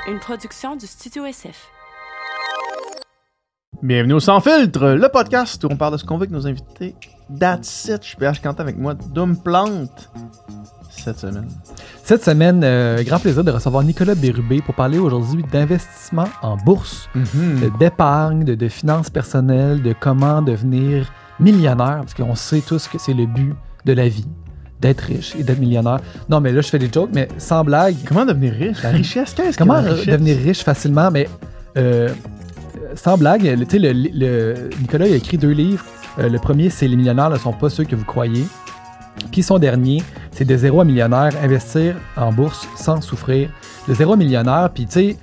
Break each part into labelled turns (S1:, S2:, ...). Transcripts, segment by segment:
S1: une production du Studio SF.
S2: Bienvenue au Sans Filtre, le podcast où on parle de ce qu'on veut avec nos invités. That's it, je suis PH Quentin avec moi, Doom Plante, cette semaine.
S3: Cette semaine, grand plaisir de recevoir Nicolas Bérubé pour parler aujourd'hui d'investissement en bourse, d'épargne, de finances personnelles, de comment devenir millionnaire, parce qu'on sait tous que c'est le but de la vie, d'être riche et d'être millionnaire. Non, mais là, je fais des jokes, mais sans blague.
S2: Comment devenir riche? La richesse, qu'est-ce que
S3: Comment
S2: la richesse?
S3: devenir riche facilement, mais sans blague, tu sais, Nicolas il a écrit 2 livres. Le premier, c'est « Les millionnaires ne sont pas ceux que vous croyez ». Puis son dernier, c'est « De zéro à millionnaire, investir en bourse sans souffrir ». De zéro à millionnaire, puis tu sais,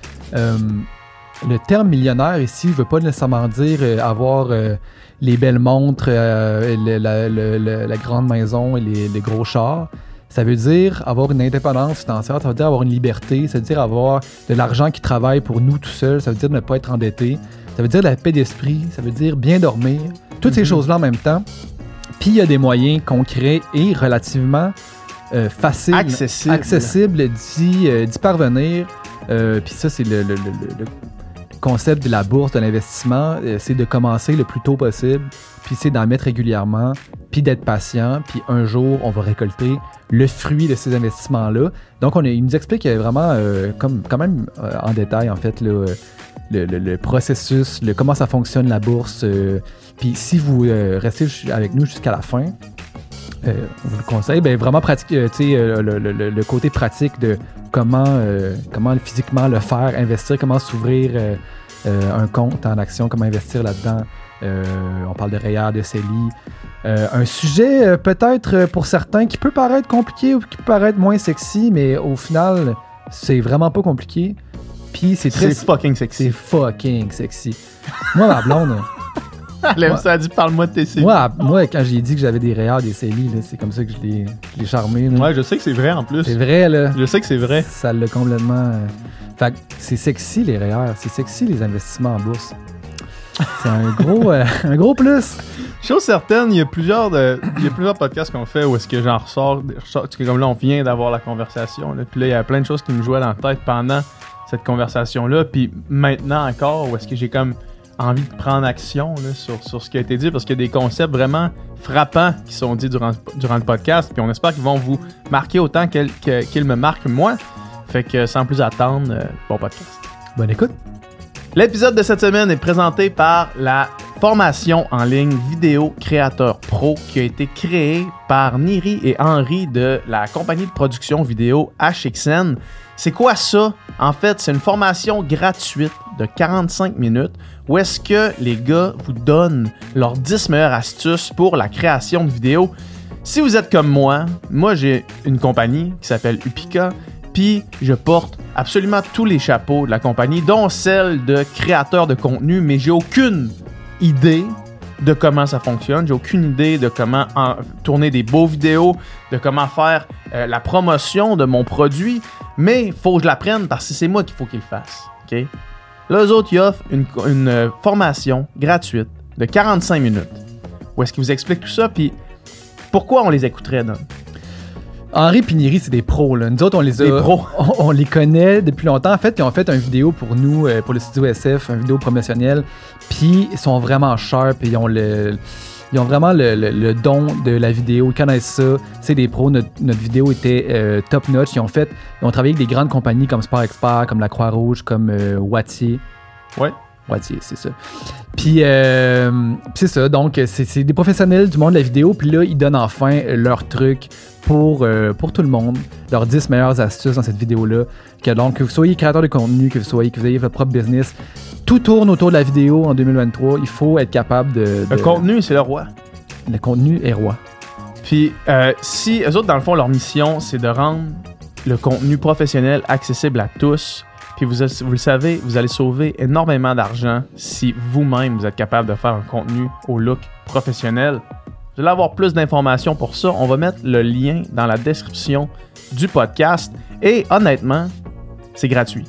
S3: le terme millionnaire ici ne veut pas nécessairement dire avoir les belles montres, la grande maison et les gros chars. Ça veut dire avoir une indépendance financière, ça veut dire avoir une liberté, ça veut dire avoir de l'argent qui travaille pour nous tout seul, ça veut dire ne pas être endetté, ça veut dire de la paix d'esprit, ça veut dire bien dormir, toutes ces choses-là en même temps. Puis il y a des moyens concrets et relativement faciles, accessibles d'y parvenir. Puis ça, c'est le concept de la bourse, de l'investissement, c'est de commencer le plus tôt possible, puis c'est d'en mettre régulièrement, puis d'être patient, puis un jour, on va récolter le fruit de ces investissements-là. Donc, il nous explique vraiment, quand même en détail, en fait, là, le processus, comment ça fonctionne la bourse. Puis si vous restez avec nous jusqu'à la fin, on vous le conseille, vraiment pratique, le côté pratique de comment physiquement le faire, investir, comment s'ouvrir un compte en action, comment investir là-dedans. On parle de REER, de CELI. Un sujet peut-être pour certains qui peut paraître compliqué ou qui peut paraître moins sexy, mais au final, c'est vraiment pas compliqué. Puis c'est
S2: fucking sexy.
S3: C'est fucking sexy. Moi, ma blonde...
S2: Elle aime ça, elle dit « Parle-moi de tes CELI ».
S3: Moi, quand j'ai dit que j'avais des REER, des CELI, là, c'est comme ça que je l'ai charmé. Là.
S2: Ouais, je sais que c'est vrai en plus.
S3: C'est vrai, là.
S2: Je sais que c'est vrai.
S3: Ça l'a complètement... Fait que c'est sexy, les REER. C'est sexy, les investissements en bourse. C'est un gros plus.
S2: Chose certaine, il y a plusieurs podcasts qu'on fait où est-ce que j'en ressors, comme là, on vient d'avoir la conversation. Là, puis là, il y a plein de choses qui me jouaient dans la tête pendant cette conversation-là. Puis maintenant encore, où est-ce que j'ai comme envie de prendre action là, sur ce qui a été dit, parce qu'il y a des concepts vraiment frappants qui sont dits durant le podcast, puis on espère qu'ils vont vous marquer autant qu'ils me marquent moi. Fait que sans plus attendre, bon podcast.
S3: Bonne écoute.
S2: L'épisode de cette semaine est présenté par la formation en ligne Vidéo Créateur Pro qui a été créée par Niri et Henri de la compagnie de production vidéo HXN. C'est quoi ça? En fait, c'est une formation gratuite de 45 minutes où est-ce que les gars vous donnent leurs 10 meilleures astuces pour la création de vidéos. Si vous êtes comme moi j'ai une compagnie qui s'appelle Upika, puis je porte absolument tous les chapeaux de la compagnie, dont celle de créateur de contenu, mais j'ai aucune idée de comment ça fonctionne. J'ai aucune idée de comment tourner des beaux vidéos, de comment faire la promotion de mon produit, mais il faut que je l'apprenne parce que c'est moi qu'il faut qu'il le fasse. Okay? Là, eux autres, ils offrent une formation gratuite de 45 minutes où est-ce qu'ils vous expliquent tout ça, puis pourquoi on les écouterait, Don?
S3: Henri et Niri, c'est des pros. Là. Nous autres, on les connaît depuis longtemps. En fait, ils ont fait une vidéo pour nous, pour le Studio SF, une vidéo promotionnelle. Puis, ils sont vraiment sharp et ils ont vraiment le don de la vidéo. Ils connaissent ça. C'est des pros. Notre vidéo était top-notch. Ils ont travaillé avec des grandes compagnies comme Sport Expert, comme la Croix-Rouge, comme Wattier.
S2: Ouais.
S3: Wattier, c'est ça. Puis, c'est ça. Donc, c'est des professionnels du monde de la vidéo. Puis là, ils donnent enfin leurs trucs pour tout le monde, leurs 10 meilleures astuces dans cette vidéo-là. Donc, que vous soyez créateur de contenu, que vous ayez votre propre business, tout tourne autour de la vidéo en 2023. Il faut être capable de...
S2: Le contenu, c'est le roi.
S3: Le contenu est roi.
S2: Puis, si eux autres, dans le fond, leur mission, c'est de rendre le contenu professionnel accessible à tous, puis vous le savez, vous allez sauver énormément d'argent si vous-même, vous êtes capable de faire un contenu au look professionnel. Vous allez avoir plus d'informations pour ça. On va mettre le lien dans la description du podcast. Et honnêtement, c'est gratuit.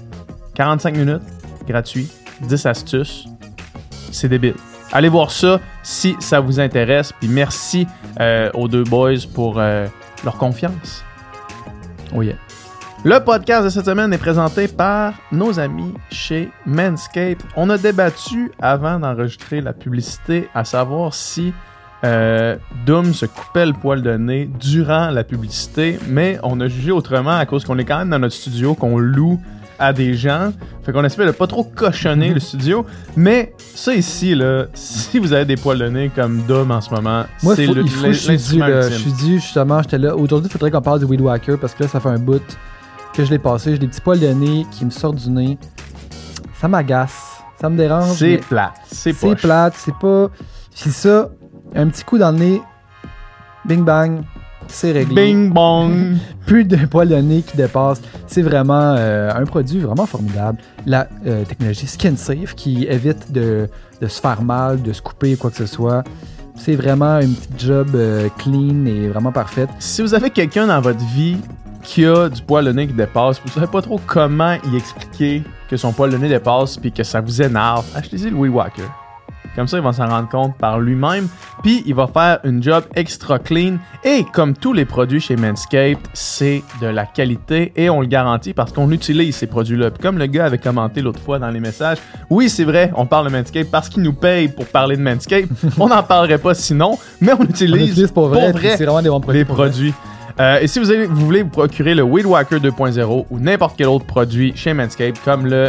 S2: 45 minutes, gratuit. 10 astuces. C'est débile. Allez voir ça si ça vous intéresse. Puis merci aux deux boys pour leur confiance.
S3: Oh yeah.
S2: Le podcast de cette semaine est présenté par nos amis chez Manscaped. On a débattu avant d'enregistrer la publicité à savoir si Doom se coupait le poil de nez durant la publicité, mais on a jugé autrement à cause qu'on est quand même dans notre studio, qu'on loue à des gens. Fait qu'on espère de pas trop cochonner le studio. Mais ça ici, là, si vous avez des poils de nez comme Doom en ce moment,
S3: moi,
S2: c'est l'instrument
S3: je
S2: ultime.
S3: suis dû, justement, j'étais là. Aujourd'hui, il faudrait qu'on parle du Weed Whacker parce que là, ça fait un bout que je l'ai passé. J'ai des petits poils de nez qui me sortent du nez. Ça m'agace. Ça me dérange.
S2: C'est plate. C'est
S3: plate. C'est pas... Puis ça, un petit coup dans le nez, bing bang, c'est réglé.
S2: Bing bong.
S3: Plus de poils de nez qui dépassent. C'est vraiment un produit vraiment formidable. La technologie Skin Safe qui évite de se faire mal, de se couper, quoi que ce soit. C'est vraiment une petite job clean et vraiment parfaite.
S2: Si vous avez quelqu'un dans votre vie qui a du poil de nez qui dépasse, vous savez pas trop comment y expliquer que son poil de nez dépasse puis que ça vous énerve, achetez-y le Weed Whacker. Comme ça, il va s'en rendre compte par lui-même. Puis, il va faire une job extra clean. Et comme tous les produits chez Manscaped, c'est de la qualité. Et on le garantit parce qu'on utilise ces produits-là. Puis comme le gars avait commenté l'autre fois dans les messages, oui, c'est vrai, on parle de Manscaped parce qu'il nous paye pour parler de Manscaped. On n'en parlerait pas sinon, mais on utilise
S3: pour vrai c'est vraiment des bons produits.
S2: Les produits. Et si vous voulez vous procurer le Weed Whacker 2.0 ou n'importe quel autre produit chez Manscaped, comme le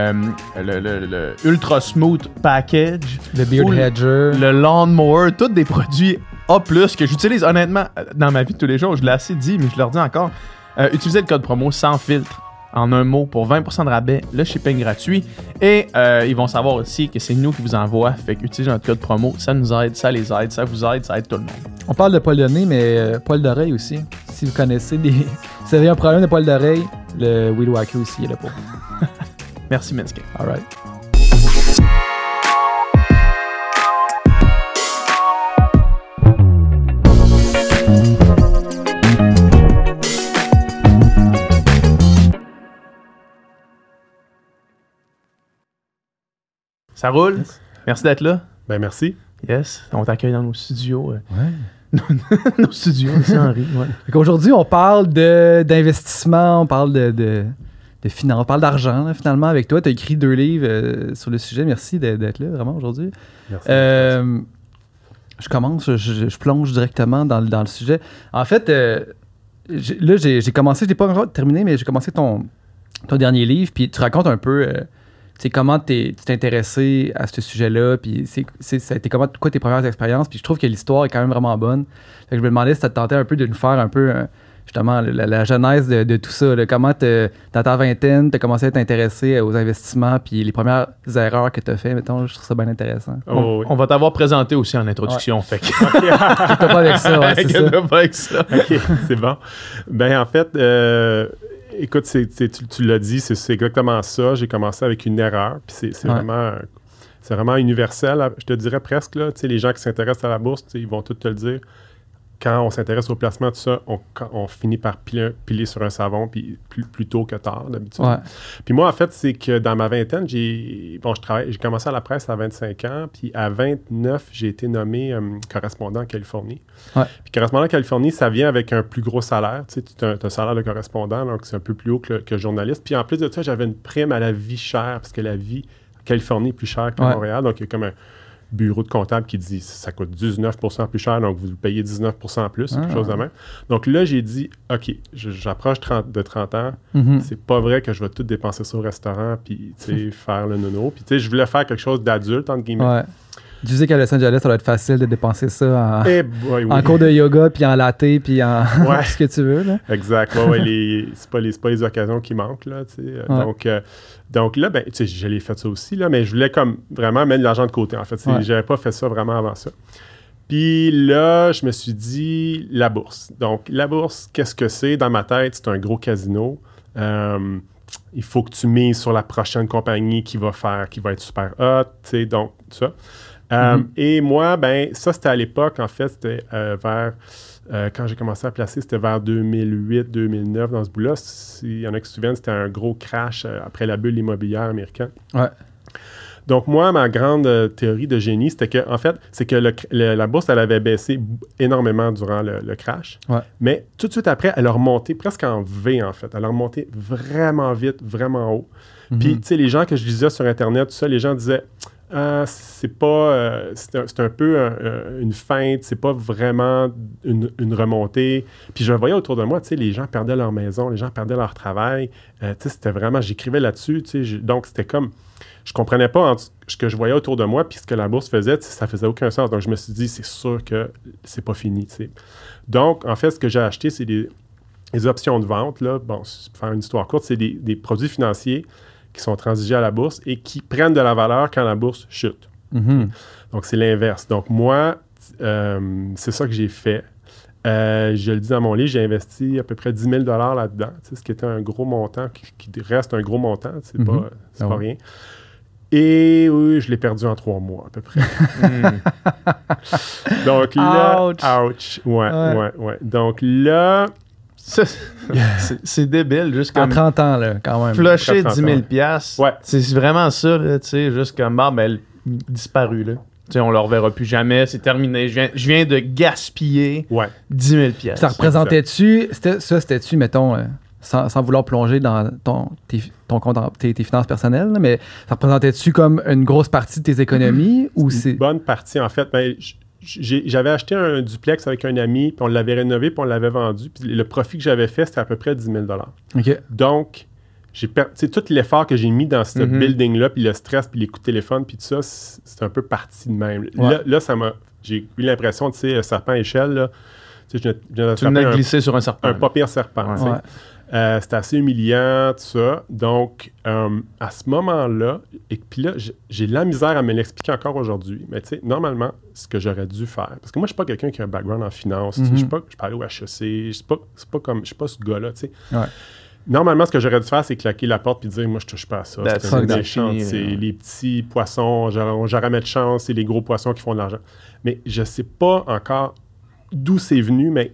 S2: Ultra Smooth Package,
S3: le Beard Hedger,
S2: le Lawnmower, tous des produits A+, que j'utilise honnêtement dans ma vie de tous les jours. Je l'ai assez dit, mais je le redis encore. Utilisez le code promo sans filtre, en un mot, pour 20% de rabais, le shipping gratuit. Et ils vont savoir aussi que c'est nous qui vous envoie. Fait qu'utilisez notre code promo, ça nous aide, ça les aide, ça vous aide, ça aide tout le monde.
S3: On parle de poils de nez, mais poils d'oreille aussi. Si vous connaissez si vous avez un problème de poils d'oreille, le Weed Whacker aussi est là pour vous.
S2: Merci Manscaped.
S3: All right.
S2: Ça roule?
S4: Yes.
S2: Merci d'être là.
S4: Ben merci.
S2: Yes, on t'accueille dans nos studios.
S3: Ouais.
S2: Nos studios, c'est Henri. Ouais.
S3: Aujourd'hui, on parle d'investissement, on parle de finance, on parle d'argent là, finalement avec toi. Tu as écrit 2 livres sur le sujet. Merci d'être là vraiment aujourd'hui.
S4: Merci.
S3: Je commence, je plonge directement dans le sujet. En fait, j'ai commencé, je n'ai pas encore terminé, mais j'ai commencé ton dernier livre, puis tu racontes un peu comment tu t'es intéressé à ce sujet-là, puis ça a été quoi tes premières expériences, puis je trouve que l'histoire est quand même vraiment bonne. Fait que je me demandais si ça te tentait un peu de nous faire un peu, justement, la genèse de tout ça. Là, comment, dans ta vingtaine, tu as commencé à t'intéresser aux investissements, puis les premières erreurs que tu as faites, mettons, je trouve ça bien intéressant.
S2: On va t'avoir présenté aussi en introduction, fait que...
S3: Inquiète pas avec ça, ouais, c'est ça.
S2: Inquiète pas avec ça.
S4: OK, c'est bon. Ben en fait... écoute, tu l'as dit, c'est exactement ça. J'ai commencé avec une erreur, puis c'est vraiment universel. Je te dirais presque, là, les gens qui s'intéressent à la bourse, ils vont tous te le dire. Quand on s'intéresse au placement, tout ça, on finit par piler sur un savon, puis plus tôt que tard, d'habitude.
S3: Ouais.
S4: Puis moi, en fait, c'est que dans ma vingtaine, j'ai commencé à la presse à 25 ans, puis à 29, j'ai été nommé correspondant en Californie.
S3: Ouais.
S4: Puis correspondant en Californie, ça vient avec un plus gros salaire. Tu as un salaire de correspondant, donc c'est un peu plus haut que journaliste. Puis en plus de ça, j'avais une prime à la vie chère, parce que la vie en Californie est plus chère qu'à Montréal. Donc il y a comme un bureau de comptable qui dit ça coûte 19% plus cher, donc vous payez 19% en plus, quelque chose de même. Donc là, j'ai dit, OK, j'approche de 30 ans, c'est pas vrai que je vais tout dépenser ça au restaurant, puis faire le nono. Puis je voulais faire quelque chose d'adulte, entre guillemets.
S3: Ouais. Tu disais qu'à Los Angeles, ça doit être facile de dépenser ça en
S4: oui.
S3: cours de yoga, puis en latte, puis en ce que tu veux. Là.
S4: Exact. C'est pas les occasions qui manquent. Là, donc là, je l'ai fait ça aussi, là, mais je voulais comme vraiment mettre de l'argent de côté. En fait, j'avais pas fait ça vraiment avant ça. Puis là, je me suis dit, la bourse. Donc, la bourse, qu'est-ce que c'est? Dans ma tête, c'est un gros casino. Il faut que tu mises sur la prochaine compagnie qui va être super hot, donc ça. Et moi, ça, c'était à l'époque, en fait, c'était quand j'ai commencé à placer, c'était vers 2008-2009 dans ce bout-là. Il y en a qui se souviennent, c'était un gros crash après la bulle immobilière américaine.
S3: Ouais.
S4: Donc, moi, ma grande théorie de génie, c'était que, en fait, c'est que la bourse, elle avait baissé énormément durant le crash.
S3: Ouais.
S4: Mais tout de suite après, elle a remonté presque en V, en fait. Elle a remonté vraiment vite, vraiment haut. Puis, tu sais, les gens que je lisais sur Internet, tout ça, les gens disaient... c'est pas... c'est un peu une feinte, c'est pas vraiment une remontée. Puis je voyais autour de moi, tu sais, les gens perdaient leur maison, les gens perdaient leur travail. Tu sais, c'était vraiment... J'écrivais là-dessus, tu sais. Donc, c'était comme... Je comprenais pas entre ce que je voyais autour de moi puis ce que la bourse faisait, ça faisait aucun sens. Donc, je me suis dit, c'est sûr que c'est pas fini, tu sais. Donc, en fait, ce que j'ai acheté, c'est des options de vente, là. Bon, pour faire une histoire courte, c'est des produits financiers qui sont transigés à la bourse et qui prennent de la valeur quand la bourse chute. Donc, c'est l'inverse. Donc, moi, c'est ça que j'ai fait. Je le dis dans mon livre, j'ai investi à peu près 10 000 $ là-dedans, ce qui était un gros montant, qui reste un gros montant, c'est pas rien. Et oui, je l'ai perdu en 3 mois, à peu près. Donc là... Ouch! Ouais. Donc là...
S2: C'est débile, juste comme...
S3: À 30 ans, là, quand même.
S2: Flusher 10 000 $.
S4: Ouais.
S2: C'est vraiment ça, tu sais, juste comme, disparu, là. Tu sais, on le reverra plus jamais, c'est terminé. Je viens de gaspiller 10 000 $.
S3: Ça représentait-tu... C'était-tu, mettons... Sans vouloir plonger dans ton compte, tes finances personnelles, là, mais ça représentait-tu comme une grosse partie de tes économies? Ou c'est
S4: une bonne partie, en fait. Ben, j'avais acheté un duplex avec un ami, puis on l'avait rénové, puis on l'avait vendu. Puis le profit que j'avais fait, c'était à peu près 10 000 $.
S3: OK.
S4: Donc, tout l'effort que j'ai mis dans ce building-là, puis le stress, puis les coups de téléphone, puis tout ça, c'est un peu parti de même.
S3: Ouais.
S4: Là, j'ai eu l'impression, tu sais, serpent à échelle, là. Tu
S2: venais de glisser sur un serpent.
S4: Un pas pire serpent, tu sais. C'était assez humiliant, tout ça. Donc, à ce moment-là, et puis là, j'ai de la misère à me l'expliquer encore aujourd'hui, mais tu sais, normalement, ce que j'aurais dû faire, parce que moi, je suis pas quelqu'un qui a un background en finance, je suis pas allé au HEC, je suis pas ce gars-là, tu sais.
S3: Ouais.
S4: Normalement, ce que j'aurais dû faire, c'est claquer la porte et dire, moi, je touche pas à ça. C'est une méchante, c'est les petits poissons, on jamais de chance, c'est les gros poissons qui font de l'argent. Mais je sais pas encore d'où c'est venu, mais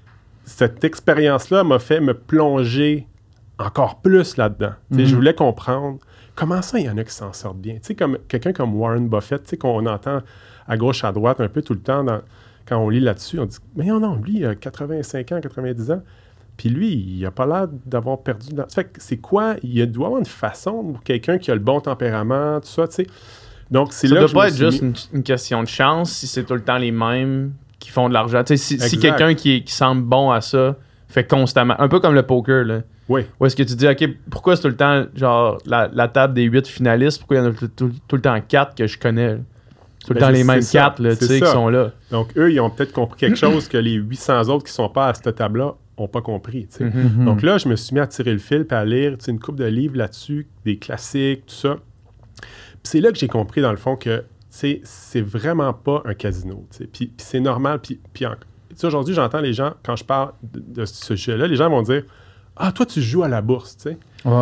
S4: cette expérience-là m'a fait me plonger encore plus là-dedans. Je voulais comprendre comment ça, il y en a qui s'en sortent bien. Comme quelqu'un comme Warren Buffett, qu'on entend à gauche, à droite un peu tout le temps quand on lit là-dessus, on dit « Mais non, lui, il a 85 ans, 90 ans. » Puis lui, il n'a pas l'air d'avoir perdu... Ça fait que c'est quoi? Il doit avoir une façon pour quelqu'un qui a le bon tempérament, tout ça, tu sais. Donc, c'est
S2: ça
S4: là
S2: doit
S4: que
S2: pas être juste une question de chance si c'est tout le temps les mêmes qui font de l'argent. Tu sais, si quelqu'un qui semble bon à ça fait constamment... Un peu comme le poker, là.
S4: Oui.
S2: Où est-ce que tu dis, OK, pourquoi c'est tout le temps, genre, la table des 8 finalistes, pourquoi il y en a tout le temps 4 que je connais? Tout le temps les mêmes 4, là, tu sais, qui sont là.
S4: Donc, eux, ils ont peut-être compris quelque chose que les 800 autres qui sont pas à cette table-là n'ont pas compris, tu sais. Donc là, je me suis mis à tirer le fil et à lire, tu sais, une couple de livres là-dessus, des classiques, tout ça. Puis c'est là que j'ai compris, dans le fond, que c'est vraiment pas un casino. Puis c'est normal. Puis aujourd'hui, j'entends les gens, quand je parle de ce sujet-là, les gens vont dire « Ah, toi, tu joues à la bourse. » Puis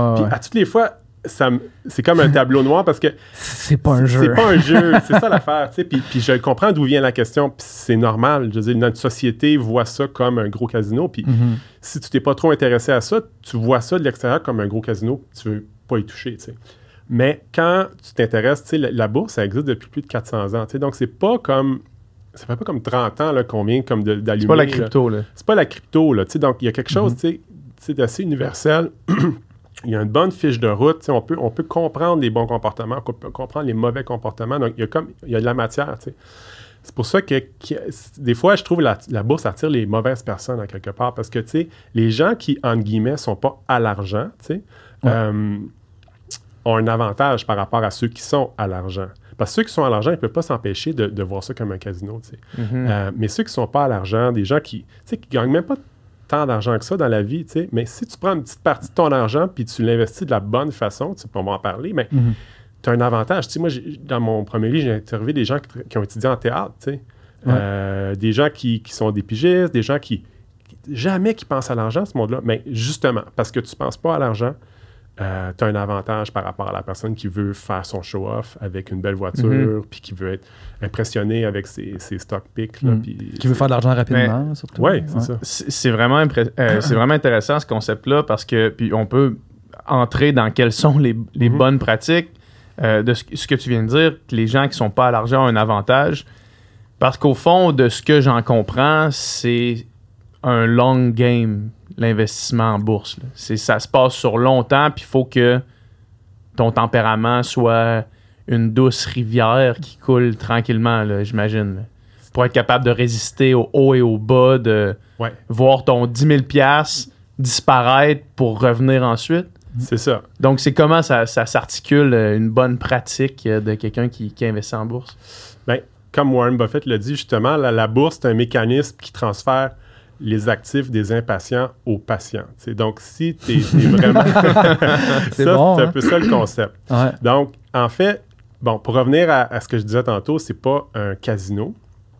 S4: à toutes les fois, c'est comme un tableau noir parce que...
S3: C'est pas un jeu.
S4: C'est pas un jeu. C'est ça l'affaire. Puis je comprends d'où vient la question. Puis c'est normal. Je veux dire, notre société voit ça comme un gros casino. Puis si tu t'es pas trop intéressé à ça, tu vois ça de l'extérieur comme un gros casino. Tu veux pas y toucher, tu sais. Mais quand tu t'intéresses, tu sais, la bourse, ça existe depuis plus de 400 ans. Tu sais, donc, c'est pas comme... Ça fait pas comme 30 ans là, qu'on vient comme d'allumer.
S2: C'est pas la crypto, là.
S4: C'est pas la crypto, là. Tu sais, donc, il y a quelque chose, tu sais, d'assez universel. Il y a une bonne fiche de route. Tu sais, on peut comprendre les bons comportements, on peut comprendre les mauvais comportements. Donc, il y a de la matière, tu sais. C'est pour ça que des fois, je trouve la bourse attire les mauvaises personnes, à quelque part. Parce que, tu sais, les gens qui, entre guillemets, sont pas à l'argent, tu sais, ont un avantage par rapport à ceux qui sont à l'argent. Parce que ceux qui sont à l'argent, ils ne peuvent pas s'empêcher de voir ça comme un casino. Tu sais. Mais ceux qui ne sont pas à l'argent, des gens qui ne gagnent même pas tant d'argent que ça dans la vie, tu sais, mais si tu prends une petite partie de ton argent puis tu l'investis de la bonne façon, tu sais, on va en parler, mais tu as un avantage. Tu sais, moi, dans mon premier livre, j'ai interviewé des gens qui ont étudié en théâtre, tu sais. Des gens qui sont des pigistes, des gens qui jamais qui pensent à l'argent, ce monde-là. Mais justement, parce que tu ne penses pas à l'argent, tu as un avantage par rapport à la personne qui veut faire son show-off avec une belle voiture, puis qui veut être impressionné avec ses stock picks. Là,
S3: qui veut faire de l'argent rapidement, surtout.
S4: Oui, c'est ça.
S2: C'est vraiment, c'est vraiment intéressant, ce concept-là, parce que puis on peut entrer dans quelles sont les bonnes pratiques. de ce que tu viens de dire, que les gens qui sont pas à l'argent ont un avantage. Parce qu'au fond, de ce que j'en comprends, c'est un long game, l'investissement en bourse. Là. Ça se passe sur longtemps, puis il faut que ton tempérament soit une douce rivière qui coule tranquillement, là, j'imagine. Là. Pour être capable de résister au haut et au bas, de voir ton 10 000 $, disparaître pour revenir ensuite.
S4: C'est ça.
S2: Donc, c'est comment ça s'articule une bonne pratique de quelqu'un qui investit en bourse?
S4: Bien, comme Warren Buffett l'a dit justement, la bourse, c'est un mécanisme qui transfère les actifs des impatients aux patients. T'sais. Donc, si tu es vraiment...
S3: c'est bon,
S4: c'est un peu ça le concept.
S3: Ouais.
S4: Donc, en fait, bon, pour revenir à ce que je disais tantôt, c'est pas un casino.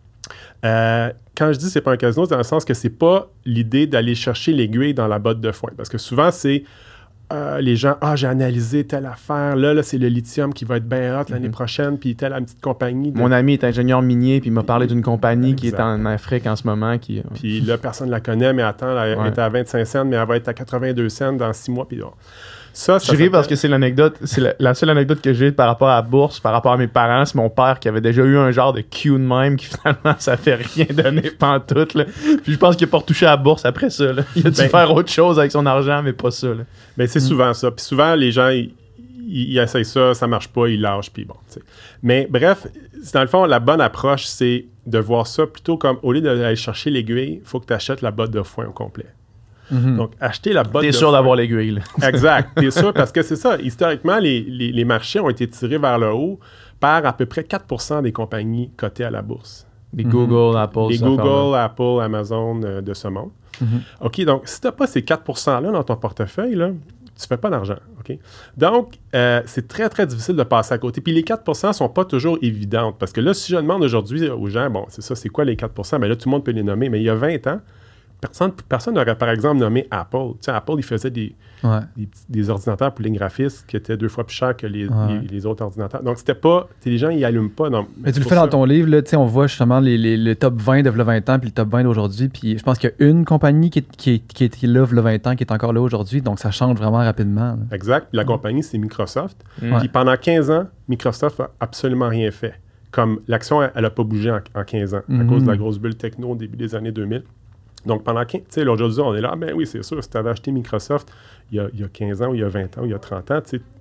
S4: Quand je dis c'est pas un casino, c'est dans le sens que c'est pas l'idée d'aller chercher l'aiguille dans la botte de foin. Parce que souvent, c'est les gens, j'ai analysé telle affaire, là c'est le lithium qui va être bien hot l'année prochaine, puis telle petite compagnie.
S2: Mon ami est ingénieur minier, puis il m'a parlé d'une compagnie qui est en Afrique en ce moment.
S4: Puis là, personne ne la connaît, mais attends, elle est à 25 cents, mais elle va être à 82 cents dans 6 mois, puis
S2: je ris parce que c'est l'anecdote, la seule anecdote que j'ai par rapport à la bourse, par rapport à mes parents, c'est mon père qui avait déjà eu un genre de Q de même qui finalement ça fait rien donner pantoute. Là. Puis je pense qu'il n'a pas retouché à la bourse après ça. Là. Il a dû faire autre chose avec son argent, mais pas ça. Là.
S4: Ben, c'est souvent ça. Puis souvent, les gens, ils essayent ça marche pas, ils lâchent, puis bon. T'sais. Mais bref, dans le fond, la bonne approche, c'est de voir ça plutôt comme, au lieu d'aller chercher l'aiguille, il faut que tu achètes la botte de foin au complet. Donc, acheter la botte de foin.
S2: T'es sûr d'avoir l'aiguille. Là.
S4: Exact. T'es sûr, parce que c'est ça. Historiquement, les marchés ont été tirés vers le haut par à peu près 4% des compagnies cotées à la bourse.
S2: Les Google, Apple.
S4: Les Google, Apple, Amazon de ce monde. OK, donc, si tu n'as pas ces 4%-là dans ton portefeuille, là, tu ne fais pas d'argent. OK? Donc, c'est très, très difficile de passer à côté. Puis les 4% ne sont pas toujours évidentes. Parce que là, si je demande aujourd'hui aux gens, bon, c'est ça, c'est quoi les 4%? Bien là, tout le monde peut les nommer. Mais il y a 20 ans, personne n'aurait, par exemple, nommé Apple. Tu sais, Apple, il faisait des ordinateurs pour ligne graphiste qui étaient 2 fois plus chers que les autres ordinateurs. Donc, c'était pas... Les gens, ils n'allument pas. Non,
S3: mais tu le fais dans ton livre, là, on voit justement le top 20 de 20 ans puis le top 20 d'aujourd'hui. Puis je pense qu'il y a une compagnie qui est là 20 ans qui est encore là aujourd'hui. Donc, ça change vraiment rapidement. Là.
S4: Exact. Puis la compagnie, c'est Microsoft. Puis pendant 15 ans, Microsoft n'a absolument rien fait. Comme l'action, elle n'a pas bougé en 15 ans à cause de la grosse bulle techno au début des années 2000. Donc, pendant 15 ans, tu sais, aujourd'hui, on est là, ben oui, c'est sûr, si tu avais acheté Microsoft il y a 15 ans, ou il y a 20 ans, ou il y a 30 ans, tu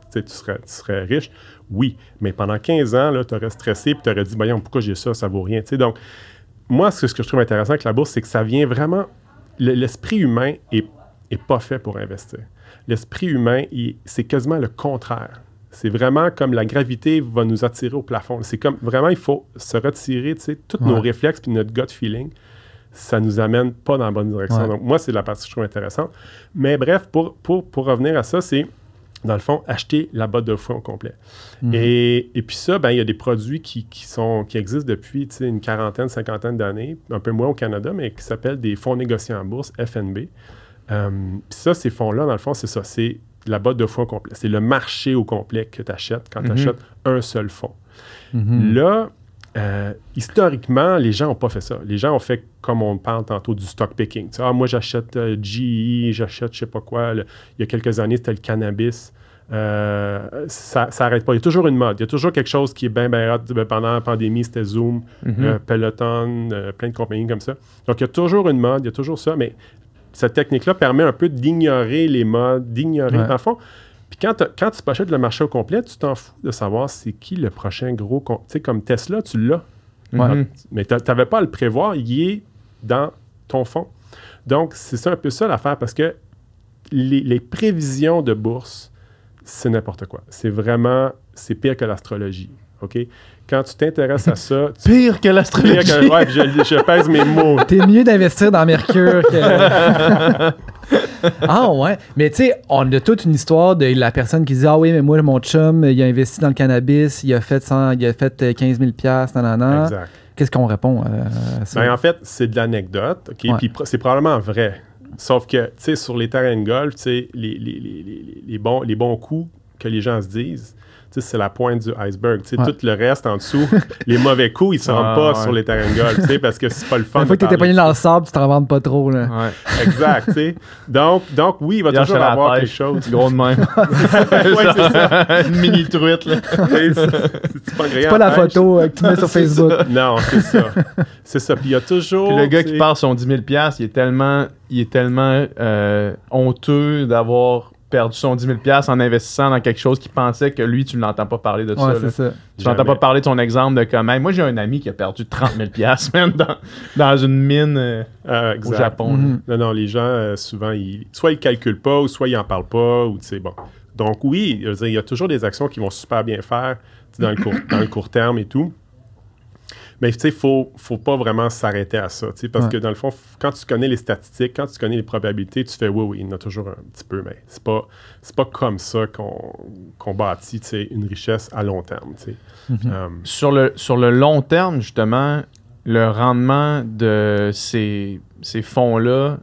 S4: serais riche. Oui, mais pendant 15 ans, tu aurais stressé, puis tu aurais dit, voyons, pourquoi j'ai ça, ça vaut rien. Tu sais, donc, moi, ce que je trouve intéressant avec la bourse, c'est que ça vient vraiment... L'esprit humain est pas fait pour investir. L'esprit humain, c'est quasiment le contraire. C'est vraiment comme la gravité va nous attirer au plafond. C'est comme, vraiment, il faut se retirer, tu sais, tous nos réflexes, puis notre gut feeling, ça nous amène pas dans la bonne direction. Donc, moi, c'est la partie que je trouve intéressante. Mais bref, pour revenir à ça, c'est, dans le fond, acheter la botte de foin au complet. Et puis ça, ben il y a des produits qui existent depuis une quarantaine, cinquantaine d'années, un peu moins au Canada, mais qui s'appellent des fonds négociés en bourse, FNB. Puis ça, ces fonds-là, dans le fond, c'est ça. C'est la botte de foin au complet. C'est le marché au complet que tu achètes quand tu achètes un seul fonds. Là, historiquement, les gens n'ont pas fait ça. Les gens ont fait, comme on parle tantôt, du stock picking. Tu sais, moi, j'achète GE, j'achète je sais pas quoi. Il y a quelques années, c'était le cannabis. Ça n'arrête pas. Il y a toujours une mode. Il y a toujours quelque chose qui est bien hot. Pendant la pandémie, c'était Zoom, Peloton, plein de compagnies comme ça. Donc, il y a toujours une mode, il y a toujours ça. Mais cette technique-là permet un peu d'ignorer les modes, d'ignorer... Dans le fond, puis quand tu achètes le marché au complet, tu t'en fous de savoir c'est qui le prochain gros... Tu sais, comme Tesla, tu l'as. Mais tu n'avais pas à le prévoir, il est dans ton fonds. Donc, c'est ça un peu ça l'affaire, parce que les prévisions de bourse, c'est n'importe quoi. C'est pire que l'astrologie, OK? Quand tu t'intéresses à ça...
S2: Pire que l'astrologie!
S4: Je pèse mes mots.
S3: T'es mieux d'investir dans Mercure que... Ah ouais, mais tu sais, on a toute une histoire de la personne qui dit « Ah oui, mais moi, mon chum, il a investi dans le cannabis, il a fait 15 000 $, nanana. » Exact. Qu'est-ce qu'on répond à ça?
S4: Ben, en fait, c'est de l'anecdote, OK? Puis c'est probablement vrai. Sauf que, tu sais, sur les terrains de golf, tu sais, les bons coups, que les gens se disent, c'est la pointe du iceberg. Tout le reste en dessous, les mauvais coups, ils ne se rendent pas sur les terrains de golf, parce que c'est pas le fun.
S3: Une fois que tu étais pogné dans le sable, tu t'en vends pas trop. Là.
S2: Ouais.
S4: Exact. Donc, oui, il va toujours avoir quelque chose.
S2: Gros de même.
S4: Ouais, c'est ça.
S2: Une mini truite. Là.
S3: C'est pas la photo que tu mets sur Facebook.
S4: Non, c'est ça. C'est ça. Puis il y a toujours...
S2: Puis le gars qui part son 10 000 $, il est tellement honteux d'avoir perdu son 10 000 $ en investissant dans quelque chose qu'il pensait que lui, tu ne l'entends pas parler de ça.
S3: C'est ça.
S2: Tu n'entends pas parler de ton exemple de comme, moi j'ai un ami qui a perdu 30 000 $ même dans une mine au Japon.
S3: Mm-hmm.
S4: Non, les gens, souvent, soit ils calculent pas, ou soit ils en parlent pas, ou tu sais, bon. Donc oui, il y a toujours des actions qui vont super bien faire dans le court terme et tout. Mais tu sais, faut pas vraiment s'arrêter à ça, parce que dans le fond, quand tu connais les statistiques, quand tu connais les probabilités, tu fais oui, il y en a toujours un petit peu, mais c'est pas comme ça qu'on bâtit une richesse à long terme.
S2: Sur le long terme, justement, le rendement de ces fonds-là,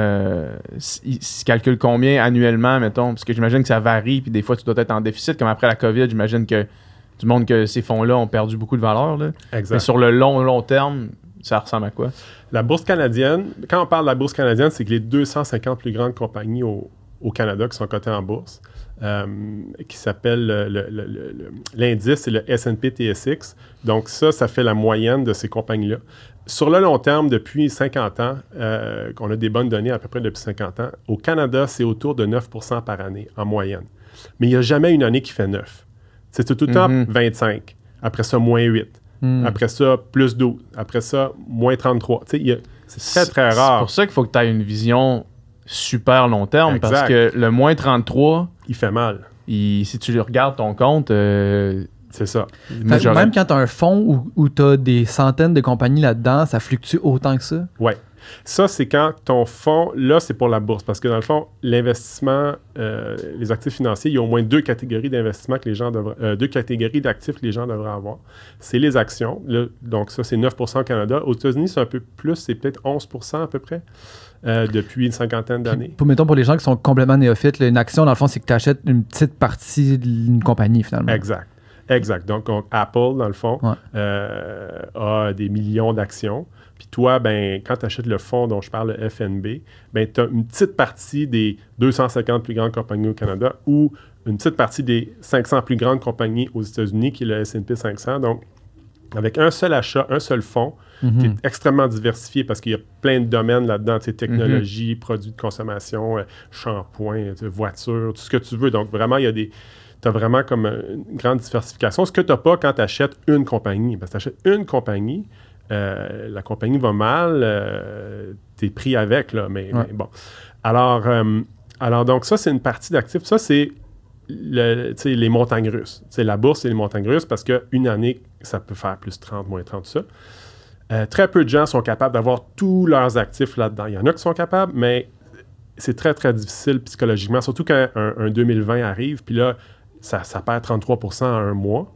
S2: ils se calculent combien annuellement, mettons? Parce que j'imagine que ça varie, puis des fois, tu dois être en déficit, comme après la COVID, j'imagine que du monde que ces fonds-là ont perdu beaucoup de valeur. Là.
S4: Exact.
S2: Mais sur le long terme, ça ressemble à quoi?
S4: La bourse canadienne, quand on parle de la bourse canadienne, c'est que les 250 plus grandes compagnies au Canada qui sont cotées en bourse, qui s'appelle l'indice, c'est le S&P TSX. Donc ça fait la moyenne de ces compagnies-là. Sur le long terme, depuis 50 ans, qu'on a des bonnes données à peu près depuis 50 ans, au Canada, c'est autour de 9 % par année en moyenne. Mais il n'y a jamais une année qui fait 9. C'est tout le temps 25. Après ça, moins 8. Après ça, plus 12. Après ça, moins 33. C'est très, très rare.
S2: C'est pour ça qu'il faut que tu aies une vision super long terme.
S4: Exact.
S2: Parce que le moins 33,
S4: il fait mal.
S2: Si tu regardes ton compte,
S4: c'est ça.
S3: Même quand tu as un fonds où tu as des centaines de compagnies là-dedans, ça fluctue autant que ça?
S4: Oui. Ça, c'est quand ton fonds, là, c'est pour la bourse. Parce que dans le fond, l'investissement, les actifs financiers, il y a au moins deux catégories d'investissement que les gens devraient, deux catégories d'actifs que les gens devraient avoir. C'est les actions. Là, donc, ça, c'est 9 % au Canada. Aux États-Unis, c'est un peu plus, c'est peut-être 11 % à peu près, depuis une cinquantaine d'années.
S3: Mettons, pour les gens qui sont complètement néophytes, là, une action, dans le fond, c'est que tu achètes une petite partie d'une compagnie, finalement.
S4: Exact. Donc, Apple, dans le fond, a des millions d'actions. Puis toi, quand tu achètes le fonds dont je parle, le FNB, tu as une petite partie des 250 plus grandes compagnies au Canada ou une petite partie des 500 plus grandes compagnies aux États-Unis, qui est le S&P 500. Donc, avec un seul achat, un seul fonds, qui est extrêmement diversifié parce qu'il y a plein de domaines là-dedans, technologie, produits de consommation, shampoing, voitures, tout ce que tu veux. Donc, vraiment, tu as vraiment comme une grande diversification. Ce que tu n'as pas quand tu achètes une compagnie. Parce que tu achètes une compagnie, la compagnie va mal, t'es pris avec, là, mais bon. Alors, donc, ça, c'est une partie d'actifs. Ça, c'est les montagnes russes. La bourse, c'est les montagnes russes parce qu'une année, ça peut faire plus 30, moins 30, tout ça. Très peu de gens sont capables d'avoir tous leurs actifs là-dedans. Il y en a qui sont capables, mais c'est très, très difficile psychologiquement, surtout quand un 2020 arrive, puis là, ça perd 33 % en un mois.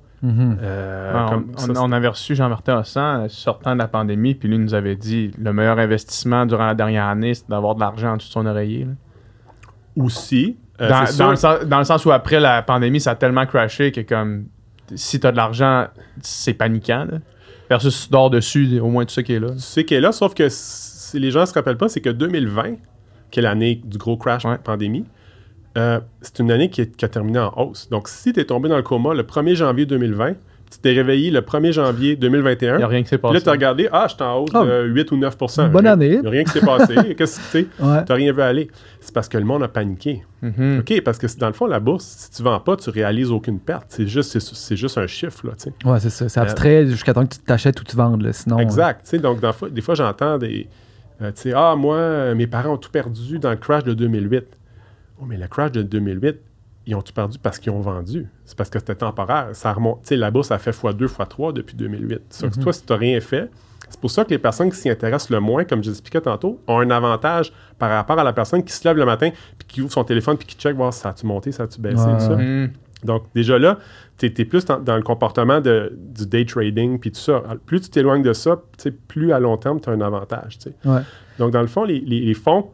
S2: On avait reçu Jean-Martin Hossan sortant de la pandémie, puis lui nous avait dit le meilleur investissement durant la dernière année, c'est d'avoir de l'argent en dessous de son oreiller. Là.
S4: Aussi.
S2: Dans le sens où après la pandémie, ça a tellement crashé que comme si tu as de l'argent, c'est paniquant. Là. Versus si tu dors dessus, au moins tu sais qu'il est là.
S4: Tu sais qu'il est là, sauf que si les gens ne se rappellent pas, c'est que 2020, qui est l'année du gros crash pandémie, c'est une année qui a terminé en hausse. Donc, si tu es tombé dans le coma le 1er janvier 2020, tu t'es réveillé le 1er janvier 2021, il n'y
S2: a rien qui s'est passé.
S4: Là, tu as regardé, je suis en hausse de 8 ou 9 %.
S3: Bonne année.
S4: Il n'y a rien qui s'est passé. Qu'est-ce que tu sais? Tu n'as rien vu aller. C'est parce que le monde a paniqué. OK, parce que dans le fond, la bourse, si tu ne vends pas, tu ne réalises aucune perte. C'est juste un chiffre. Là,
S3: ouais, c'est ça. C'est abstrait jusqu'à temps que tu t'achètes ou tu vendes. Là, sinon,
S4: exact. Donc, des fois, j'entends moi, mes parents ont tout perdu dans le crash de 2008. Oh, mais le crash de 2008, ils ont tout perdu parce qu'ils ont vendu. C'est parce que c'était temporaire. Ça remonte. La bourse a fait x2, x3 depuis 2008. Toi, si tu n'as rien fait, c'est pour ça que les personnes qui s'y intéressent le moins, comme j'expliquais tantôt, ont un avantage par rapport à la personne qui se lève le matin puis qui ouvre son téléphone puis qui check voir si ça a-tu monté, ça a-tu baissé, tout ça. Donc, déjà là, tu es plus dans le comportement du day trading puis tout ça. Plus tu t'éloignes de ça, plus à long terme, tu as un avantage. Donc, dans le fond, les fonds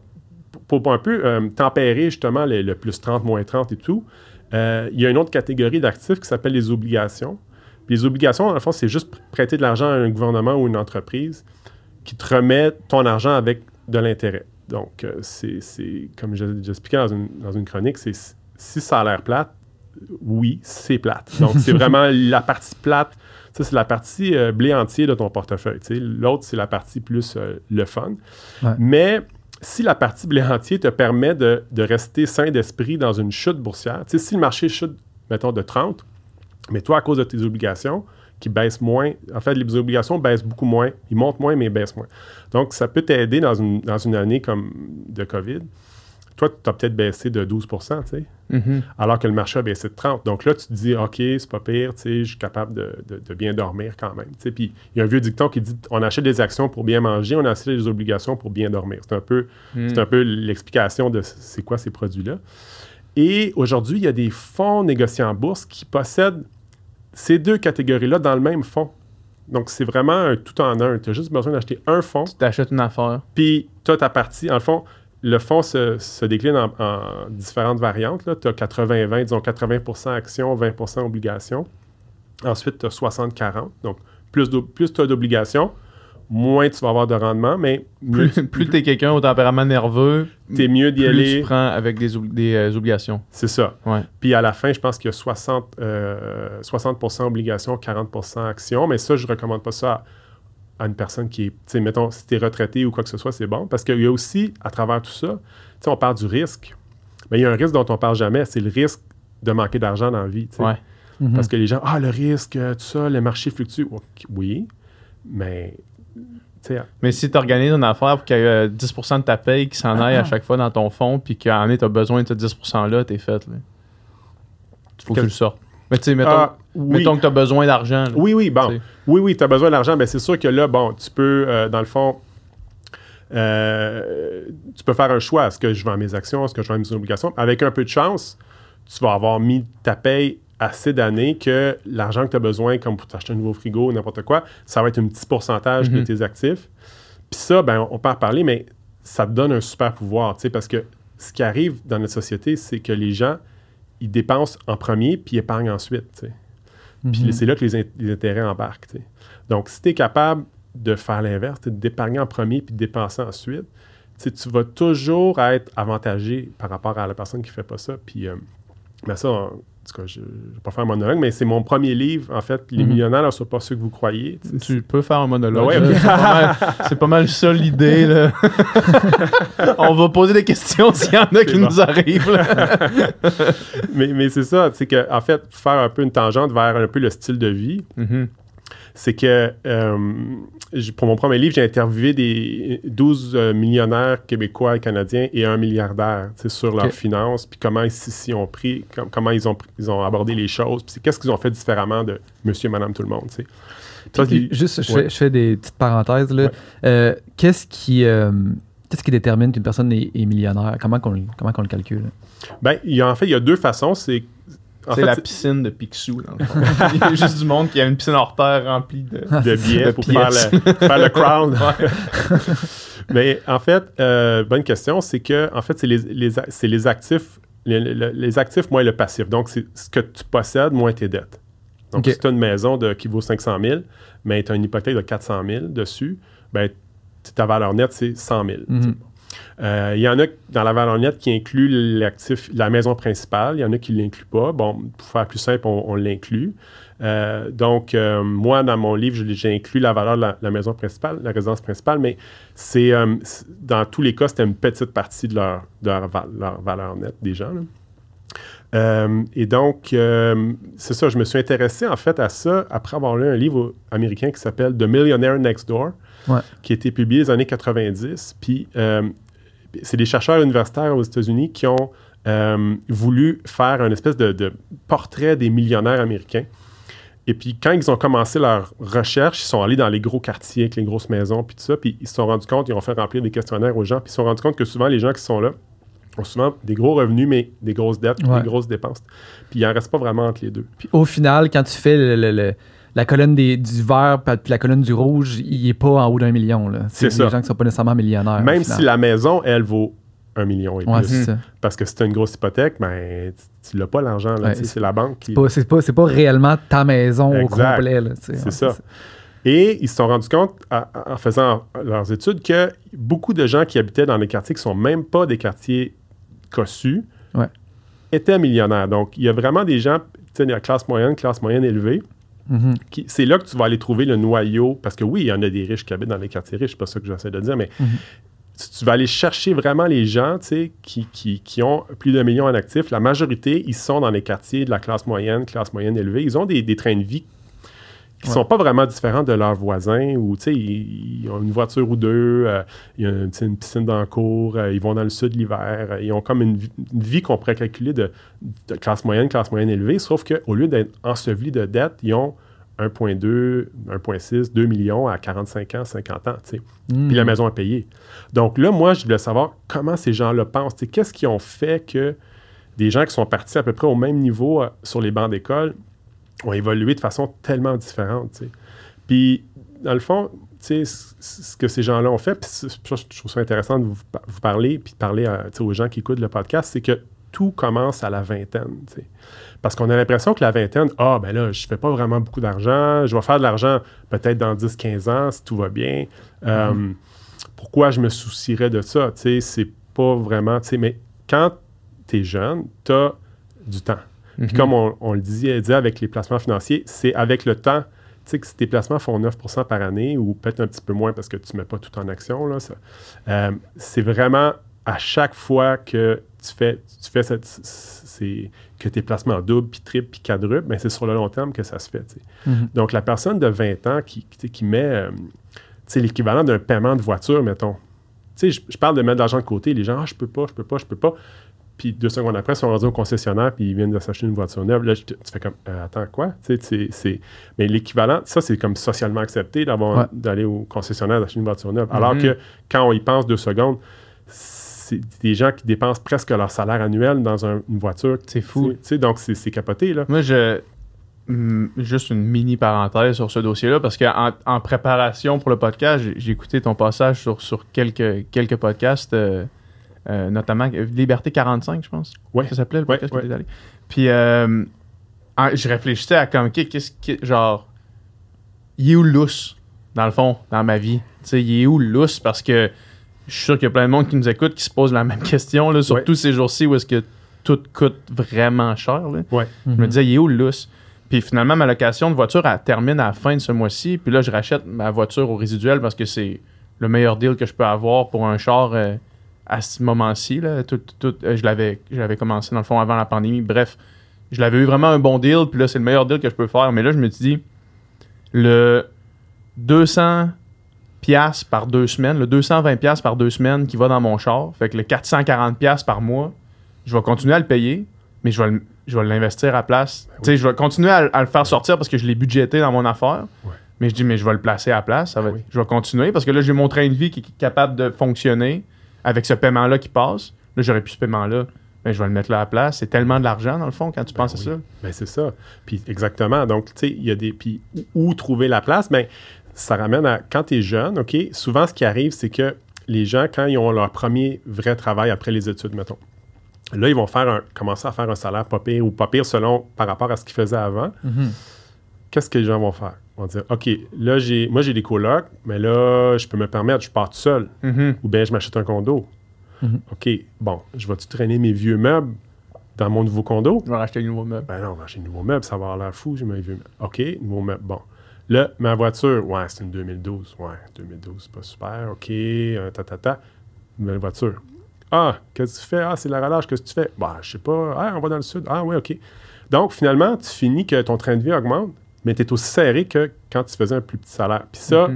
S4: pour un peu tempérer justement le plus 30, moins 30 et tout, il y a une autre catégorie d'actifs qui s'appelle les obligations. Puis les obligations, dans le fond, c'est juste prêter de l'argent à un gouvernement ou une entreprise qui te remet ton argent avec de l'intérêt. Donc, c'est comme j'expliquais dans une chronique, si ça a l'air plate, oui, c'est plate. Donc, c'est vraiment la partie plate. Ça, c'est la partie blé entier de ton portefeuille. L'autre, c'est la partie plus le fun.
S3: Ouais.
S4: Mais si la partie blé entier te permet de rester sain d'esprit dans une chute boursière, si le marché chute, mettons, de 30, mais toi, à cause de tes obligations, qui baissent moins, en fait, les obligations baissent beaucoup moins. Ils montent moins, mais ils baissent moins. Donc, ça peut t'aider dans une année comme de COVID. Toi, tu as peut-être baissé de 12 alors que le marché a baissé de 30. Donc là, tu te dis, OK, c'est pas pire, je suis capable de bien dormir quand même. Puis il y a un vieux dicton qui dit, on achète des actions pour bien manger, on achète des obligations pour bien dormir. C'est un peu l'explication de c'est quoi ces produits-là. Et aujourd'hui, il y a des fonds négociés en bourse qui possèdent ces deux catégories-là dans le même fonds. Donc, c'est vraiment un tout en un. Tu as juste besoin d'acheter un fonds.
S2: Tu t'achètes une affaire.
S4: Puis, tu as ta partie. En le fond, le fonds se décline en différentes variantes. Tu as 80-20, disons 80% actions, 20% obligations. Ensuite, tu as 60-40. Donc, plus tu as d'obligations, moins tu vas avoir de rendement, mais
S2: plus tu es quelqu'un au tempérament nerveux,
S4: t'es mieux d'y
S2: plus
S4: aller.
S2: tu prends avec des obligations.
S4: C'est ça.
S2: Ouais.
S4: Puis à la fin, je pense qu'il y a 60% obligations, 40% actions, mais ça, je ne recommande pas ça à une personne qui est, tu sais, mettons, si tu es retraité ou quoi que ce soit, c'est bon. Parce qu'il y a aussi, à travers tout ça, tu sais, on parle du risque, mais il y a un risque dont on ne parle jamais, c'est le risque de manquer d'argent dans la vie. Tu sais.
S2: Ouais.
S4: Parce que les gens, le risque, tout ça, le marché fluctue. Oui, mais...
S2: Mais si tu organises une affaire pour qu'il y ait 10% de ta paye qui s'en aille à chaque fois dans ton fonds, puis qu'en année, tu as besoin de ce 10%-là, t'es fait. Il faut que tu le sortes. Mais tu sais, mettons que tu as besoin d'argent. Là,
S4: oui, bon. T'sais. Oui, tu as besoin d'argent. Mais c'est sûr que là, bon, tu peux, dans le fond, tu peux faire un choix. Est-ce que je vends mes actions? Est-ce que je vends mes obligations? Avec un peu de chance, tu vas avoir mis ta paye assez d'années que l'argent que tu as besoin, comme pour t'acheter un nouveau frigo ou n'importe quoi, ça va être un petit pourcentage de tes actifs. Puis ça, ben, on peut en parler, mais ça te donne un super pouvoir, tu sais, parce que ce qui arrive dans notre société, c'est que les gens, ils dépensent en premier, puis ils épargnent ensuite, tu sais. Puis c'est là que les intérêts embarquent, tu sais. Donc, si tu es capable de faire l'inverse, d'épargner en premier, puis de dépenser ensuite, tu vas toujours être avantagé par rapport à la personne qui ne fait pas ça. Puis, ben ça, en tout cas, je ne vais pas faire un monologue, mais c'est mon premier livre, en fait. Les millionnaires ne sont pas ceux que vous croyez.
S2: Tu peux faire un monologue.
S4: Ouais, okay.
S2: C'est pas mal ça l'idée. Là. On va poser des questions s'il y en a qui nous arrivent.
S4: mais c'est ça, c'est que en fait, faire un peu une tangente vers un peu le style de vie, c'est que pour mon premier livre, j'ai interviewé des 12 millionnaires québécois et canadiens et 1 milliardaire sur leurs finances, puis comment ils s'y ont pris, comment ils ont abordé les choses, puis qu'est-ce qu'ils ont fait différemment de monsieur et madame tout le monde.
S3: Juste, je fais des petites parenthèses. Là. Ouais. Qu'est-ce qui détermine qu'une personne est millionnaire? Comment qu'on le calcule?
S4: Ben, il y a deux façons. C'est
S2: la piscine de Picsou, dans le fond. Il y a juste du monde qui a une piscine hors terre remplie de
S4: billets pour faire le crowd. Ouais. Mais en fait, bonne question, c'est que en fait, c'est les actifs, les actifs moins le passif. Donc, c'est ce que tu possèdes moins tes dettes. Donc, si tu as une maison qui vaut 500 000, mais tu as une hypothèque de 400 000 dessus, ben, ta valeur nette, c'est 100 000. Il y en a dans la valeur nette qui inclut l'actif, la maison principale. Il y en a qui ne l'incluent pas. Bon, pour faire plus simple, on l'inclut. Donc, moi, dans mon livre, j'ai inclus la valeur de la maison principale, la résidence principale, mais c'est dans tous les cas, c'était une petite partie de leur valeur nette des gens. Là. Et donc, c'est ça, je me suis intéressé en fait à ça après avoir lu un livre américain qui s'appelle The Millionaire Next Door, qui a été publié dans les années 90. Puis, c'est des chercheurs universitaires aux États-Unis qui ont voulu faire une espèce de portrait des millionnaires américains. Et puis, quand ils ont commencé leur recherche, ils sont allés dans les gros quartiers avec les grosses maisons, puis tout ça, puis ils se sont rendus compte, ils ont fait remplir des questionnaires aux gens, puis ils se sont rendus compte que souvent, les gens qui sont là ont souvent des gros revenus, mais des grosses dettes, des grosses dépenses. Puis, il n'en reste pas vraiment entre les deux.
S3: Puis, au final, quand tu fais la colonne du vert puis la colonne du rouge, il n'est pas en haut d'1 million. Là. C'est des gens qui ne sont pas nécessairement millionnaires.
S4: Même si la maison, elle, vaut 1,5 million et
S3: Ouais,
S4: plus.
S3: c'est ça.
S4: Parce que si tu as une grosse hypothèque, ben, tu l'as pas l'argent. Là, c'est la banque qui...
S3: C'est pas réellement ta maison
S4: Exact.
S3: au complet. Là,
S4: c'est ça. Et ils se sont rendus compte, en faisant leurs études, que beaucoup de gens qui habitaient dans des quartiers qui ne sont même pas des quartiers cossus étaient millionnaires. Donc, il y a vraiment des gens, tu sais, la classe moyenne élevée. C'est là que tu vas aller trouver le noyau. Parce que oui, il y en a des riches qui habitent dans les quartiers riches, c'est pas ça que j'essaie de dire, mais tu vas aller chercher vraiment les gens, tu sais, qui ont plus d'1 million en actifs. La majorité, ils sont dans les quartiers de la classe moyenne élevée. Ils ont des trains de vie qui ne sont pas vraiment différents de leurs voisins, ou ils ont une voiture ou deux, il y a une piscine dans la cour, ils vont dans le sud l'hiver, ils ont comme une vie qu'on pourrait calculer de classe moyenne élevée, sauf qu'au lieu d'être ensevelis de dettes, ils ont 1,2, 1,6, 2 millions à 45 ans, 50 ans, puis la maison est payée. Donc là, moi, je voulais savoir comment ces gens-là pensent, qu'est-ce qui ont fait que des gens qui sont partis à peu près au même niveau sur les bancs d'école ont évolué de façon tellement différente, t'sais. Puis, dans le fond, ce que ces gens-là ont fait, puis je trouve ça intéressant de vous parler, puis de parler aux gens qui écoutent le podcast, c'est que tout commence à la vingtaine, t'sais. Parce qu'on a l'impression que la vingtaine, ben là, je fais pas vraiment beaucoup d'argent, je vais faire de l'argent peut-être dans 10-15 ans, si tout va bien. Pourquoi je me soucierais de ça? T'sais, c'est pas vraiment... Mais quand tu es jeune, tu as du temps. Puis comme on le disait avec les placements financiers, c'est avec le temps, tu sais que si tes placements font 9% par année, ou peut-être un petit peu moins parce que tu ne mets pas tout en action, là, c'est vraiment à chaque fois que tu fais que tes placements doublent, puis triplent, puis quadruplent, bien, c'est sur le long terme que ça se fait. Donc la personne de 20 ans qui met l'équivalent d'un paiement de voiture, mettons. Je parle de mettre de l'argent de côté, les gens, je peux pas. Puis 2 secondes après, ils sont rendus au concessionnaire puis ils viennent de s'acheter une voiture neuve. Là, tu fais comme, attends, quoi? Mais l'équivalent, ça, c'est comme socialement accepté d'aller au concessionnaire d'acheter une voiture neuve. Alors que quand on y pense 2 secondes, c'est des gens qui dépensent presque leur salaire annuel dans une voiture.
S2: C'est fou.
S4: Donc, c'est capoté, là.
S2: Moi, juste une mini parenthèse sur ce dossier-là, parce qu'en préparation pour le podcast, j'ai écouté ton passage sur quelques podcasts, notamment Liberté 45, je pense.
S4: Ouais.
S2: Ça s'appelait le podcast que tu es allé. Puis je réfléchissais à comme genre, il est où le lousse, dans le fond, dans ma vie? Tu sais, il est où le lousse? Parce que je suis sûr qu'il y a plein de monde qui nous écoute qui se pose la même question, là, surtout ces jours-ci où est-ce que tout coûte vraiment cher. Là. Je me disais, il est où le lousse? Puis finalement, ma location de voiture, elle termine à la fin de ce mois-ci. Puis là, je rachète ma voiture au résiduel parce que c'est le meilleur deal que je peux avoir pour un char à ce moment-ci. Là. J'avais commencé, dans le fond, avant la pandémie. Bref, je l'avais eu vraiment un bon deal. Puis là, c'est le meilleur deal que je peux faire. Mais là, je me suis dit, le 200$ par 2 semaines, le 220$ par 2 semaines qui va dans mon char, fait que le 440$ par mois, je vais continuer à le payer, mais je vais l'investir à place. Tu sais, je vais continuer à le faire sortir parce que je l'ai budgété dans mon affaire. Mais je dis, mais je vais le placer à place. Je vais continuer parce que là, j'ai mon train de vie qui est capable de fonctionner avec ce paiement-là qui passe. Là, j'aurais plus ce paiement-là. Mais je vais le mettre là à place. C'est tellement de l'argent, dans le fond, quand tu penses à ça.
S4: Ben, c'est ça. Puis exactement. Donc, tu sais, il y a des... Puis où trouver la place? Bien, ça ramène à... Quand tu es jeune, OK, souvent, ce qui arrive, c'est que les gens, quand ils ont leur premier vrai travail après les études, mettons, là, ils vont commencer à faire un salaire pas pire ou pas pire par rapport à ce qu'ils faisaient avant. Qu'est-ce que les gens vont faire? Ils vont dire, OK, là, moi, j'ai des colocs, mais là, je peux me permettre, je pars tout seul. Ou bien je m'achète un condo. OK, bon, je vais-tu traîner mes vieux meubles dans mon nouveau condo?
S2: Je vais racheter un nouveau meuble.
S4: Ben non, on va acheter un nouveau meuble, ça va avoir l'air fou, j'ai mes vieux meubles. OK, nouveau meuble, bon. Là, ma voiture, c'est une 2012. 2012, c'est pas super. OK, nouvelle voiture. Qu'est-ce que tu fais? C'est la relâche, qu'est-ce que tu fais? Je sais pas. On va dans le sud. Oui, OK. Donc, finalement, tu finis que ton train de vie augmente, mais tu es aussi serré que quand tu faisais un plus petit salaire. Puis ça,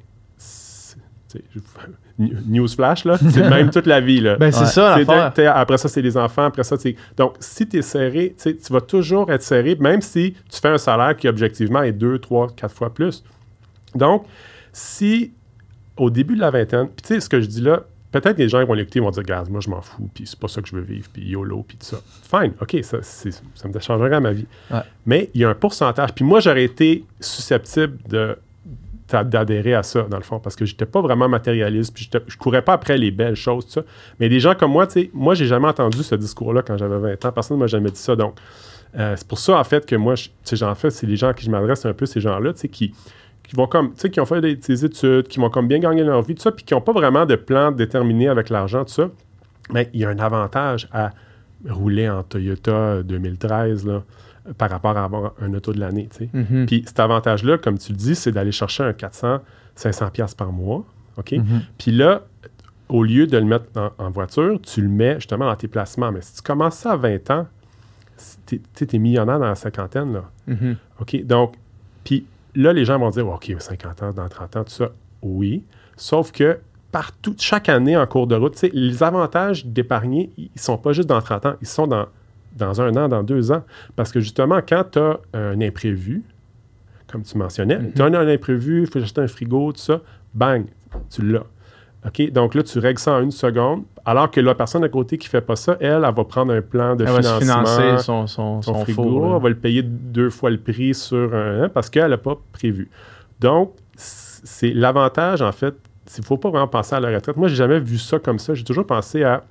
S4: newsflash, là, c'est même toute la vie, là.
S2: C'est ça, l'affaire.
S4: Après ça, c'est les enfants. Après ça, donc, si tu es serré, tu vas toujours être serré, même si tu fais un salaire qui, objectivement, est 2, 3, 4 fois plus. Donc, si, au début de la vingtaine, puis tu sais, ce que je dis là, peut-être que les gens qui vont l'écouter vont dire, regarde, moi, je m'en fous, puis c'est pas ça que je veux vivre, puis YOLO, puis tout ça. Fine, OK, ça me changerait à ma vie. Mais il y a un pourcentage. Puis moi, j'aurais été susceptible de d'adhérer à ça, dans le fond, parce que j'étais pas vraiment matérialiste, puis je courais pas après les belles choses, tout ça. Mais des gens comme moi, tu sais, moi, j'ai jamais entendu ce discours-là quand j'avais 20 ans. Personne ne m'a jamais dit ça. Donc, c'est pour ça, en fait, que moi, en fait, c'est les gens à qui je m'adresse un peu, ces gens-là, tu sais, qui vont comme, tu sais, qui ont fait des études, qui vont comme bien gagner leur vie, tout ça, puis qui n'ont pas vraiment de plan déterminé avec l'argent, tout ça. Mais il y a un avantage à rouler en Toyota 2013, là, par rapport à avoir un auto de l'année, tu sais.
S2: Mm-hmm.
S4: Puis cet avantage-là, comme tu le dis, c'est d'aller chercher un 400-500$ par mois, OK?
S3: Mm-hmm.
S4: Puis là, au lieu de le mettre en voiture, tu le mets justement dans tes placements. Mais si tu commences ça à 20 ans, tu es millionnaire dans la cinquantaine, là.
S2: Mm-hmm.
S4: OK? Donc, puis là, les gens vont dire, OK, 50 ans, dans 30 ans, tout ça, oui. Sauf que partout, chaque année en cours de route, les avantages d'épargner, ils ne sont pas juste dans 30 ans, ils sont dans 1 an, dans 2 ans. Parce que justement, quand tu as un imprévu, comme tu mentionnais, tu as un imprévu, il faut acheter un frigo, tout ça, bang, tu l'as. OK? Donc là, tu règles ça en 1 seconde, alors que la personne à côté qui ne fait pas ça, elle va prendre un plan de financement.
S2: Elle va se financer son
S4: frigo,
S2: four,
S4: elle va le payer 2 fois le prix sur un an parce qu'elle n'a pas prévu. Donc, c'est l'avantage, en fait, il ne faut pas vraiment penser à la retraite. Moi, je n'ai jamais vu ça comme ça. J'ai toujours pensé à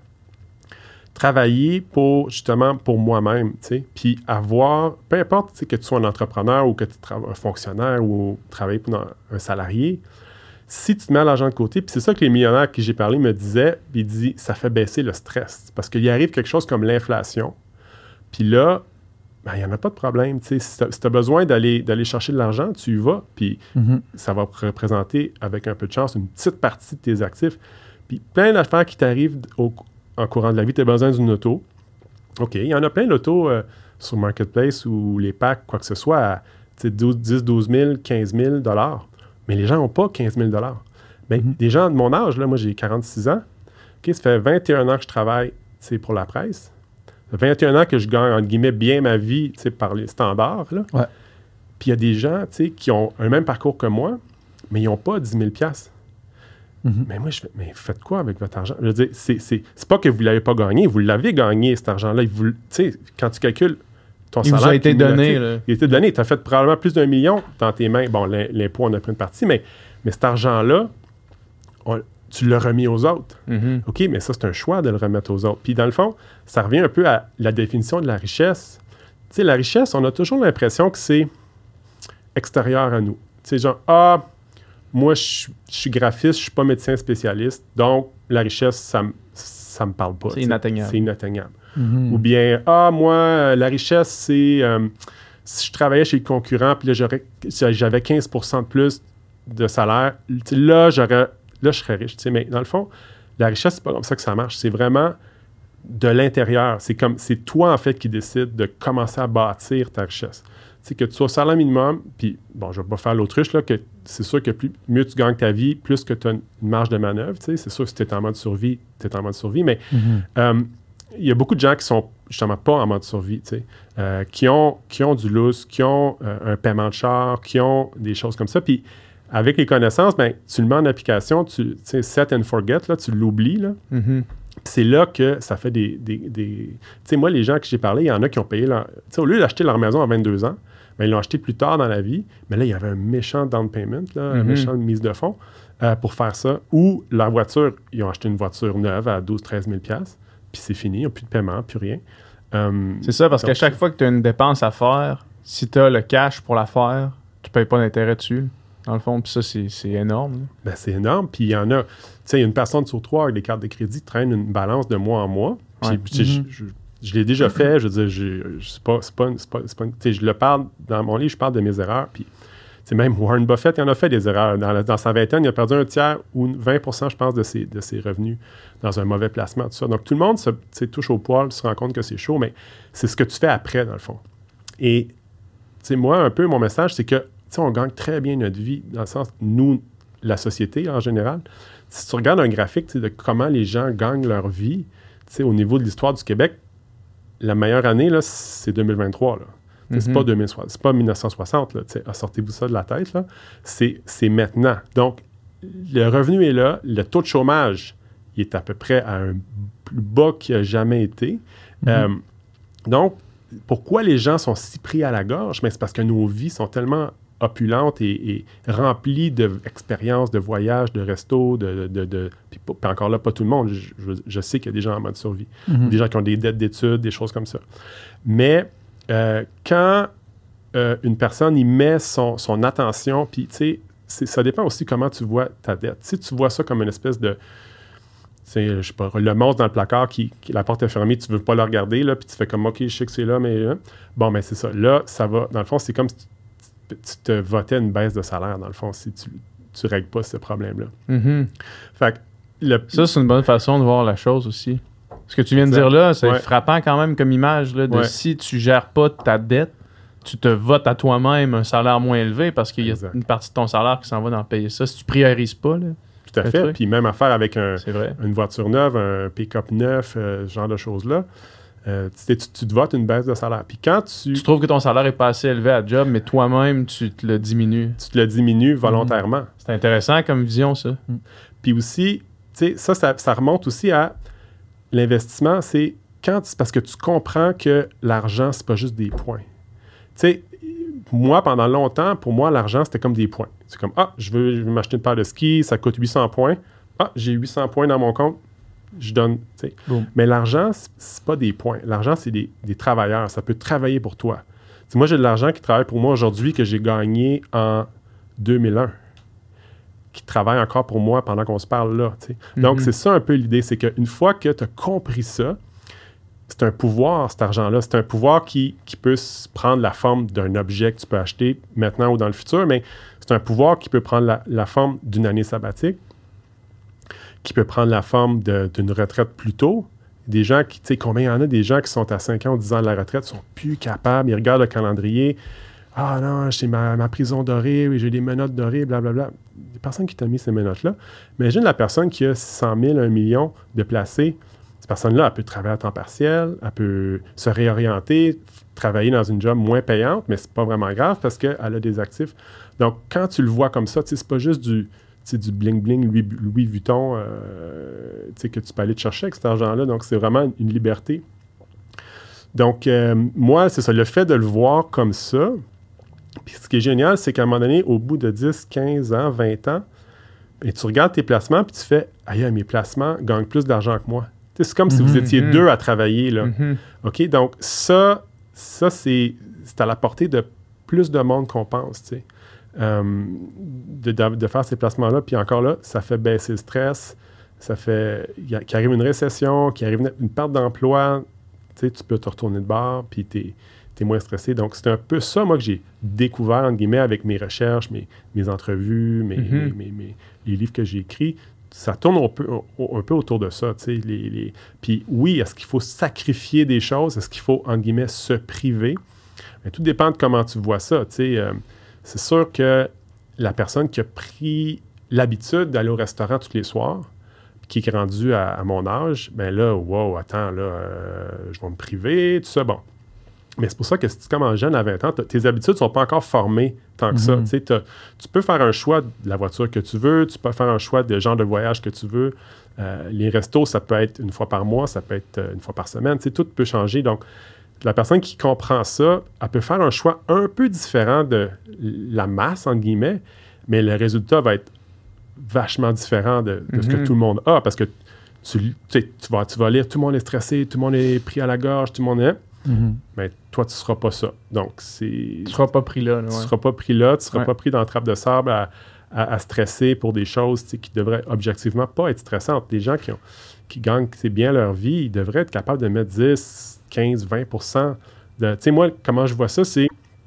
S4: travailler pour moi-même, tu sais, puis avoir, peu importe que tu sois un entrepreneur ou que tu sois un fonctionnaire ou travailler pour un salarié, si tu te mets l'argent de côté, puis c'est ça que les millionnaires à qui j'ai parlé me disaient, ils disent, ça fait baisser le stress, parce qu'il arrive quelque chose comme l'inflation, puis là, il n'y en a pas de problème, tu sais, si tu as besoin d'aller chercher de l'argent, tu y vas, puis ça va représenter, avec un peu de chance, une petite partie de tes actifs, puis plein d'affaires qui t'arrivent en courant de la vie, tu as besoin d'une auto. OK, il y en a plein d'autos sur Marketplace ou les packs, quoi que ce soit, à 10, 12 000, 15 000 $. Mais les gens n'ont pas 15 000 $. Des gens de mon âge, là, moi j'ai 46 ans, OK, ça fait 21 ans que je travaille pour la presse. Ça fait 21 ans que je gagne, entre guillemets, bien ma vie par les standards. Là.
S3: Ouais.
S4: Puis il y a des gens qui ont un même parcours que moi, mais ils n'ont pas 10 000 $. Mais moi, je fais, mais faites quoi avec votre argent? Je veux dire, c'est pas que vous ne l'avez pas gagné, vous l'avez gagné, cet argent-là. Quand tu calcules ton salaire...
S2: Il vous a été donné. Là.
S4: Il a été donné. Tu as fait probablement plus d'1 million dans tes mains. Bon, l'impôt en a pris une partie, mais cet argent-là, tu l'as remis aux autres.
S2: Mm-hmm.
S4: OK, mais ça, c'est un choix de le remettre aux autres. Puis dans le fond, ça revient un peu à la définition de la richesse. Tu sais, la richesse, on a toujours l'impression que c'est extérieur à nous. Tu sais, genre, moi, je suis graphiste, je suis pas médecin spécialiste, donc la richesse, ça me parle pas.
S2: C'est inatteignable.
S4: C'est inatteignable. Ou bien, moi, la richesse, c'est si je travaillais chez le concurrent, puis là, j'avais 15% de plus de salaire, là, je serais riche. Mais dans le fond, la richesse, c'est pas comme ça que ça marche. C'est vraiment de l'intérieur. C'est toi, en fait, qui décide de commencer à bâtir ta richesse. C'est que tu sois au salaire minimum, puis, bon, je vais pas faire l'autruche, là, que c'est sûr que mieux tu gagnes ta vie, plus que tu as une marge de manœuvre, tu sais. C'est sûr que si tu es en mode survie, mais il y a beaucoup de gens qui sont justement pas en mode survie, tu sais, qui ont du lousse, qui ont un paiement de char, qui ont des choses comme ça, puis avec les connaissances, ben, tu le mets en application, tu sais, set and forget, là, tu l'oublies, là. C'est là que ça fait des tu sais, moi, les gens que j'ai parlé, il y en a qui ont payé tu sais, au lieu d'acheter leur maison à 22 ans, ben, ils l'ont acheté plus tard dans la vie, mais là, il y avait un méchant down payment, là, une méchante mise de fonds pour faire ça. Ou leur voiture, ils ont acheté une voiture neuve à 12-13 000 $, puis c'est fini, il n'y a plus de paiement, plus rien.
S2: C'est ça, parce qu'à chaque fois que tu as une dépense à faire, si tu as le cash pour la faire, tu ne payes pas d'intérêt dessus. Dans le fond, puis ça, c'est énorme. Là.
S4: Ben, c'est énorme. Puis il y en a, tu sais, une personne sur 3 avec des cartes de crédit traîne une balance de mois en mois.
S2: Ouais.
S4: Je l'ai déjà fait. Je veux dire, c'est pas tu sais, je le parle dans mon livre, je parle de mes erreurs. Puis, même Warren Buffett, il en a fait des erreurs. Dans sa vingtaine, il a perdu un tiers ou 20%, je pense, de ses revenus dans un mauvais placement, tout ça. Donc, tout le monde se touche au poil, se rend compte que c'est chaud, mais c'est ce que tu fais après, dans le fond. Et, tu sais, moi, un peu, mon message, c'est que on gagne très bien notre vie, dans le sens, nous, la société en général. Si tu regardes un graphique de comment les gens gagnent leur vie, au niveau de l'histoire du Québec, la meilleure année, là, c'est 2023. Là. C'est pas 2060, c'est pas 1960. Là, sortez-vous ça de la tête. Là. C'est maintenant. Donc, le revenu est là. Le taux de chômage, il est à peu près à un plus bas qu'il n'a jamais été. Donc, pourquoi les gens sont si pris à la gorge? Mais c'est parce que nos vies sont tellement opulente et remplie d'expériences, de voyages, de restos, puis encore là, pas tout le monde. Je sais qu'il y a des gens en mode survie, des gens qui ont des dettes d'études, des choses comme ça. Mais quand une personne y met son attention, puis tu sais, ça dépend aussi comment tu vois ta dette. Si tu vois ça comme une espèce de, je sais pas, le monstre dans le placard qui la porte est fermée, tu veux pas le regarder, là, puis tu fais comme, OK, je sais que c'est là, mais... Bon, ben c'est ça. Là, ça va... Dans le fond, c'est comme si tu te votais une baisse de salaire, dans le fond, si tu règles pas ce problème-là. Fait que
S2: ça, c'est une bonne façon de voir la chose aussi. Ce que tu viens de dire là, c'est frappant quand même comme image, là, de si tu gères pas ta dette, tu te votes à toi-même un salaire moins élevé parce qu'il y a une partie de ton salaire qui s'en va dans payer ça. Si tu priorises pas, là...
S4: Tout à fait. Puis même affaire avec une voiture neuve, un pick-up neuf, ce genre de choses-là, tu te votes une baisse de salaire. Puis quand tu
S2: trouves que ton salaire n'est pas assez élevé à job, mais toi-même, tu te le diminues.
S4: Tu te le diminues volontairement.
S2: C'est intéressant comme vision, ça.
S4: Puis aussi, tu sais, ça remonte aussi à l'investissement. C'est parce que tu comprends que l'argent, c'est pas juste des points. Tu sais, moi, pendant longtemps, pour moi, l'argent, c'était comme des points. C'est comme, je veux m'acheter une paire de skis, ça coûte 800 points. J'ai 800 points dans mon compte, je donne, tu sais. Mais l'argent, c'est pas des points. L'argent, c'est des travailleurs. Ça peut travailler pour toi. T'sais, moi, j'ai de l'argent qui travaille pour moi aujourd'hui que j'ai gagné en 2001, qui travaille encore pour moi pendant qu'on se parle là, tu sais. Donc, c'est ça un peu l'idée, c'est qu'une fois que tu as compris ça, c'est un pouvoir, cet argent-là. C'est un pouvoir qui peut prendre la forme d'un objet que tu peux acheter maintenant ou dans le futur, mais c'est un pouvoir qui peut prendre la forme d'une année sabbatique, qui peut prendre la forme d'une retraite plus tôt. Des gens qui, tu sais, combien il y en a des gens qui sont à 5 ans ou 10 ans de la retraite, sont plus capables, ils regardent le calendrier. Ah non, j'ai ma prison dorée, j'ai des menottes dorées, blablabla. Il y a personne qui t'a mis ces menottes-là. Imagine la personne qui a 600 000, 1 million de placés. Cette personne-là, elle peut travailler à temps partiel, elle peut se réorienter, travailler dans une job moins payante, mais c'est pas vraiment grave parce qu'elle a des actifs. Donc, quand tu le vois comme ça, c'est pas juste du bling-bling Louis Vuitton que tu peux aller te chercher avec cet argent-là. Donc, c'est vraiment une liberté. Donc, moi, c'est ça, le fait de le voir comme ça. Puis ce qui est génial, c'est qu'à un moment donné, au bout de 10, 15 ans, 20 ans, et tu regardes tes placements, puis tu fais « Aïe, mes placements gagnent plus d'argent que moi. » C'est comme si vous étiez deux à travailler, là. OK? Donc, ça c'est à la portée de plus de monde qu'on pense, tu sais. De faire ces placements-là. Puis encore là, ça fait baisser le stress. Ça fait qu'il arrive une récession, qu'il arrive une perte d'emploi. Tu sais, tu peux te retourner de bord, puis t'es moins stressé. Donc, c'est un peu ça, moi, que j'ai découvert, entre guillemets, avec mes recherches, mes entrevues, les livres que j'ai écrits. Ça tourne un peu autour de ça, tu sais. Puis oui, est-ce qu'il faut sacrifier des choses? Est-ce qu'il faut, entre guillemets, se priver? Mais tout dépend de comment tu vois ça, tu sais. C'est sûr que la personne qui a pris l'habitude d'aller au restaurant tous les soirs, qui est rendue à mon âge, ben là, wow, attends, là, je vais me priver, tout ça, bon. Mais c'est pour ça que si tu commences jeune à 20 ans, tes habitudes ne sont pas encore formées tant que ça. Tu sais, tu peux faire un choix de la voiture que tu veux, tu peux faire un choix de genre de voyage que tu veux. Les restos, ça peut être une fois par mois, ça peut être une fois par semaine. Tu sais, tout peut changer. Donc, la personne qui comprend ça, elle peut faire un choix un peu différent de la masse, entre guillemets, mais le résultat va être vachement différent de ce que tout le monde a, parce que tu vas lire, tout le monde est stressé, tout le monde est pris à la gorge, tout le monde est... Mais toi, tu ne seras pas ça. Donc, tu
S2: ne seras pas pris là.
S4: Tu ne seras pas pris là, tu ne seras pas pris dans la trappe de sable à stresser pour des choses qui devraient objectivement pas être stressantes. Les gens qui gagnent bien leur vie, ils devraient être capables de mettre 10, 15, 20% de... Tu sais, moi, comment je vois ça, c'est...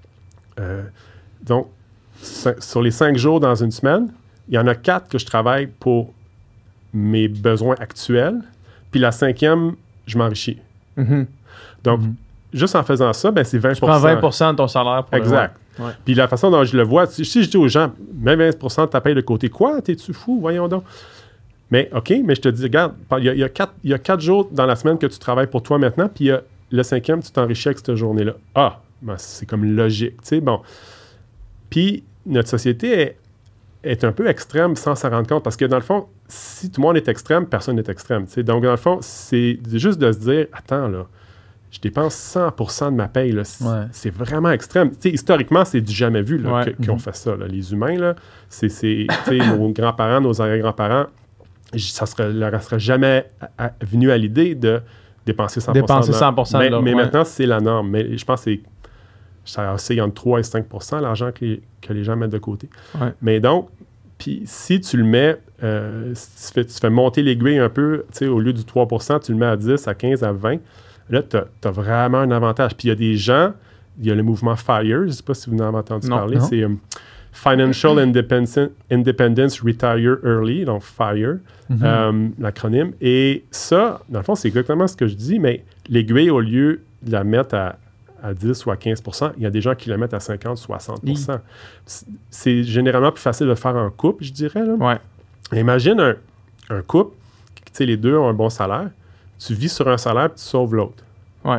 S4: donc, sur les 5 jours dans une semaine, il y en a 4 que je travaille pour mes besoins actuels, puis la 5e, je m'enrichis. Donc, juste en faisant ça, ben c'est 20%.
S2: Tu prends 20% de ton salaire pour
S4: exact.
S2: Ouais.
S4: Puis la façon dont je le vois, si je dis aux gens, mets 20% de ta paye de côté, quoi? T'es-tu fou? Voyons donc. Mais OK, mais je te dis, regarde, il y a 4 jours dans la semaine que tu travailles pour toi maintenant, puis le 5e, tu t'enrichis avec cette journée-là. Ah, ben c'est comme logique, tu sais, bon. Puis notre société est un peu extrême sans s'en rendre compte, parce que dans le fond, si tout le monde est extrême, personne n'est extrême, tu sais. Donc, dans le fond, c'est juste de se dire, attends, là, je dépense 100% de ma paye. Là. C'est vraiment extrême. T'sais, historiquement, c'est du jamais vu là, qu'ils ont fait ça. Là. Les humains, là, nos grands-parents, nos arrière-grands-parents, ça leur serait jamais venu à l'idée de dépenser 100%.
S2: Dépenser 100%
S4: mais maintenant, c'est la norme. Mais je pense que c'est entre 3 et 5% l'argent que les gens mettent de côté.
S2: Ouais.
S4: Mais donc, puis si tu le mets, si tu fais monter l'aiguille un peu, au lieu du 3%, tu le mets à 10, à 15, à 20, là, tu as vraiment un avantage. Puis il y a des gens, il y a le mouvement FIRE, je ne sais pas si vous en avez entendu parler, c'est Financial Independence Retire Early, donc FIRE, l'acronyme. Et ça, dans le fond, c'est exactement ce que je dis, mais l'aiguille, au lieu de la mettre à 10 ou à 15%, il y a des gens qui la mettent à 50, 60%. C'est généralement plus facile de le faire en couple, je dirais. Là.
S2: Ouais.
S4: Imagine un couple, les deux ont un bon salaire, tu vis sur un salaire et tu sauves l'autre.
S2: Ouais.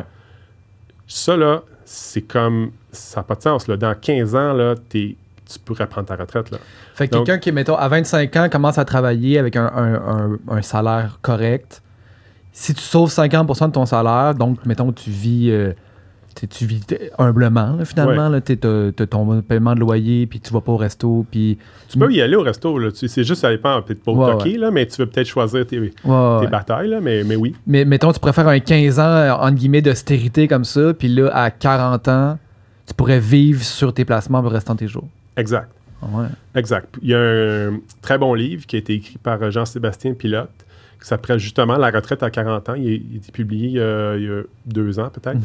S4: Ça, là, c'est comme... Ça n'a pas de sens. Là. Dans 15 ans, là, tu pourrais prendre ta retraite. Là.
S3: Fait que quelqu'un qui, mettons, à 25 ans, commence à travailler avec un salaire correct, si tu sauves 50% de ton salaire, donc, mettons, tu vis humblement, là, finalement.
S4: Ouais.
S3: Tu as ton paiement de loyer, puis tu vas pas au resto, puis...
S4: Tu peux y aller au resto, là. C'est juste, ça dépend peut-être pas au toqué, là, mais tu veux peut-être choisir tes batailles, là, mais oui.
S3: Mais mettons, tu pourrais faire un 15 ans, entre guillemets, d'austérité comme ça, puis là, à 40 ans, tu pourrais vivre sur tes placements le restant de tes jours.
S4: Exact.
S3: Ouais.
S4: Exact. Il y a un très bon livre qui a été écrit par Jean-Sébastien Pilote, qui s'appelle justement La retraite à 40 ans. Il a été publié il y a 2 ans peut-être.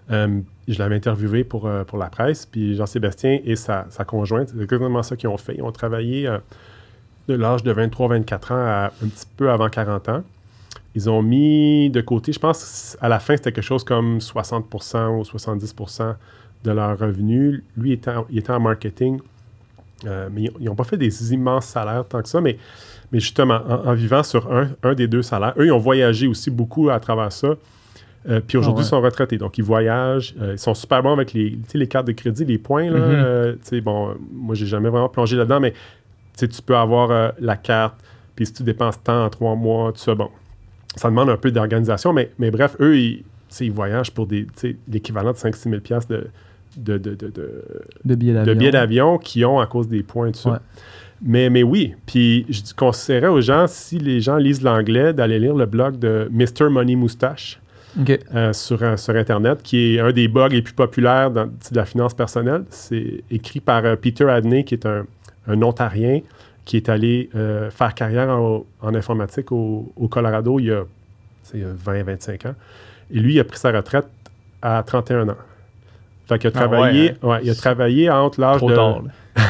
S4: Je l'avais interviewé pour la presse, puis Jean-Sébastien et sa conjointe, c'est exactement ça qu'ils ont fait. Ils ont travaillé de l'âge de 23-24 ans à un petit peu avant 40 ans. Ils ont mis de côté, je pense, à la fin, c'était quelque chose comme 60% ou 70% de leur revenu. Lui, il était en marketing, mais ils n'ont pas fait des immenses salaires tant que ça, mais justement, en vivant sur un des 2 salaires. Eux, ils ont voyagé aussi beaucoup à travers ça. Puis aujourd'hui, ils sont retraités. Donc, ils voyagent. Ils sont super bons avec les cartes de crédit, les points. Là, bon, moi, j'ai jamais vraiment plongé là-dedans, mais tu peux avoir la carte, puis si tu dépenses tant en 3 mois, tout ça, bon. Ça demande un peu d'organisation, mais bref, eux, ils voyagent pour l'équivalent de 5-6 000 $ de billets d'avion qu'ils ont à cause des points et tout ça.
S3: Ouais.
S4: Mais oui, puis je conseillerais aux gens, si les gens lisent l'anglais, d'aller lire le blog de Mr. Money Moustache sur Internet, qui est un des blogs les plus populaires de la finance personnelle. C'est écrit par Peter Adney, qui est un Ontarien, qui est allé faire carrière en informatique au Colorado il y a 20-25 ans. Et lui, il a pris sa retraite à 31 ans. Fait qu'il a travaillé, il a travaillé entre l'âge de...
S2: tard,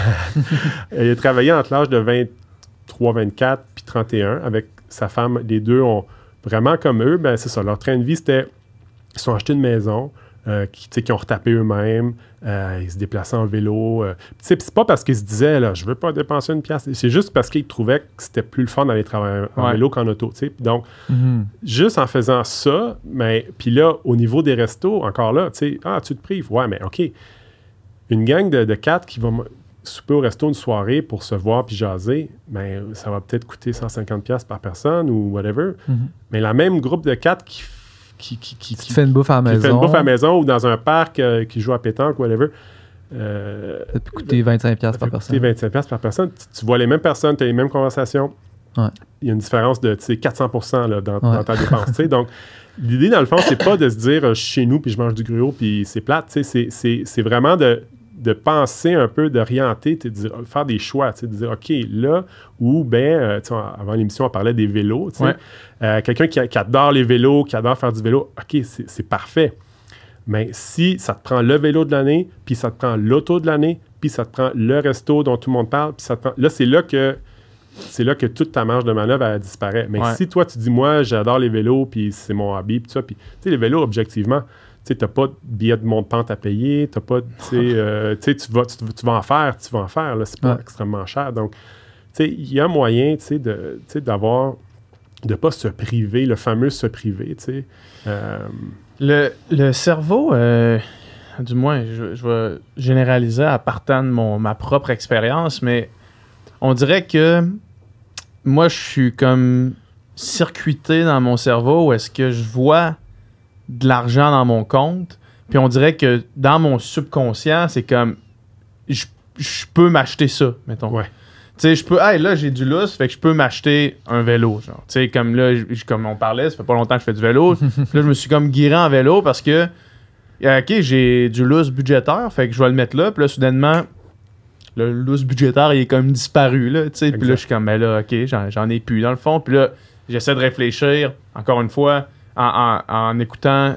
S4: il a travaillé entre l'âge de 23, 24 puis 31 avec sa femme. Les deux ont vraiment comme eux, ben c'est ça. Leur train de vie, c'était... Ils sont achetés une maison qui ont retapé eux-mêmes. Ils se déplaçaient en vélo. C'est pas parce qu'ils se disaient, là, je veux pas dépenser une pièce. C'est juste parce qu'ils trouvaient que c'était plus le fun d'aller travailler en vélo qu'en auto. T'sais. Donc, juste en faisant ça, puis là, au niveau des restos, encore là, tu te prives. Ouais, mais OK. Une gang de 4 qui vont souper au resto une soirée pour se voir puis jaser, ben, ça va peut-être coûter 150$ par personne ou whatever. Mais la même groupe de 4 qui
S3: fait une bouffe à la maison.
S4: Qui fait une bouffe à la maison ou dans un parc qui joue à pétanque, whatever.
S3: Ça peut coûter 25$ par personne.
S4: 25$ par personne. Tu vois les mêmes personnes, tu as les mêmes conversations.
S3: Ouais.
S4: Il y a une différence de 400% là, dans ta dépense. Donc, l'idée, dans le fond, c'est pas de se dire je suis chez nous puis je mange du gruau puis c'est plate. C'est vraiment de penser un peu, d'orienter, de faire des choix, de dire, OK, là, ou bien, avant l'émission, on parlait des vélos, quelqu'un qui adore les vélos, qui adore faire du vélo, OK, c'est parfait. Mais si ça te prend le vélo de l'année, puis ça te prend l'auto de l'année, puis ça te prend le resto dont tout le monde parle, puis ça te prend... Là, c'est là que toute ta marge de manœuvre, elle disparaît. Mais si toi, tu dis, moi, j'adore les vélos, puis c'est mon hobby, puis tout ça, puis, tu sais, les vélos, objectivement, tu n'as pas de billet de monte-pente à payer, t'as pas, tu vas en faire, là, c'est pas extrêmement cher. Donc, il y a moyen, d'avoir, de ne pas se priver, le fameux se priver,
S2: Le cerveau, du moins, je vais généraliser à partant de ma propre expérience, mais on dirait que moi, je suis comme circuité dans mon cerveau où est-ce que je vois de l'argent dans mon compte, puis on dirait que dans mon subconscient, c'est comme je peux m'acheter ça, mettons.
S4: Ouais.
S2: Tu sais, je peux. Hey, là, j'ai du lousse, fait que je peux m'acheter un vélo. Genre, tu sais, comme là, comme on parlait, ça fait pas longtemps que je fais du vélo. Là, je me suis comme guiré en vélo parce que, OK, j'ai du lousse budgétaire, fait que je vais le mettre là. Puis là, soudainement, le lousse budgétaire, il est comme disparu, là, tu sais. Puis là, je suis comme, ben là, OK, j'en ai plus, dans le fond. Puis là, j'essaie de réfléchir, encore une fois, en écoutant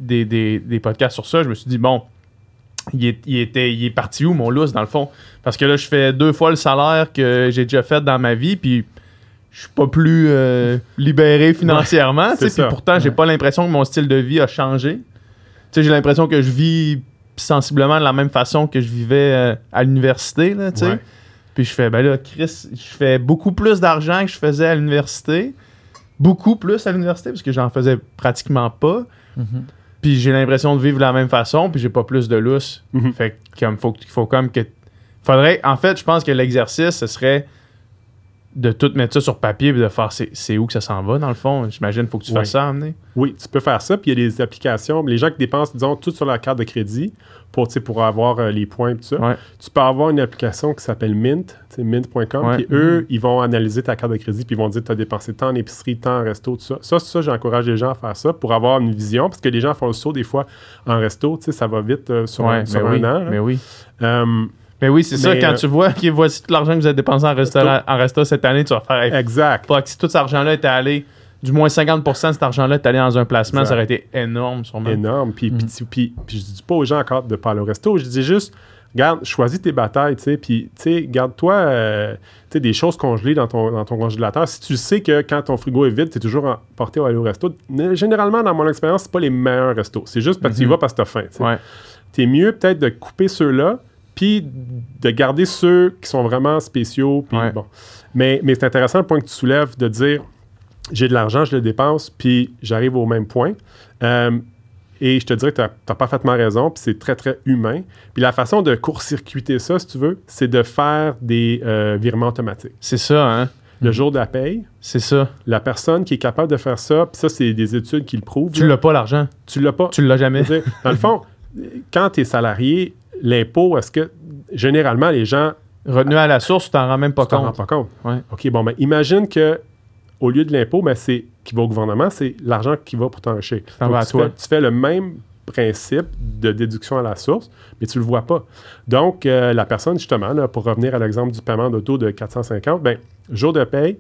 S2: des podcasts sur ça. Je me suis dit, bon, il est parti où, mon lousse, dans le fond? Parce que là, je fais 2 fois le salaire que j'ai déjà fait dans ma vie, puis je suis pas plus libéré financièrement. Puis pourtant, j'ai pas l'impression que mon style de vie a changé. J'ai l'impression que je vis sensiblement de la même façon que je vivais à l'université. Là, puis je fais, ben là, Chris, je fais beaucoup plus d'argent que je faisais à l'université. Beaucoup plus à l'université, parce que j'en faisais pratiquement pas. Puis j'ai l'impression de vivre de la même façon, puis j'ai pas plus de lousse. Fait que comme faut comme que... Faudrait... En fait, je pense que l'exercice, ce serait de tout mettre ça sur papier et de faire c'est où que ça s'en va, dans le fond. J'imagine qu'il faut que tu fasses ça à amener. Oui,
S4: tu peux faire ça, puis il y a des applications. Les gens qui dépensent, disons, tout sur leur carte de crédit pour avoir les points et tout ça. Tu peux avoir une application qui s'appelle Mint, mint.com, puis eux, ils vont analyser ta carte de crédit, puis ils vont dire tu as dépensé tant en épicerie, tant en resto, tout ça. Ça, j'encourage les gens à faire ça pour avoir une vision, parce que les gens font le saut des fois en resto, ça va vite sur un an.
S2: Mais oui. Mais oui, c'est ça, quand tu vois que voici tout l'argent que vous avez dépensé en resto cette année, tu vas faire...
S4: Exact.
S2: Si tout cet argent-là était allé, du moins 50% de cet argent-là était allé dans un placement, ça aurait été énorme, sûrement.
S4: Énorme. Puis je dis pas aux gens encore de pas aller au resto, je dis juste, regarde, choisis tes batailles, tu sais, puis, tu sais, garde-toi, des choses congelées dans ton congélateur. Si tu sais que quand ton frigo est vide, tu es toujours porté à aller au resto, généralement, dans mon expérience, c'est pas les meilleurs restos. C'est juste parce que tu y vas parce que tu as faim, tu sais. T'es mieux peut-être de couper ceux-là, puis de garder ceux qui sont vraiment spéciaux. Bon. Mais c'est intéressant le point que tu soulèves de dire j'ai de l'argent, je le dépense, puis j'arrive au même point. Et je te dirais que tu as parfaitement raison, puis c'est très, très humain. Puis la façon de court-circuiter ça, si tu veux, c'est de faire des virements automatiques.
S2: C'est ça, hein?
S4: Le jour de la paye.
S2: C'est ça.
S4: La personne qui est capable de faire ça, puis ça, c'est des études qui le prouvent.
S2: Tu l'as pas, l'argent.
S4: Tu l'as pas.
S2: Tu l'as jamais.
S4: Dans le fond, quand tu es salarié, l'impôt, est-ce que généralement les gens...
S2: Retenu à la source, tu t'en rends même pas compte.
S4: Tu t'en rends pas compte.
S2: Ouais.
S4: OK, bon, ben imagine que au lieu de l'impôt, ben, qui va au gouvernement, c'est l'argent qui va pour t'enrichir. Tu fais le même principe de déduction à la source, mais tu le vois pas. Donc, la personne, justement, là, pour revenir à l'exemple du paiement d'auto de 450, ben jour de paye,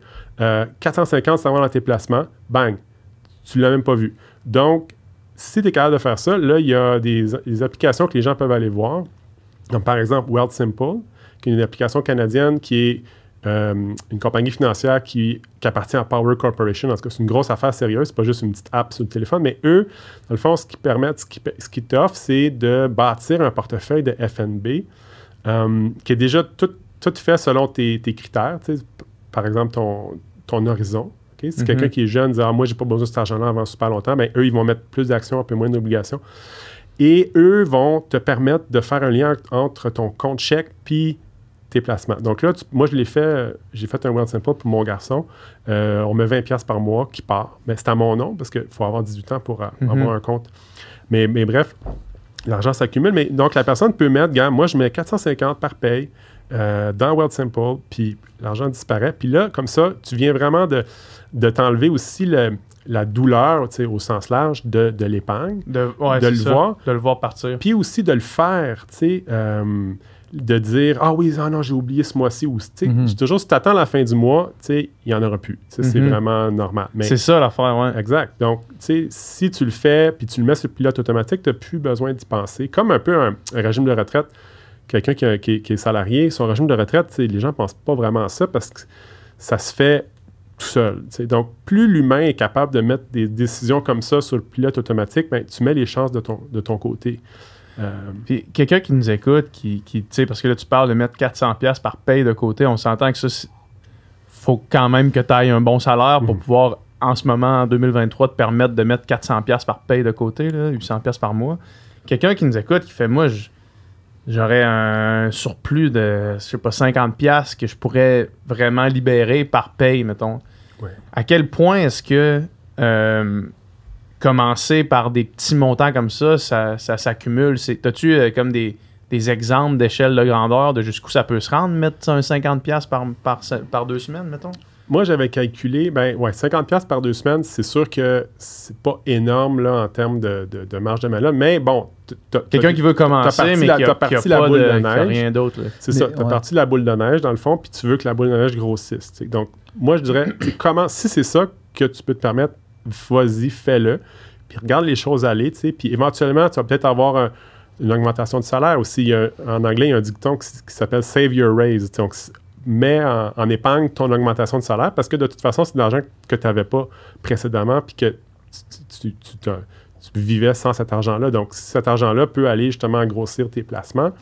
S4: 450, ça va dans tes placements, bang, tu l'as même pas vu. Donc, si tu es capable de faire ça, là, il y a des applications que les gens peuvent aller voir. Donc, par exemple, Wealthsimple, qui est une application canadienne qui est une compagnie financière qui appartient à Power Corporation. En tout cas, c'est une grosse affaire sérieuse. C'est pas juste une petite app sur le téléphone, mais eux, dans le fond, ce qu'ils t'offrent, c'est de bâtir un portefeuille de FNB qui est déjà tout fait selon tes critères. Par exemple, ton horizon. Okay? Si quelqu'un qui est jeune dit « Ah, moi, j'ai pas besoin de cet argent-là avant super longtemps », bien, eux, ils vont mettre plus d'actions, un peu moins d'obligations. Et eux vont te permettre de faire un lien entre ton compte chèque puis tes placements. Donc là, moi, j'ai fait un Wealthsimple pour mon garçon. On met 20$ par mois qui part. Mais c'est à mon nom parce qu'il faut avoir 18 ans pour avoir un compte. Mais bref, l'argent s'accumule. Mais donc, la personne peut mettre, regarde, moi, je mets 450 par paye dans Wealthsimple, puis l'argent disparaît. Puis là, comme ça, tu viens vraiment de t'enlever aussi la douleur, au sens large, de l'épargne, de le voir partir. Puis aussi de le faire, de dire « Ah oui, non, j'ai oublié ce mois-ci. » Ou, toujours, si tu attends la fin du mois, il n'y en aura plus. C'est vraiment normal. Mais,
S2: c'est ça l'affaire, ouais.
S4: Exact. Donc, si tu le fais puis tu le mets sur le pilote automatique, tu n'as plus besoin d'y penser. Comme un peu un régime de retraite. Quelqu'un qui est salarié, son régime de retraite, les gens ne pensent pas vraiment à ça parce que ça se fait tout seul. Donc, plus l'humain est capable de mettre des décisions comme ça sur le pilote automatique, ben, tu mets les chances de ton côté.
S2: Puis quelqu'un qui nous écoute, qui parce que là, tu parles de mettre 400$ par paye de côté, on s'entend que ça, faut quand même que tu ailles un bon salaire pour pouvoir, en ce moment, en 2023, te permettre de mettre 400$ par paye de côté, là, 800$ par mois. Quelqu'un qui nous écoute, qui fait, moi, j'aurais un surplus de, 50$ que je pourrais vraiment libérer par paye, mettons.
S4: Ouais.
S2: À quel point est-ce que commencer par des petits montants comme ça s'accumule. T'as-tu comme des exemples d'échelle de grandeur de jusqu'où ça peut se rendre, mettre un 50$ par 2 semaines, mettons?
S4: Moi, j'avais calculé, 50$ par 2 semaines, c'est sûr que c'est pas énorme là, en termes de marge de manœuvre, mais bon...
S2: Quelqu'un qui veut commencer, mais qui a pas rien d'autre.
S4: C'est ça, tu as parti de la boule de neige, dans le fond, puis tu veux que la boule de neige grossisse. T'sais. Donc, moi, je dirais, si c'est ça que tu peux te permettre, vas-y, fais-le, puis regarde les choses aller, puis éventuellement, tu vas peut-être avoir une augmentation de salaire aussi. En anglais, il y a un dicton qui s'appelle « Save your raise ». Donc, mets en épargne ton augmentation de salaire parce que de toute façon, c'est de l'argent que tu n'avais pas précédemment puis que tu vivais sans cet argent-là. Donc, cet argent-là peut aller justement grossir tes placements.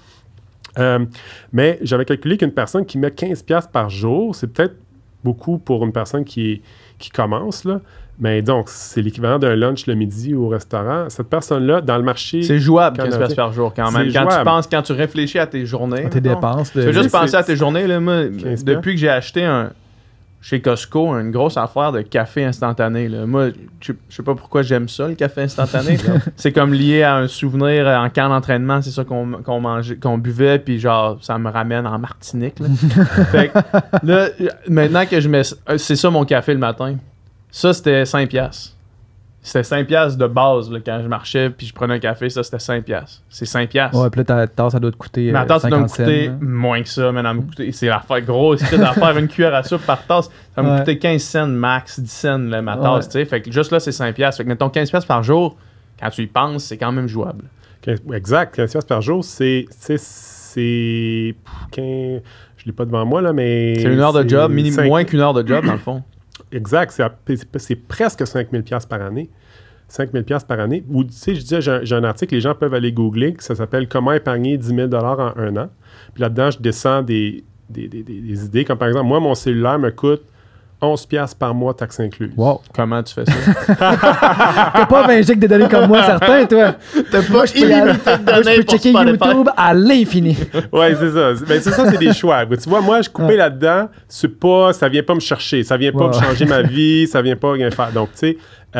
S4: Mais j'avais calculé qu'une personne qui met 15$ par jour, c'est peut-être beaucoup pour une personne qui commence, là. Mais donc, c'est l'équivalent d'un lunch le midi au restaurant. Cette personne-là, dans le marché...
S2: C'est jouable, 15$ par jour, quand même. Quand tu réfléchis à tes journées...
S3: À tes dépenses.
S2: Tu veux juste penser à tes journées. Là, moi, depuis que j'ai acheté chez Costco une grosse affaire de café instantané. Là. Moi, je sais pas pourquoi j'aime ça, le café instantané. C'est comme lié à un souvenir en camp d'entraînement. C'est ça qu'on mangeait, qu'on buvait, puis genre, ça me ramène en Martinique. Là. Fait que, là, maintenant que je mets... C'est ça mon café le matin. Ça, c'était 5$. C'était 5$ de base là, quand je marchais puis je prenais un café. Ça, c'était 5$. C'est 5$.
S3: Ouais, puis là, ta tasse, ça doit te coûter.
S2: Ma tasse, ça doit me coûter moins que ça. C'est l'affaire grosse. C'est d'affaire une cuillère à soupe par tasse. Ça me coûtait 15 cents max, 10 cents ma tasse. Tu sais. Fait que juste là, c'est 5$. Fait que mettons 15$ par jour, quand tu y penses, c'est quand même jouable.
S4: Exact. 15$ par jour, c'est. Je l'ai pas devant moi, là, mais.
S2: C'est une heure de job, moins qu'une heure de job, dans le fond.
S4: Exact, c'est presque 5 000$ par année. 5 000$ par année. Ou, tu sais, je disais, j'ai un article, les gens peuvent aller googler, ça s'appelle « Comment épargner 10 000$ en un an ». Puis là-dedans, je descends des idées, comme par exemple, moi, mon cellulaire me coûte 11$ par mois, taxes incluses.
S2: Wow. Comment tu fais ça?
S3: T'as pas 20 gigs de données comme moi, certain, toi.
S2: T'as pas illimité de données.
S3: Je peux checker YouTube à l'infini.
S4: Oui, c'est ça. Ben, c'est des choix. Tu vois, moi, je coupais là-dedans, ça vient pas me chercher, ça vient pas me changer ma vie, ça vient pas rien faire. Donc, tu sais...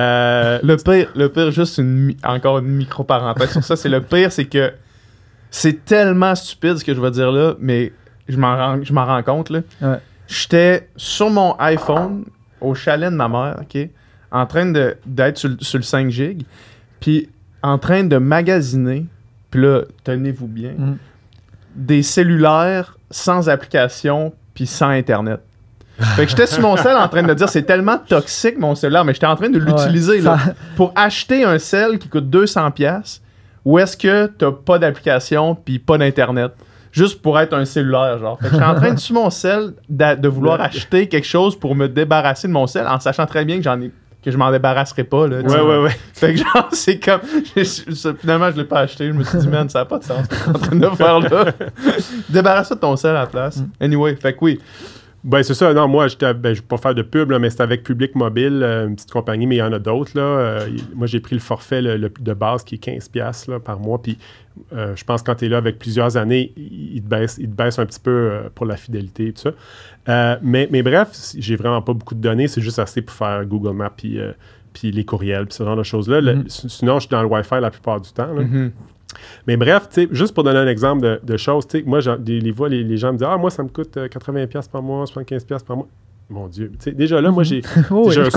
S2: Le pire, juste encore une micro-parenthèse sur ça, c'est le pire, c'est que c'est tellement stupide ce que je vais dire là, mais je m'en rends compte, là.
S3: Ouais.
S2: J'étais sur mon iPhone au chalet de ma mère, OK, en train d'être sur le 5 gigs, puis en train de magasiner, puis là, tenez-vous bien, des cellulaires sans application puis sans Internet. Fait que j'étais sur mon cell en train de me dire c'est tellement toxique mon cellulaire, mais j'étais en train de l'utiliser là, pour acheter un cell qui coûte 200$, où est-ce que t'as pas d'application puis pas d'Internet. Juste pour être un cellulaire, genre. Fait que je suis en train de, sur mon cell, de vouloir acheter quelque chose pour me débarrasser de mon cell, en sachant très bien que je m'en débarrasserai pas, là.
S4: Ouais.
S2: Fait que genre, c'est comme... Finalement, je l'ai pas acheté. Je me suis dit, man, ça n'a pas de sens. Ce que en train de faire là. Débarrasse-toi de ton cell à la place. Anyway, fait que oui.
S4: Ben, c'est ça. Non, moi, je ne vais pas faire de pub, là, mais c'est avec Public Mobile, une petite compagnie, mais il y en a d'autres. Là. Moi, j'ai pris le forfait de base qui est 15$ là, par mois. Puis, je pense que quand tu es là avec plusieurs années, il te baisse un petit peu pour la fidélité et tout ça. Mais bref, j'ai vraiment pas beaucoup de données. C'est juste assez pour faire Google Maps puis les courriels puis ce genre de choses-là. Sinon, je suis dans le Wi-Fi la plupart du temps. Là. Mais bref, juste pour donner un exemple de choses, moi, les gens me disent « Ah, moi, ça me coûte 80$ par mois, 75$ par mois. » Mon Dieu. Déjà là, moi, j'ai un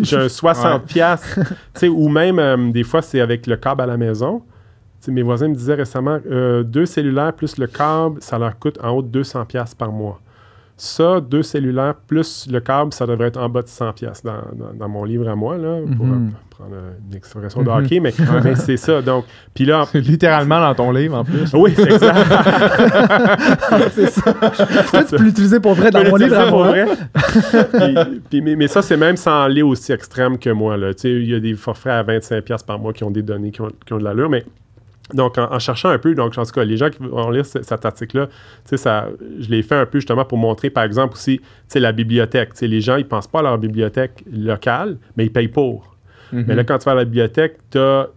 S4: 60$. Ou même, des fois, c'est avec le câble à la maison. Mes voisins me disaient récemment 2 cellulaires plus le câble, ça leur coûte en haut de 200$ par mois. Ça, 2 cellulaires plus le câble, ça devrait être en bas de 100$ dans mon livre à moi, là, pour prendre une expression de hockey, mais c'est ça. Donc, puis là...
S2: C'est littéralement dans ton livre, en plus.
S4: Oui, c'est exact.
S3: C'est ça. Ça, tu peux l'utiliser pour vrai dans mon livre à moi.
S4: Mais ça, c'est même sans aller aussi extrême que moi. Il y a des forfaits à 25$ par mois qui ont des données qui ont de l'allure, mais... Donc, en cherchant un peu, donc en tout cas, les gens qui vont lire cet article-là, je l'ai fait un peu justement pour montrer, par exemple, aussi la bibliothèque. Les gens, ils ne pensent pas à leur bibliothèque locale, mais ils payent pour. Mais là, quand tu vas à la bibliothèque, tu as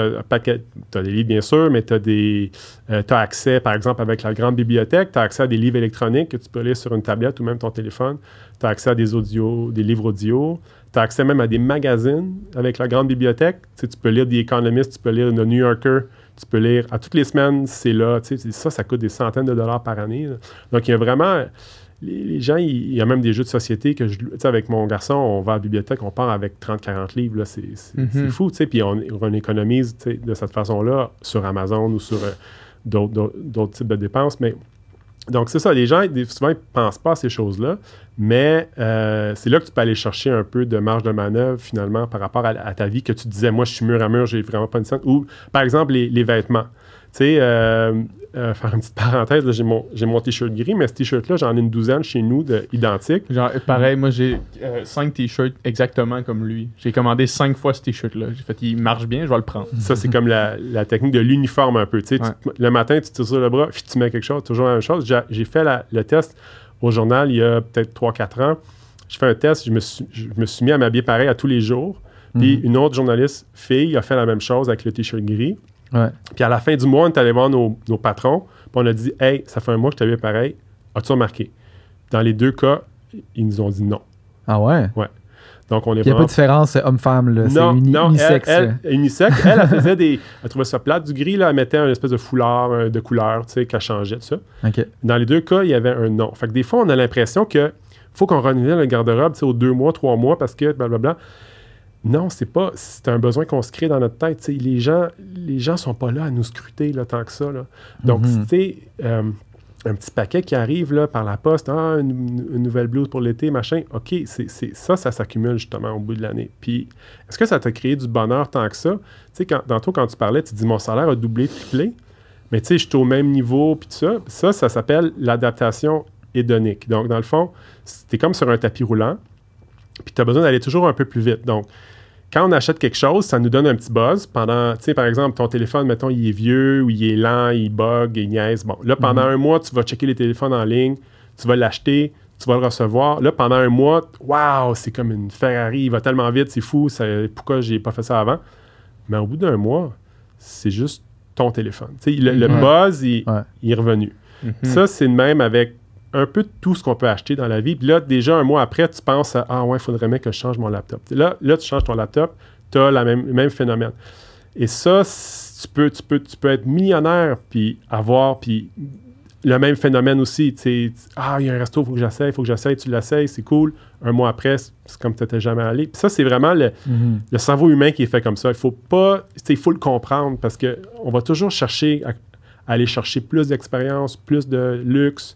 S4: des livres, bien sûr, mais tu as accès, par exemple, avec la grande bibliothèque, tu as accès à des livres électroniques que tu peux lire sur une tablette ou même ton téléphone. Tu as accès à des livres audio. Tu as accès même à des magazines avec la grande bibliothèque. Tu peux lire The Economist, tu peux lire The New Yorker, tu peux lire à toutes les semaines, c'est là. Ça coûte des centaines de dollars par année. Là. Donc, il y a vraiment... Les gens, il y a même des jeux de société que avec mon garçon, on va à la bibliothèque, on part avec 30-40 livres. Là, c'est fou, puis on économise de cette façon-là sur Amazon ou sur d'autres types de dépenses. Mais donc, c'est ça, les gens, souvent, ils ne pensent pas à ces choses-là, mais c'est là que tu peux aller chercher un peu de marge de manœuvre, finalement, par rapport à ta vie, que tu disais, moi, je suis mur à mur, j'ai vraiment pas une scène. Ou, par exemple, les vêtements. Tu sais, faire une petite parenthèse, là, j'ai mon t-shirt gris, mais ce t-shirt-là, j'en ai une douzaine chez nous, identiques.
S2: Genre, pareil, moi, j'ai 5 t-shirts exactement comme lui. J'ai commandé 5 fois ce t-shirt-là. J'ai fait, il marche bien, je vais le prendre.
S4: Ça, c'est comme la technique de l'uniforme un peu. Tu sais, le matin, tu tires sur le bras, puis tu mets quelque chose, toujours la même chose. J'ai fait le test au journal il y a peut-être 3-4 ans. J'ai fait un test, je me suis mis à m'habiller pareil à tous les jours. Puis une autre journaliste, fille, a fait la même chose avec le t-shirt gris.
S3: Ouais.
S4: Puis à la fin du mois, on est allé voir nos patrons, puis on a dit « Hey, ça fait un mois que je t'habille pareil, as-tu remarqué? » Dans les 2 cas, ils nous ont dit non.
S3: Ah ouais?
S4: Ouais. Donc, on est
S3: il n'y a pas de différence homme-femme, là.
S4: Non,
S3: unisexe.
S4: Unisexe. Elle faisait elle trouvait ça plate du gris, là, elle mettait une espèce de foulard de couleur, tu sais, qu'elle changeait, tout ça.
S3: Okay.
S4: Dans les 2 cas, il y avait un non. Fait que des fois, on a l'impression qu'il faut qu'on renouvelle le garde-robe, tu sais, aux 2 mois, 3 mois, parce que blablabla. Non, c'est un besoin qu'on se crée dans notre tête. T'sais, les gens sont pas là à nous scruter là, tant que ça. Là. Donc, tu sais, un petit paquet qui arrive là, par la poste, une nouvelle blouse pour l'été, machin, OK, ça s'accumule justement au bout de l'année. Puis, est-ce que ça t'a créé du bonheur tant que ça? Tu sais, tantôt, quand tu parlais, tu dis, mon salaire a doublé, triplé, mais tu sais, je suis au même niveau, puis tout ça. Ça s'appelle l'adaptation hédonique. Donc, dans le fond, t'es comme sur un tapis roulant, puis tu as besoin d'aller toujours un peu plus vite. Donc, quand on achète quelque chose, ça nous donne un petit buzz pendant, tu sais, par exemple, ton téléphone, mettons, il est vieux ou il est lent, il bug, il niaise. Bon, là, pendant un mois, tu vas checker les téléphones en ligne, tu vas l'acheter, tu vas le recevoir. Là, pendant un mois, waouh, c'est comme une Ferrari, il va tellement vite, c'est fou, pourquoi j'ai pas fait ça avant? Mais au bout d'un mois, c'est juste ton téléphone. Tu sais, le buzz, il est revenu. Ça, c'est le même avec un peu de tout ce qu'on peut acheter dans la vie. Puis là, déjà, un mois après, tu penses à « Ah ouais, il faudrait bien que je change mon laptop. » Là, tu changes ton laptop, tu as le même phénomène. Et ça, tu peux être millionnaire puis avoir puis le même phénomène aussi. Ah, il y a un resto, il faut que j'essaye, tu l'essayes, c'est cool. Un mois après, c'est comme tu n'étais jamais allé. Puis ça, c'est vraiment le cerveau humain qui est fait comme ça. Il faut le comprendre parce qu'on va toujours chercher à aller chercher plus d'expérience, plus de luxe.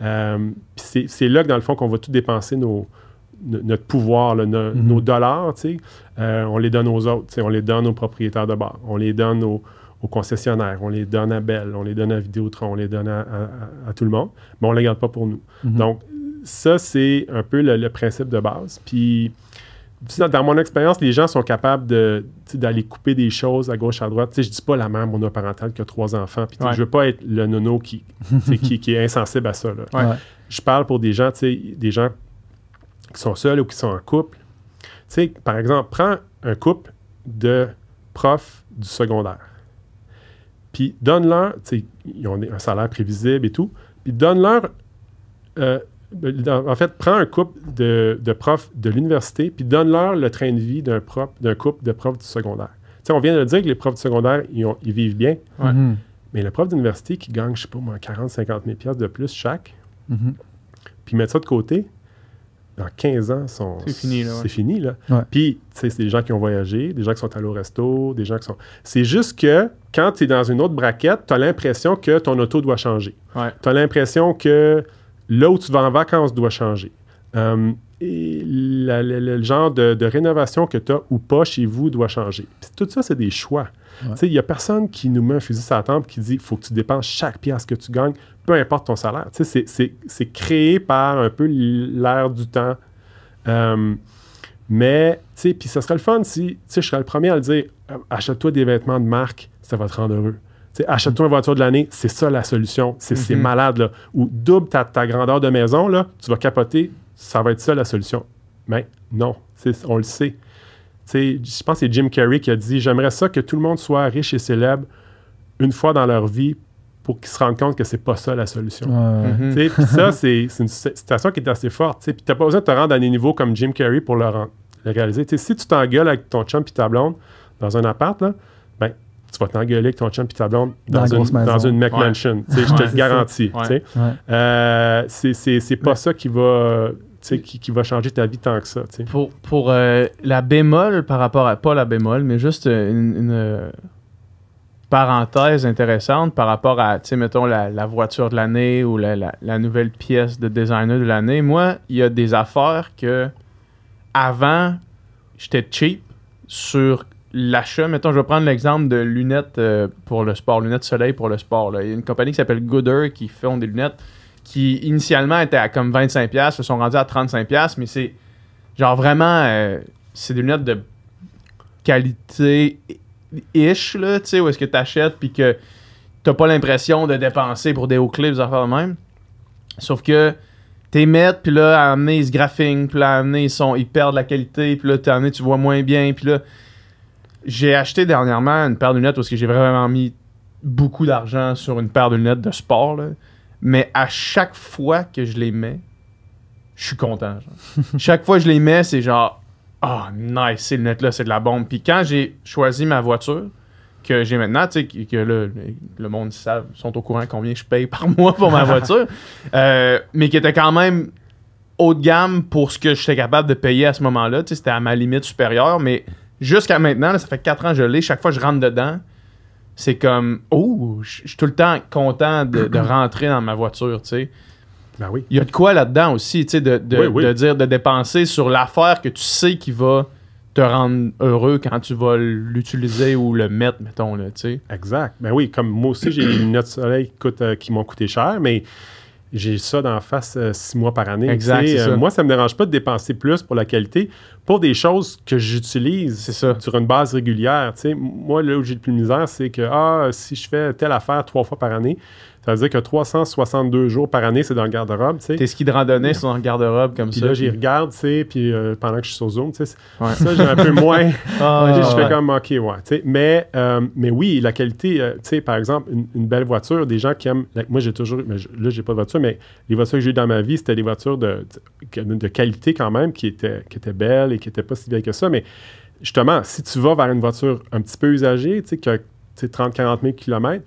S4: C'est là que, dans le fond, qu'on va tout dépenser notre pouvoir, là, nos dollars, on les donne aux autres, on les donne aux propriétaires de bar, on les donne aux concessionnaires, on les donne à Bell, on les donne à Vidéotron, on les donne à tout le monde, mais on ne les garde pas pour nous. Donc, ça, c'est un peu le principe de base. Puis, dans mon expérience, les gens sont capables d'aller couper des choses à gauche, à droite. Je ne dis pas la mère monoparentale qui a 3 enfants. Puis, je ne veux pas être le nono qui est insensible à ça. Là.
S2: Ouais.
S4: Je parle pour des gens qui sont seuls ou qui sont en couple. Par exemple, prends un couple de profs du secondaire. Puis donne-leur, ils ont un salaire prévisible et tout, puis donne-leur... en fait, prends un couple de profs de l'université puis donne-leur le train de vie d'un couple de profs du secondaire. T'sais, on vient de le dire que les profs du secondaire, ils vivent bien.
S2: Ouais.
S4: Mais le prof d'université qui gagne, je sais pas moi, 40-50 000 $ de plus chaque, puis mettre ça de côté, dans 15 ans,
S2: c'est fini. Là, ouais.
S4: C'est fini, là.
S3: Ouais.
S4: Puis, c'est des gens qui ont voyagé, des gens qui sont allés au resto, des gens qui sont... C'est juste que, quand tu es dans une autre braquette, tu as l'impression que ton auto doit changer.
S2: Ouais.
S4: Tu as l'impression que là où tu vas en vacances doit changer. Et le genre de rénovation que tu as ou pas chez vous doit changer. Puis tout ça, c'est des choix. Ouais. Il n'y a personne qui nous met un fusil sur la tempe qui dit qu'il faut que tu dépenses chaque pièce que tu gagnes, peu importe ton salaire. C'est créé par un peu l'air du temps. Mais, puis ça serait le fun si je serais le premier à le dire, achète-toi des vêtements de marque, ça va te rendre heureux. Achète-toi une voiture de l'année, c'est ça la solution. C'est malade, là. Ou double ta grandeur de maison, là, tu vas capoter, ça va être ça la solution. Mais non, on le sait. je pense que c'est Jim Carrey qui a dit « J'aimerais ça que tout le monde soit riche et célèbre une fois dans leur vie pour qu'ils se rendent compte que c'est pas ça la solution. » Puis ça, c'est une citation qui est assez forte. Puis t'as pas besoin de te rendre à des niveaux comme Jim Carrey pour le réaliser. T'sais, si tu t'engueules avec ton chum et ta blonde dans un appart, là, ben, tu vas t'engueuler avec ton chum et ta blonde dans une McMansion. Je te le garantis. C'est pas ça qui va... qui va changer ta vie tant que ça.
S2: Pour la bémol par rapport à... Pas la bémol, mais juste une parenthèse intéressante par rapport à, mettons, la voiture de l'année ou la nouvelle pièce de designer de l'année. Moi, il y a des affaires que avant, j'étais cheap sur l'achat. Mettons, je vais prendre l'exemple de lunettes pour le sport, lunettes soleil pour le sport. Là. Il y a une compagnie qui s'appelle Goodr qui font des lunettes qui initialement étaient à comme 25$, se sont rendus à 35$, mais c'est genre vraiment, c'est des lunettes de qualité-ish, là, tu sais, où est-ce que tu achètes puis que t'as pas l'impression de dépenser pour des hauts clips, des affaires de même. Sauf que t'es mettre, puis là, à amener, ils se graphinent, puis là, à amener, ils perdent la qualité, puis là, t'es amené, tu vois moins bien, puis là, j'ai acheté dernièrement une paire de lunettes parce que j'ai vraiment mis beaucoup d'argent sur une paire de lunettes de sport, là. Mais à chaque fois que je les mets, je suis content. Genre. Chaque fois que je les mets, c'est genre « Ah, oh, nice, ces lunettes-là, c'est de la bombe. » Puis quand j'ai choisi ma voiture, que j'ai maintenant, tu sais, que là, le monde sont au courant combien je paye par mois pour ma voiture, mais qui était quand même haut de gamme pour ce que j'étais capable de payer à ce moment-là. Tu sais, c'était à ma limite supérieure, mais jusqu'à maintenant, là, ça fait 4 ans que je l'ai. Chaque fois que je rentre dedans, c'est comme, oh, je suis tout le temps content de rentrer dans ma voiture, tu sais.
S4: Ben oui.
S2: Il y a de quoi là-dedans aussi, tu sais, de dire, de dépenser sur l'affaire que tu sais qui va te rendre heureux quand tu vas l'utiliser ou le mettre, mettons, là, tu sais.
S4: Exact. Ben oui, comme moi aussi, j'ai des lunettes de soleil qui m'ont coûté cher, mais j'ai ça d'en face 6 mois par année.
S2: Exact, c'est ça.
S4: Moi, ça me dérange pas de dépenser plus pour la qualité, pour des choses que j'utilise sur une base régulière. T'sais. Moi, là où j'ai le plus de misère, c'est que si je fais telle affaire 3 fois par année, ça veut dire que 362 jours par année, c'est dans le garde-robe.
S2: Tes skis de randonnée sont dans le garde-robe comme
S4: puis
S2: ça.
S4: Là, j'y regarde, puis pendant que je suis sur Zoom, ça, j'ai un peu moins. Je fais comme, OK, ouais. Mais oui, la qualité, par exemple, une belle voiture, des gens qui aiment. Moi, j'ai toujours. Là, j'ai pas de voiture, mais les voitures que j'ai eues dans ma vie, c'était des voitures de qualité quand même, qui étaient belles et qui n'étaient pas si belles que ça. Mais justement, si tu vas vers une voiture un petit peu usagée, qui a 30-40 000 km,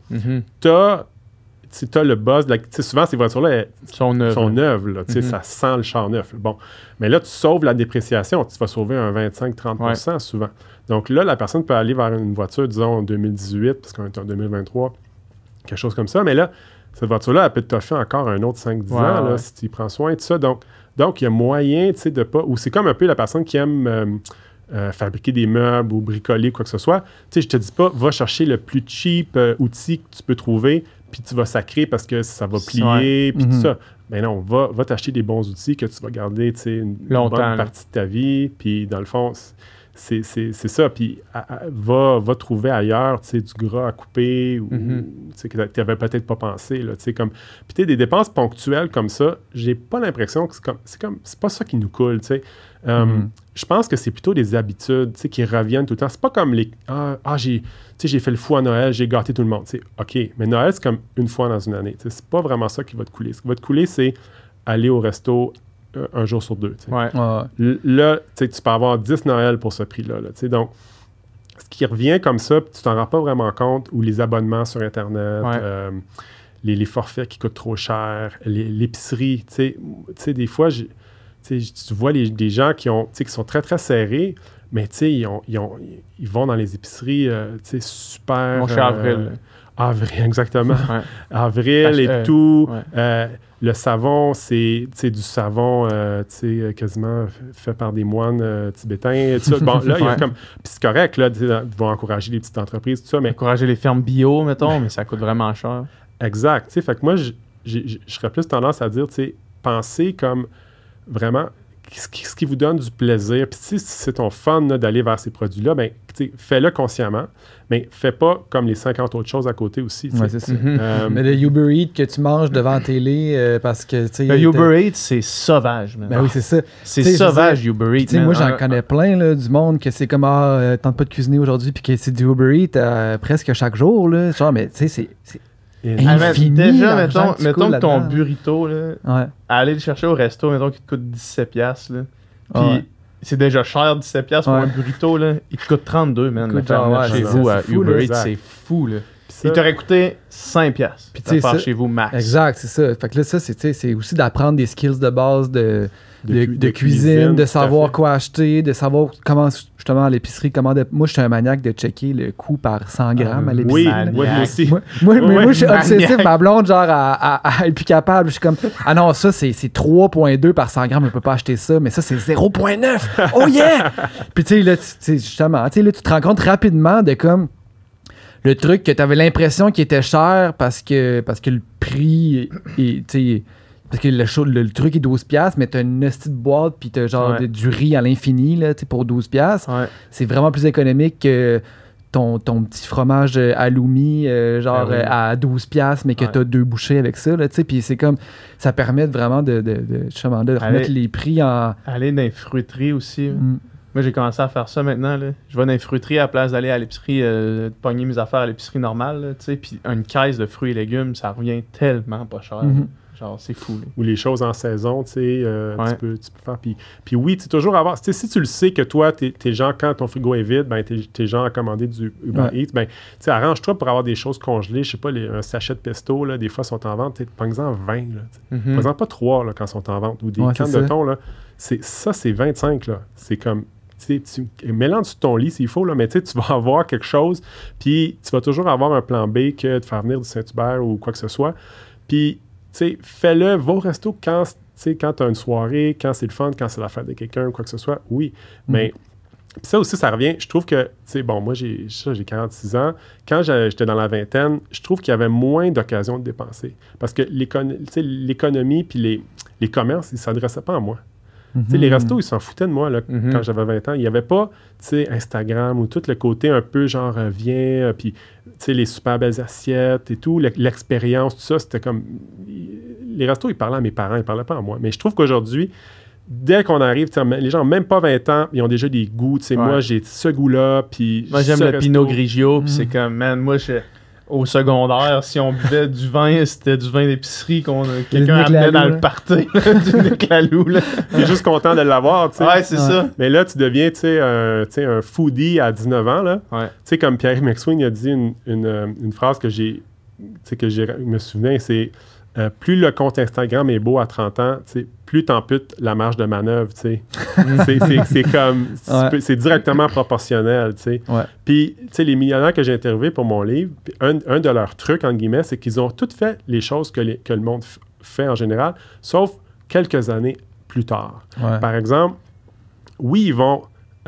S4: tu as le buzz. Souvent, ces voitures-là sont neuves. Là, ça sent le char neuf. Bon. Mais là, tu sauves la dépréciation. Tu vas sauver un 25-30% souvent. Donc là, la personne peut aller vers une voiture, disons, en 2018, parce qu'on est en 2023, quelque chose comme ça. Mais là, cette voiture-là, elle peut t'offrir encore un autre 5-10 ans là, si tu y prends soin. Tout ça. Donc, il y a moyen de pas... Ou c'est comme un peu la personne qui aime... fabriquer des meubles ou bricoler, quoi que ce soit. Tu sais, je te dis pas, va chercher le plus cheap outil que tu peux trouver, puis tu vas sacrer parce que ça va plier, puis tout ça. Mais non, va t'acheter des bons outils que tu vas garder, tu sais, une bonne partie de ta vie, puis dans le fond, c'est ça. Puis va trouver ailleurs, tu sais, du gras à couper, ou tu sais, que tu n'avais peut-être pas pensé, là, tu sais, comme... Puis tu sais, des dépenses ponctuelles comme ça, j'ai pas l'impression que c'est pas ça qui nous coule, tu sais. Je pense que c'est plutôt des habitudes, tu sais, qui reviennent tout le temps. C'est pas comme les... j'ai fait le fou à Noël, j'ai gâté tout le monde. Tu sais, OK, mais Noël, c'est comme une fois dans une année. Tu sais, c'est pas vraiment ça qui va te couler. Ce qui va te couler, c'est aller au resto un jour sur 2. Tu sais. Là, tu sais, tu peux avoir 10 Noël pour ce prix-là. Là, tu sais, donc, ce qui revient comme ça, tu t'en rends pas vraiment compte, ou les abonnements sur Internet, les forfaits qui coûtent trop cher, l'épicerie. Tu sais, des fois, tu vois des gens qui sont très, très serrés, mais ils vont dans les épiceries super...
S2: Mon cher Avril.
S4: Avril, exactement. Avril et tout. Le savon, c'est du savon quasiment fait par des moines tibétains. Tout ça. Bon, là, il y a comme... Puis c'est correct, là, ils vont encourager les petites entreprises, tout ça, mais...
S2: Encourager les fermes bio, mettons, mais ça coûte vraiment cher.
S4: Exact. Fait que moi, je serais plus tendance à dire, penser comme... Vraiment, ce qui vous donne du plaisir. Puis si c'est ton fun là, d'aller vers ces produits-là, ben, fais-le consciemment, mais fais pas comme les 50 autres choses à côté aussi.
S3: Ouais, c'est ça. Mais le Uber Eats que tu manges devant la télé parce que...
S2: Le Uber Eats, c'est sauvage.
S3: Ben oui, c'est ça.
S2: C'est sauvage, Uber Eats.
S3: Moi, j'en connais plein là, du monde que c'est comme tente pas de cuisiner aujourd'hui puis que c'est du Uber Eats presque chaque jour. Là. Genre, mais tu sais, c'est infini.
S2: Déjà, mettons que ton burrito, là,
S3: ouais.
S2: aller le chercher au resto, mettons qu'il te coûte 17$. Puis c'est déjà cher, 17$ pour un burrito. Là. Il te coûte 32$, man. Le faire chez vous à Uber Eats, c'est fou. Là. Il t'aurait coûté 5$. Puis tu faire chez vous max.
S3: Exact, c'est ça. Fait que là, ça, c'est aussi d'apprendre des skills de base de cuisine, de savoir quoi acheter, de savoir comment, justement, à l'épicerie, moi, je suis un maniaque de checker le coût par 100 grammes à l'épicerie.
S4: Oui, moi aussi.
S3: Moi, je suis obsessif. Ma blonde, genre, à être plus capable. Je suis comme, ah non, ça, c'est 3,2 par 100 grammes, on peut pas acheter ça, mais ça, c'est 0,9. Oh yeah! Puis, tu sais, là, justement, tu te rends compte rapidement de comme le truc que tu avais l'impression qu'il était cher parce que le prix est, tu sais, parce que le truc est 12$, mais t'as une petite boîte puis t'as genre du riz à l'infini là, pour 12$. Ouais. C'est vraiment plus économique que ton petit fromage halloumi à 12$, mais que t'as 2 bouchées avec ça. Puis c'est comme, ça permet vraiment de remettre les prix en...
S2: Aller dans les fruiteries aussi. Moi, j'ai commencé à faire ça maintenant. Là. Je vais dans les fruiteries à la place d'aller à l'épicerie, de pogner mes affaires à l'épicerie normale. Puis une caisse de fruits et légumes, ça revient tellement pas cher. Genre, c'est fou. Là.
S4: Ou les choses en saison, tu sais, tu peux faire. Puis oui, tu sais, toujours avoir... Tu sais, si tu le sais que toi, t'es genre, quand ton frigo est vide, ben t'es genre à commander du Uber Eats, ben, tu sais, arrange-toi pour avoir des choses congelées. Je sais pas, un sachet de pesto, là, des fois, sont en vente. Par exemple, 20, là. Par exemple, pas 3, là, quand ils sont en vente. Ou des cannes de thon, là. C'est 25, là. C'est comme... Tu mélanges sur ton lit s'il faut, là, mais tu vas avoir quelque chose, puis tu vas toujours avoir un plan B que de faire venir du Saint-Hubert ou quoi que ce soit. Puis, fais-le, va au resto quand tu as une soirée, quand c'est le fun, quand c'est la fête de quelqu'un ou quoi que ce soit, oui. Mais ça aussi, ça revient. Je trouve que, moi, j'ai 46 ans. Quand j'étais dans la vingtaine, je trouve qu'il y avait moins d'occasions de dépenser. Parce que l'économie puis les commerces, ils ne s'adressaient pas à moi. Les restos, ils s'en foutaient de moi là, quand j'avais 20 ans. Il n'y avait pas Instagram ou tout le côté un peu genre viens, puis les super belles assiettes et tout, l'expérience, tout ça, c'était comme... Les restos, ils parlaient à mes parents, ils ne parlaient pas à moi. Mais je trouve qu'aujourd'hui, dès qu'on arrive, les gens, même pas 20 ans, ils ont déjà des goûts. Moi, j'ai ce goût-là, puis...
S2: Moi, j'aime le Pinot Grigio, puis c'est comme, man, moi, au secondaire, si on buvait du vin, c'était du vin d'épicerie quelqu'un amenait dans le party, du Nick Lalou.
S4: T'es juste content de l'avoir, tu sais.
S2: Ouais, c'est ça.
S4: Mais là, tu deviens, un foodie à 19 ans, là. Tu sais, comme Pierre McSween, il a dit une phrase que je me souviens, c'est plus le compte Instagram est beau à 30 ans, plus t'amputes la marge de manœuvre, tu sais. C'est comme... C'est directement proportionnel, tu sais. Puis, tu sais, les millionnaires que j'ai interviewés pour mon livre, un de leurs trucs, entre guillemets, c'est qu'ils ont toutes fait les choses que le monde fait en général, sauf quelques années plus tard. Par exemple, oui, ils vont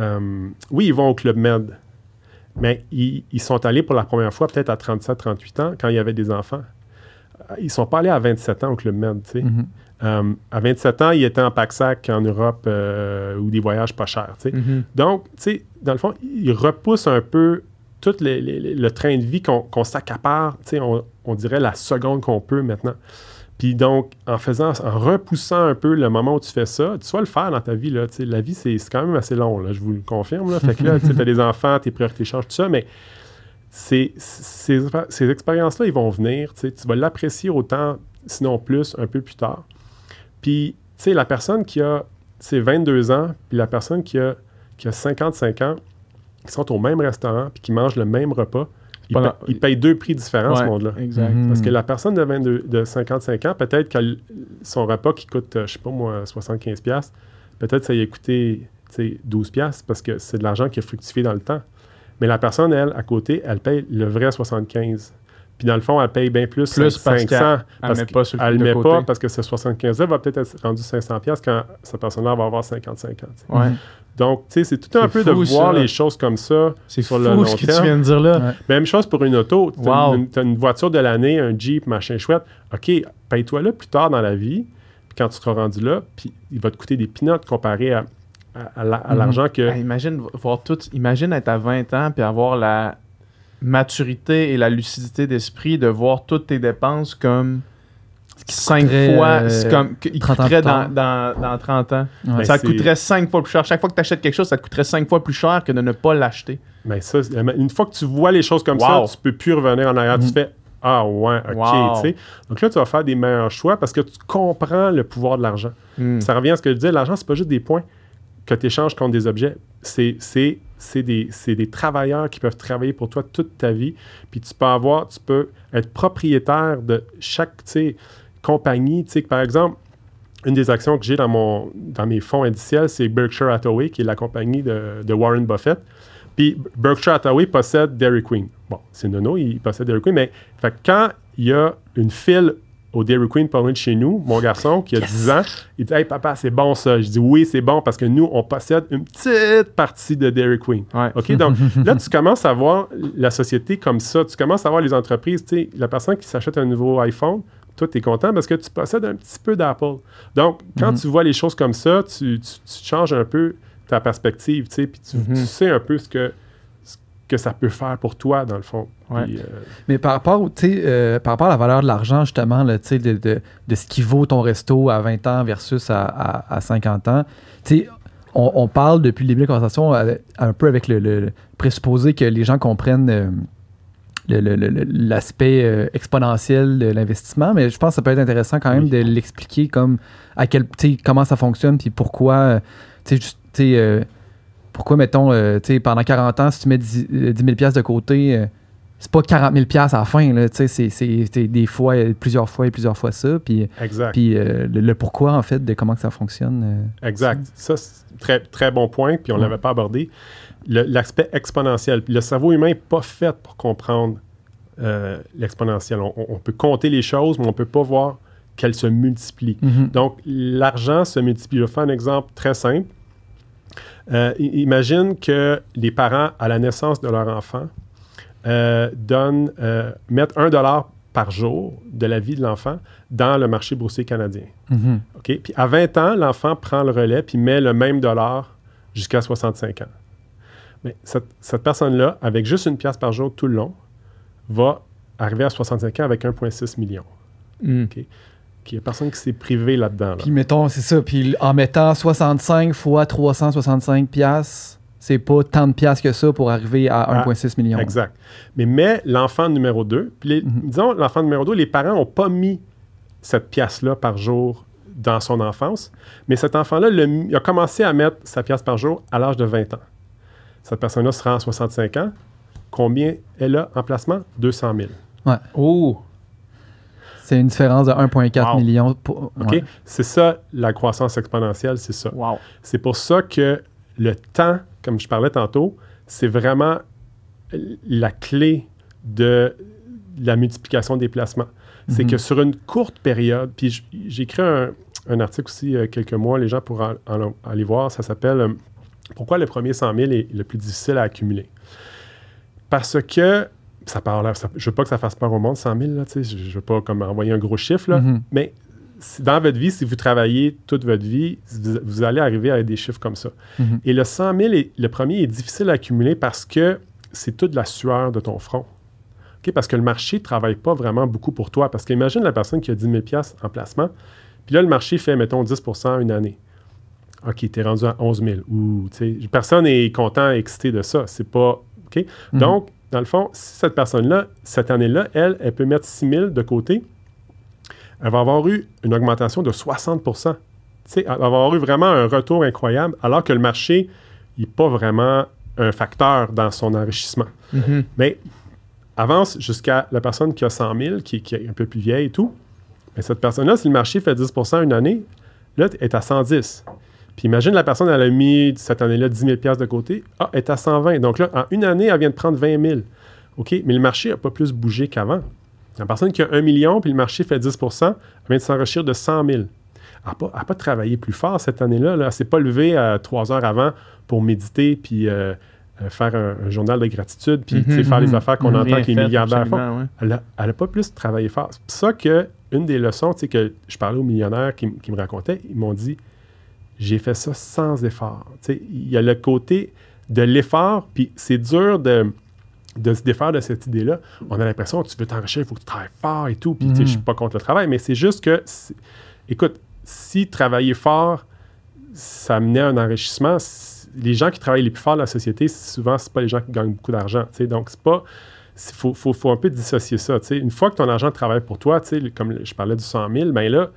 S4: au Club Med, mais ils sont allés pour la première fois peut-être à 37, 38 ans, quand il y avait des enfants. Ils sont pas allés à 27 ans au Club Med, tu sais. À 27 ans, ils étaient en pack-sac en Europe ou des voyages pas chers, tu sais. Donc, tu sais, dans le fond, ils repoussent un peu tout le train de vie qu'on s'accapare, tu sais, on dirait la seconde qu'on peut maintenant. Puis donc, en repoussant un peu le moment où tu fais ça, tu vas le faire dans ta vie, là, tu sais. La vie, c'est quand même assez long, là, je vous le confirme, là. Fait que là, tu as des enfants, tes priorités changent, tout ça, mais... Ces expériences-là, ils vont venir. Tu vas l'apprécier autant, sinon plus, un peu plus tard. Puis, tu sais, la personne qui a 22 ans, puis la personne qui a 55 ans, qui sont au même restaurant, puis qui mangent le même repas, ils payent 2 prix différents, ce monde-là. Exact. Parce que la personne de 55 ans, peut-être que son repas qui coûte, je sais pas moi, 75$, peut-être ça y a coûté 12$ parce que c'est de l'argent qui a fructifié dans le temps. Mais la personne, elle, à côté, elle paye le vrai 75. Puis dans le fond, elle paye bien plus 500. Elle ne met pas parce que ce 75-là va peut-être être rendu 500$ quand cette personne-là va avoir 55 ans. Donc, tu sais, c'est tout un peu de voir les choses comme ça sur le long terme. C'est fou ce que
S2: tu viens de dire là.
S4: Même chose pour une auto. Tu as une voiture de l'année, un Jeep, machin chouette. OK, paye-toi là plus tard dans la vie. quand tu seras rendu là, puis il va te coûter des peanuts comparé à l'argent que...
S2: Imagine être à 20 ans puis avoir la maturité et la lucidité d'esprit de voir toutes tes dépenses comme 5 fois, c'est comme il coûterait dans 30 ans.
S3: Ouais.
S2: Ça coûterait 5 fois plus cher. Chaque fois que tu achètes quelque chose, ça te coûterait 5 fois plus cher que de ne pas l'acheter.
S4: Mais ça, une fois que tu vois les choses comme ça, tu peux plus revenir en arrière. Tu fais « Ah ouais, OK. » tu sais. Donc là, tu vas faire des meilleurs choix parce que tu comprends le pouvoir de l'argent. Ça revient à ce que je disais, l'argent, c'est pas juste des points que tu échanges contre des objets. C'est des travailleurs qui peuvent travailler pour toi toute ta vie. Puis tu peux être propriétaire de chaque compagnie. Par exemple, une des actions que j'ai dans mes fonds indiciels, c'est Berkshire Hathaway, qui est la compagnie de Warren Buffett. Puis Berkshire Hathaway possède Dairy Queen. Bon, c'est nono, il possède Dairy Queen, mais quand il y a une file au Dairy Queen pas loin de chez nous, mon garçon qui a 10 ans, il dit « Hey papa, c'est bon ça. » Je dis « Oui, c'est bon parce que nous, on possède une petite partie de Dairy Queen.
S2: Ouais. »
S4: OK? Donc là, tu commences à voir la société comme ça. Tu commences à voir les entreprises. Tu sais, la personne qui s'achète un nouveau iPhone, toi, tu es content parce que tu possèdes un petit peu d'Apple. Donc, quand tu vois les choses comme ça, tu changes un peu ta perspective, tu sais, puis tu sais un peu ce que ça peut faire pour toi, dans le fond.
S2: Ouais.
S4: Puis,
S3: Mais par rapport à la valeur de l'argent, justement, là, de ce qui vaut ton resto à 20 ans versus à 50 ans, on parle depuis le début de la conversation un peu avec le présupposé que les gens comprennent l'aspect exponentiel de l'investissement, mais je pense que ça peut être intéressant quand même de l'expliquer comme comment ça fonctionne, puis pourquoi, pourquoi, mettons, pendant 40 ans, si tu mets 10 000 $ de côté, c'est pas 40 000 $ à la fin, là, c'est des fois, plusieurs fois ça, puis le pourquoi, en fait, de comment que ça fonctionne.
S4: Exact. Ça, c'est très, très bon point, puis on ne l'avait pas abordé. L'aspect exponentiel. Le cerveau humain n'est pas fait pour comprendre l'exponentiel. On peut compter les choses, mais on ne peut pas voir qu'elles se multiplient. Donc, l'argent se multiplie. Je vais faire un exemple très simple. Imagine que les parents, à la naissance de leur enfant, mettent $1 par jour de la vie de l'enfant dans le marché boursier canadien. Okay? Puis à 20 ans, l'enfant prend le relais puis met le même dollar jusqu'à 65 ans. Mais cette personne-là, avec juste une pièce par jour tout le long, va arriver à 65 ans avec 1,6 million. Okay? Il n'y a personne qui s'est privé là-dedans. Là.
S3: Puis mettons, c'est ça. Puis en mettant 65 fois 365 piastres, c'est pas tant de piastres que ça pour arriver à 1,6 million.
S4: Exact. Mais l'enfant numéro 2, puis disons, l'enfant numéro 2, les parents n'ont pas mis cette pièce-là par jour dans son enfance, mais cet enfant-là, il a commencé à mettre sa pièce par jour à l'âge de 20 ans. Cette personne-là sera en 65 ans. Combien elle a en placement? 200 000.
S3: Ouais.
S2: Oh!
S3: C'est une différence de 1,4 million.
S4: OK? C'est ça, la croissance exponentielle, c'est ça.
S2: Wow.
S4: C'est pour ça que le temps, comme je parlais tantôt, c'est vraiment la clé de la multiplication des placements. C'est que sur une courte période, puis j'ai écrit un article aussi il y a quelques mois, les gens pourront aller voir, ça s'appelle « Pourquoi le premier 100 000 est le plus difficile à accumuler? » Parce que je ne veux pas que ça fasse peur au monde, 100 000, là, je ne veux pas comme envoyer un gros chiffre, là, mais dans votre vie, si vous travaillez toute votre vie, vous allez arriver à des chiffres comme ça. Et le 100 000, le premier, est difficile à accumuler parce que c'est toute la sueur de ton front. Okay? Parce que le marché ne travaille pas vraiment beaucoup pour toi. Parce qu'imagine la personne qui a 10 000 $ en placement, puis là, le marché fait, mettons, 10 % une année. OK, tu es rendu à 11 000. Ou, personne n'est content, excité de ça. C'est pas... OK? Donc, dans le fond, si cette personne-là, cette année-là, elle peut mettre 6 000 de côté, elle va avoir eu une augmentation de 60 %. Elle va avoir eu vraiment un retour incroyable, alors que le marché n'est pas vraiment un facteur dans son enrichissement. Mais avance jusqu'à la personne qui a 100 000, qui est un peu plus vieille et tout. Mais cette personne-là, si le marché fait 10 % une année, là, elle est à 110. Puis imagine la personne, elle a mis cette année-là 10 000 $ de côté. Ah, elle est à 120. Donc là, en une année, elle vient de prendre 20 000. OK? Mais le marché n'a pas plus bougé qu'avant. La personne qui a 1 million, puis le marché fait 10 % elle vient de s'enrichir de 100 000. Elle n'a pas travaillé plus fort cette année-là. Elle ne s'est pas levée à 3 heures avant pour méditer, puis faire un journal de gratitude, puis faire les affaires qu'on entend que les milliardaires font. Ouais. Elle n'a pas plus travaillé fort. C'est pour ça une des leçons, tu sais, que je parlais aux millionnaires qui me racontaient, ils m'ont dit, j'ai fait ça sans effort. Tu sais, il y a le côté de l'effort, puis c'est dur de se défaire de cette idée-là. On a l'impression que tu veux t'enrichir, il faut que tu travailles fort et tout, puis tu sais, je suis pas contre le travail, mais c'est juste que, écoute, si travailler fort, ça amenait un enrichissement, les gens qui travaillent les plus forts de la société, souvent, c'est pas les gens qui gagnent beaucoup d'argent, tu sais, donc c'est pas... Il faut un peu dissocier ça. T'sais. Une fois que ton argent travaille pour toi, comme je parlais du 100 000, bien là,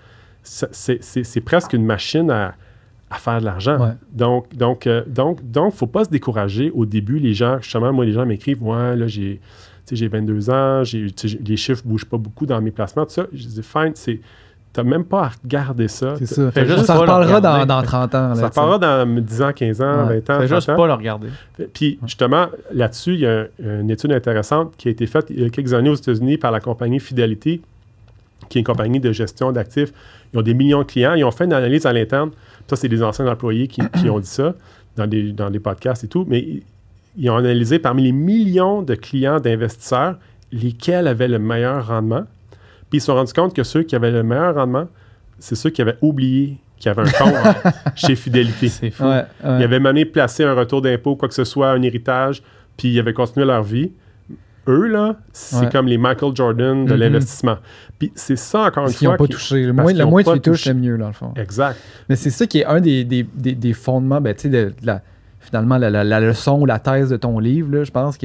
S4: c'est presque une machine à faire de l'argent.
S3: Ouais.
S4: Donc, il ne faut pas se décourager. Au début, les gens, justement, moi, les gens m'écrivent « Ouais, là, j'ai 22 ans, les chiffres ne bougent pas beaucoup dans mes placements. » Tout ça, je dis « Fine, tu n'as même pas à regarder ça. »
S3: C'est ça.
S2: juste
S3: ça
S2: pas
S3: reparlera
S2: le regarder.
S3: dans 30 ans. Là,
S4: Ça reparlera dans 10 ans, 15 ans, 20 ans,
S2: Fais juste
S4: 30 ans.
S2: pas le regarder.
S4: Puis, justement, là-dessus, il y a une étude intéressante qui a été faite il y a quelques années aux États-Unis par la compagnie Fidelity, qui est une compagnie de gestion d'actifs. Ils ont des millions de clients. Ils ont fait une analyse à l'interne. Ça, c'est des anciens employés qui ont dit ça dans des podcasts et tout. Mais ils ont analysé parmi les millions de clients d'investisseurs lesquels avaient le meilleur rendement. Puis, ils se sont rendus compte que ceux qui avaient le meilleur rendement, c'est ceux qui avaient oublié qu'il y avait un compte chez Fidelity.
S2: C'est fou.
S3: Ouais.
S4: Ils avaient même placé un retour d'impôt, quoi que ce soit, un héritage, puis ils avaient continué leur vie. Eux, là, c'est comme les Michael Jordan de l'investissement. Puis c'est ça, encore une fois...
S3: Ils n'ont pas touché. Le moins tu les touches, c'est mieux, dans le fond.
S4: Exact.
S3: Mais c'est ça qui est un des fondements, ben, tu sais, finalement, la leçon ou la thèse de ton livre, là, je pense, qui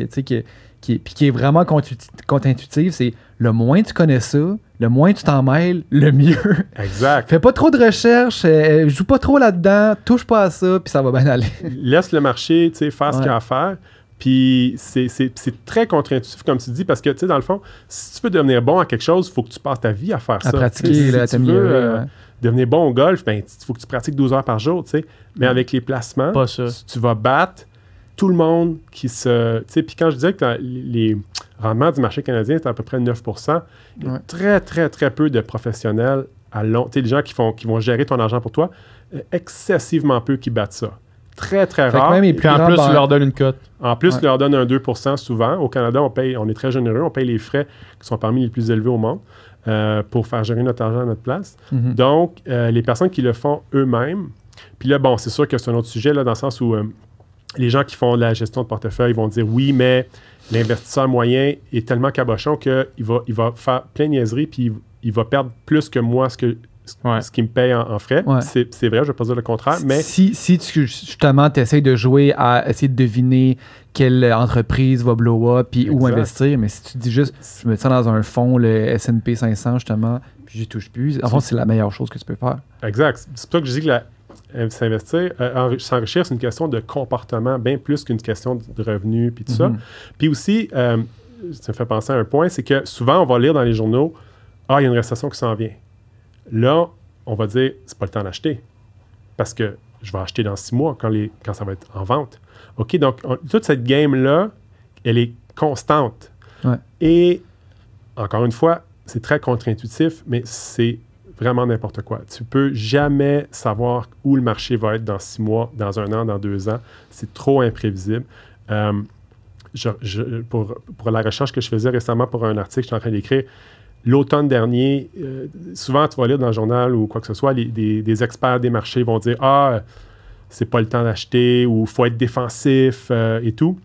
S3: est vraiment contre-intuitive, c'est le moins tu connais ça, le moins tu t'en mêles, le mieux.
S4: Exact.
S3: Fais pas trop de recherches, joue pas trop là-dedans, touche pas à ça, puis ça va bien aller.
S4: Laisse le marché, tu sais, faire ce qu'il y a à faire. Puis c'est très contre-intuitif, comme tu dis, parce que, tu sais, dans le fond, si tu veux devenir bon à quelque chose, il faut que tu passes ta vie à faire ça.
S3: À pratiquer,
S4: si tu veux devenir bon au golf, ben, il faut que tu pratiques 12 heures par jour, tu sais. Mais avec les placements, tu vas battre tout le monde qui se... Tu sais, puis quand je disais que les rendements du marché canadien, c'est à peu près 9%, il y a très, très, très peu de professionnels à long... Tu sais, les gens qui vont gérer ton argent pour toi, excessivement peu qui battent ça. Très, très rare.
S2: Et puis en plus, tu leur donnes une cote.
S4: En plus, tu leur donnes un 2% souvent. Au Canada, on est très généreux. On paye les frais qui sont parmi les plus élevés au monde pour faire gérer notre argent à notre place.
S3: Mm-hmm.
S4: Donc, les personnes qui le font eux-mêmes, puis là, bon, c'est sûr que c'est un autre sujet, là, dans le sens où les gens qui font de la gestion de portefeuille vont dire oui, mais l'investisseur moyen est tellement cabochon qu'il va faire plein de niaiseries, puis il va perdre plus que moi ce qui me paye en frais.
S3: Ouais.
S4: C'est vrai, je ne vais pas dire le contraire, mais...
S3: Si tu, justement, tu essaies de jouer à essayer de deviner quelle entreprise va blow up puis où investir, mais si tu dis juste, je me tiens dans un fonds, le S&P 500, justement, puis j'y touche plus, en fait, c'est la meilleure chose que tu peux faire.
S4: Exact. C'est pour ça que je dis que s'investir, s'enrichir, c'est une question de comportement, bien plus qu'une question de revenus puis tout ça. Puis aussi, ça me fait penser à un point, c'est que souvent, on va lire dans les journaux, « Ah, il y a une récession qui s'en vient. » Là, on va dire, c'est pas le temps d'acheter. Parce que je vais acheter dans 6 mois quand ça va être en vente. OK, donc toute cette game-là, elle est constante.
S3: Ouais.
S4: Et encore une fois, c'est très contre-intuitif, mais c'est vraiment n'importe quoi. Tu peux jamais savoir où le marché va être dans 6 mois, dans 1 an, dans 2 ans. C'est trop imprévisible. Pour la recherche que je faisais récemment pour un article que je suis en train d'écrire, l'automne dernier, souvent tu vas lire dans le journal ou quoi que ce soit, des experts des marchés vont dire « Ah, c'est pas le temps d'acheter » ou « faut être défensif » et tout.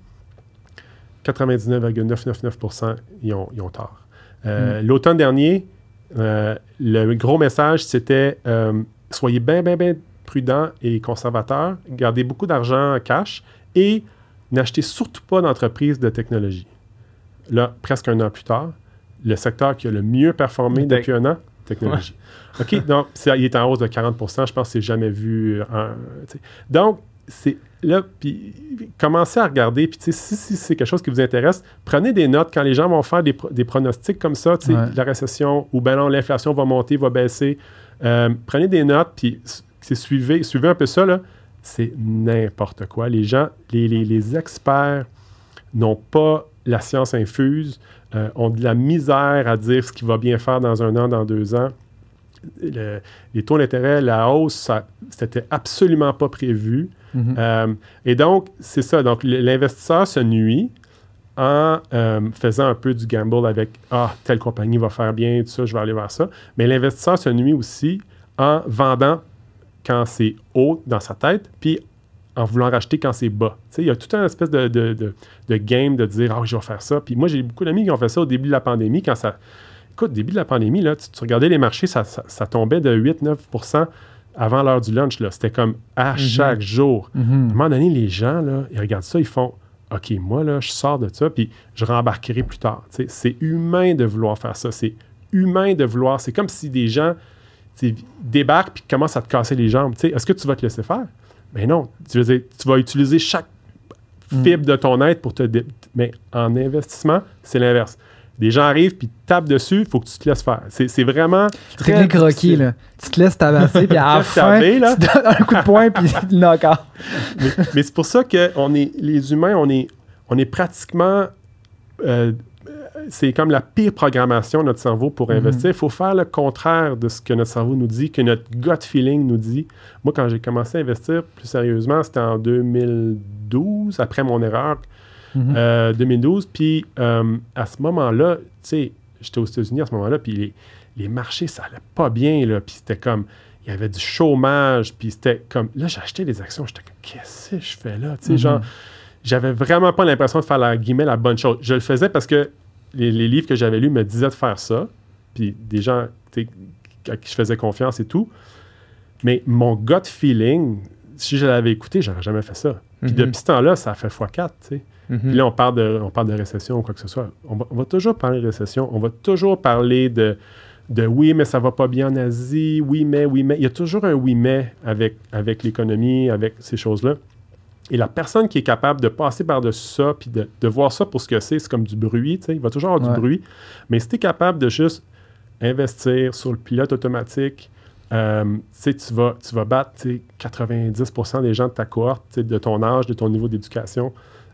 S4: 99,999% ils ont tort. L'automne dernier, le gros message, c'était soyez bien, bien, bien prudents et conservateurs, gardez beaucoup d'argent en cash et n'achetez surtout pas d'entreprise de technologie. Là, presque 1 an plus tard, le secteur qui a le mieux performé depuis 1 an, technologie. Ouais. OK, donc il est en hausse de 40%, je pense que c'est jamais vu. Donc, c'est là, puis commencez à regarder, puis si c'est quelque chose qui vous intéresse, prenez des notes quand les gens vont faire des pronostics comme ça, la récession, ou ben non, l'inflation va monter, va baisser. Prenez des notes, puis suivez un peu ça, là. C'est n'importe quoi. Les gens, les experts n'ont pas la science infuse, ont de la misère à dire ce qui va bien faire dans 1 an, dans 2 ans. Les taux d'intérêt, la hausse, c'était absolument pas prévu. Et donc, c'est ça. Donc, l'investisseur se nuit en faisant un peu du gamble avec telle compagnie va faire bien, tout ça, je vais aller vers ça. Mais l'investisseur se nuit aussi en vendant quand c'est haut dans sa tête, puis en voulant racheter quand c'est bas. Il y a tout un espèce de game de dire « je vais faire ça ». Puis moi, j'ai beaucoup d'amis qui ont fait ça au début de la pandémie. Écoute, au début de la pandémie, là, tu regardais les marchés, ça tombait de 8-9% avant l'heure du lunch. Là. C'était comme à chaque jour. À un moment donné, les gens, là, ils regardent ça, ils font « OK, moi, là, je sors de ça, puis je rembarquerai plus tard. » C'est humain de vouloir faire ça. C'est humain de vouloir... C'est comme si des gens débarquent puis commencent à te casser les jambes. Est-ce que tu vas te laisser faire? Mais non. Tu vas utiliser chaque fibre de ton être pour te... Mais en investissement, c'est l'inverse. Des gens arrivent puis te tapent dessus, il faut que tu te laisses faire. C'est vraiment très
S3: technique Rocky, là. Tu te laisses tabasser, puis à la fin, tu donnes un coup de poing, puis le knock-out.
S4: Mais c'est pour ça que les humains, on est pratiquement... c'est comme la pire programmation de notre cerveau pour investir. Il faut faire le contraire de ce que notre cerveau nous dit, que notre gut feeling nous dit. Moi, quand j'ai commencé à investir plus sérieusement, c'était en 2012, après mon erreur, 2012. Puis à ce moment-là, tu sais, j'étais aux États-Unis à ce moment-là, puis les marchés, ça allait pas bien, là. Puis c'était comme, il y avait du chômage, puis c'était comme, là, j'achetais des actions, j'étais comme, qu'est-ce que je fais là? Tu sais, genre, j'avais vraiment pas l'impression de faire, la bonne chose. Je le faisais parce que les livres que j'avais lus me disaient de faire ça, puis des gens à qui je faisais confiance et tout. Mais mon gut feeling, si je l'avais écouté, j'aurais jamais fait ça. Puis depuis ce temps-là, ça a fait x4, tu sais. Puis là, on parle de récession ou quoi que ce soit. On va toujours parler de récession. On va toujours parler de oui, mais ça va pas bien en Asie. Oui, mais. Il y a toujours un oui, mais avec l'économie, avec ces choses-là. Et la personne qui est capable de passer par-dessus ça, puis de voir ça pour ce que c'est comme du bruit, tu sais, il va toujours avoir du bruit. Mais si tu es capable de juste investir sur le pilote automatique, tu vas battre 90% des gens de ta cohorte, de ton âge, de ton niveau d'éducation.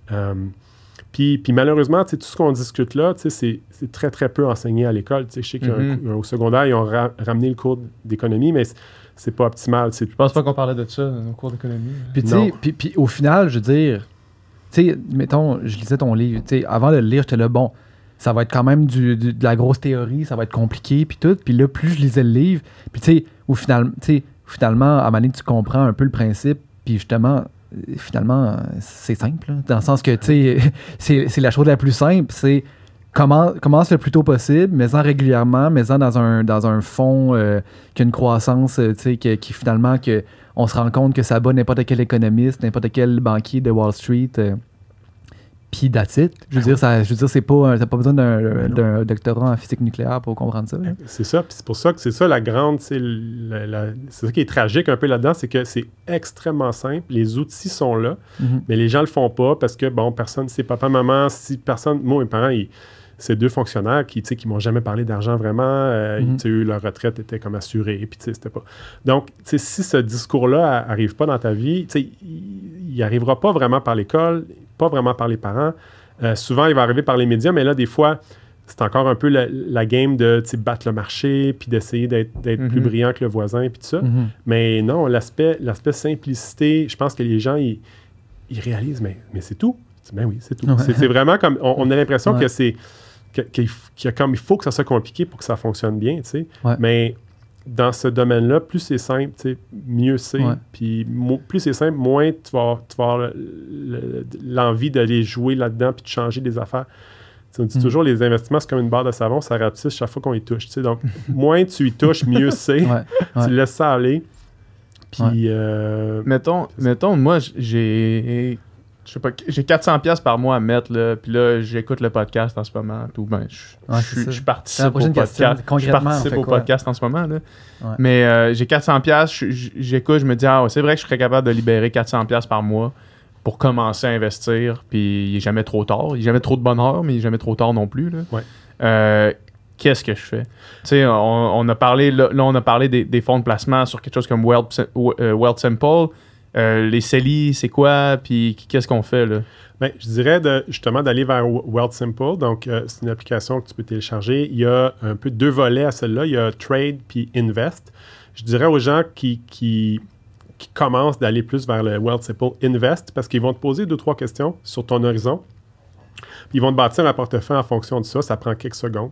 S4: Puis malheureusement, tout ce qu'on discute là, c'est très, très peu enseigné à l'école. Je sais qu'au secondaire, ils ont ramené le cours d'économie, mais c'est pas optimal.
S2: Je pense pas qu'on parlait de ça dans nos cours d'économie.
S3: Puis au final, je veux dire, mettons, je lisais ton livre, avant de le lire, j'étais là, bon, ça va être quand même de la grosse théorie, ça va être compliqué, puis tout. Puis là, plus je lisais le livre, puis finalement, à un moment donné, tu comprends un peu le principe, puis justement, finalement, c'est simple, là, dans le sens que, c'est la chose la plus simple, c'est commence le plus tôt possible, mais-en régulièrement, mais-en dans un fond qui a une croissance, qui finalement, on se rend compte que ça bat n'importe quel économiste, n'importe quel banquier de Wall Street, puis that's it. Je veux dire, c'est pas, t'as pas besoin d'un doctorat en physique nucléaire pour comprendre ça. Là.
S4: C'est ça, puis c'est pour ça que c'est ça la grande, c'est ça qui est tragique un peu là-dedans, c'est que c'est extrêmement simple, les outils sont là, mais les gens le font pas parce que, bon, personne, c'est papa, maman, moi, mes parents, c'est deux fonctionnaires qui m'ont jamais parlé d'argent vraiment. Leur retraite était comme assurée. Puis c'était pas... Donc, si ce discours-là n'arrive pas dans ta vie, il n'arrivera pas vraiment par l'école, pas vraiment par les parents. Souvent, il va arriver par les médias, mais là, des fois, c'est encore un peu la game de battre le marché, puis d'essayer d'être plus brillant que le voisin, puis tout ça. Mais non, l'aspect simplicité, je pense que les gens, ils réalisent, mais c'est tout. Ben oui, c'est tout. Ouais. C'est vraiment comme... On a l'impression que c'est... il faut que ça soit compliqué pour que ça fonctionne bien, tu sais. Ouais. Mais dans ce domaine-là, plus c'est simple, mieux c'est. Ouais. Puis plus c'est simple, moins tu vas avoir l'envie d'aller jouer là-dedans puis de changer des affaires. T'sais, on dit toujours, les investissements, c'est comme une barre de savon, ça rapetisse chaque fois qu'on y touche. T'sais. Donc, moins tu y touches, mieux c'est. Tu laisses ça aller. Puis...
S2: Mettons, moi, j'ai 400$ par mois à mettre, là, puis là, j'écoute le podcast en ce moment. Puis ben, je participe au podcast en ce moment. Là. Ouais. Mais j'ai 400$, j'écoute, je me dis, c'est vrai que je serais capable de libérer 400$ par mois pour commencer à investir. Puis il n'est jamais trop tard. Il n'est jamais trop de bonne heure, mais il n'est jamais trop tard non plus. Là. Ouais. Qu'est-ce que je fais? Tu sais, on a parlé, on a parlé des fonds de placement sur quelque chose comme Wealthsimple. Les CELI, c'est quoi? Puis qu'est-ce qu'on fait, là?
S4: Bien, je dirais justement d'aller vers Wealthsimple. Donc, c'est une application que tu peux télécharger. Il y a un peu deux volets à celle-là. Il y a Trade puis Invest. Je dirais aux gens qui commencent d'aller plus vers le Wealthsimple Invest parce qu'ils vont te poser 2-3 questions sur ton horizon Puis ils vont te bâtir un portefeuille en fonction de ça. Ça prend quelques secondes.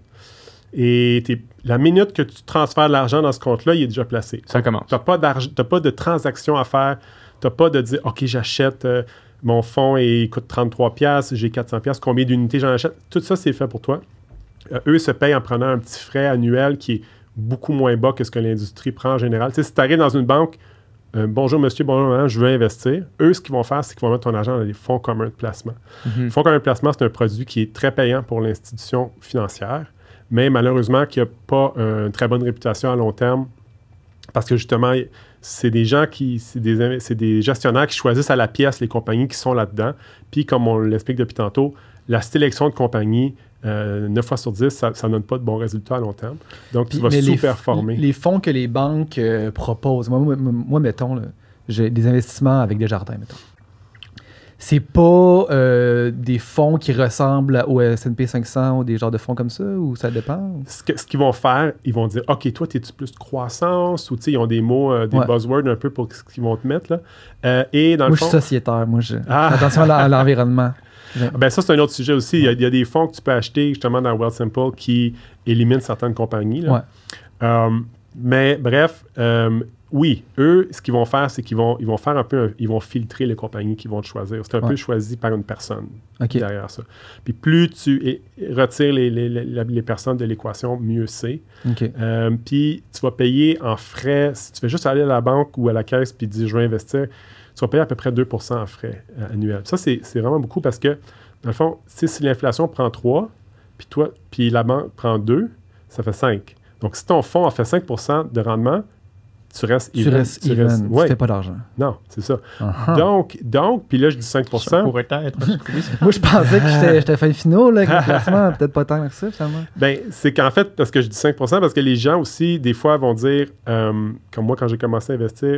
S4: Et la minute que tu transfères de l'argent dans ce compte-là, il est déjà placé.
S2: Ça commence.
S4: Tu n'as pas de transaction à faire. Tu n'as pas de dire, OK, j'achète, mon fonds et il coûte 33$, j'ai 400$, combien d'unités j'en achète? Tout ça, c'est fait pour toi. Eux se payent en prenant un petit frais annuel qui est beaucoup moins bas que ce que l'industrie prend en général. Tu sais, si tu arrives dans une banque, bonjour monsieur, bonjour madame, je veux investir. Eux, ce qu'ils vont faire, c'est qu'ils vont mettre ton argent dans des fonds communs de placement. Les fonds communs de placement, c'est un produit qui est très payant pour l'institution financière, mais malheureusement qui n'a pas une très bonne réputation à long terme parce que justement, c'est des gestionnaires qui choisissent à la pièce les compagnies qui sont là-dedans. Puis, comme on l'explique depuis tantôt, la sélection de compagnies, 9 fois sur 10, ça ne donne pas de bons résultats à long terme. Donc, tu vas sous-performer.
S3: Les fonds que les banques proposent, moi mettons, là, j'ai des investissements avec Desjardins, mettons. C'est pas des fonds qui ressemblent au S&P 500 ou des genres de fonds comme ça, ou ça dépend?
S4: Ce qu'ils vont faire, ils vont dire, OK, toi, t'es-tu plus de croissance? Ou, tu sais, ils ont des mots, des buzzwords un peu pour ce qu'ils vont te mettre, là. Et dans le fond...
S3: je suis sociétaire. Attention à l'environnement.
S4: Ben ça, c'est un autre sujet aussi. Il y a des fonds que tu peux acheter, justement, dans Wealthsimple qui éliminent certaines compagnies, là. Mais, bref... oui, eux, ce qu'ils vont faire, c'est qu'ils vont faire ils vont filtrer les compagnies qu'ils vont te choisir. C'est un peu choisi par une personne derrière ça. Puis plus tu retires les personnes de l'équation, mieux c'est. Puis tu vas payer en frais, si tu fais juste aller à la banque ou à la caisse puis dire je veux investir, tu vas payer à peu près 2% en frais annuels. Ça, c'est vraiment beaucoup parce que, dans le fond, si l'inflation prend 3, puis la banque prend 2, ça fait 5. Donc, si ton fonds a fait 5% de rendement, tu restes even.
S3: Tu fais pas d'argent.
S4: Non, c'est ça. Donc, puis là, je dis 5%.
S2: Ça pourrait être.
S3: Moi, je pensais que j'étais fin finaux, là, avec le placement. Peut-être pas tant que ça, finalement.
S4: Bien, c'est qu'en fait, parce que je dis 5%, parce que les gens aussi, des fois, vont dire, comme moi, quand j'ai commencé à investir,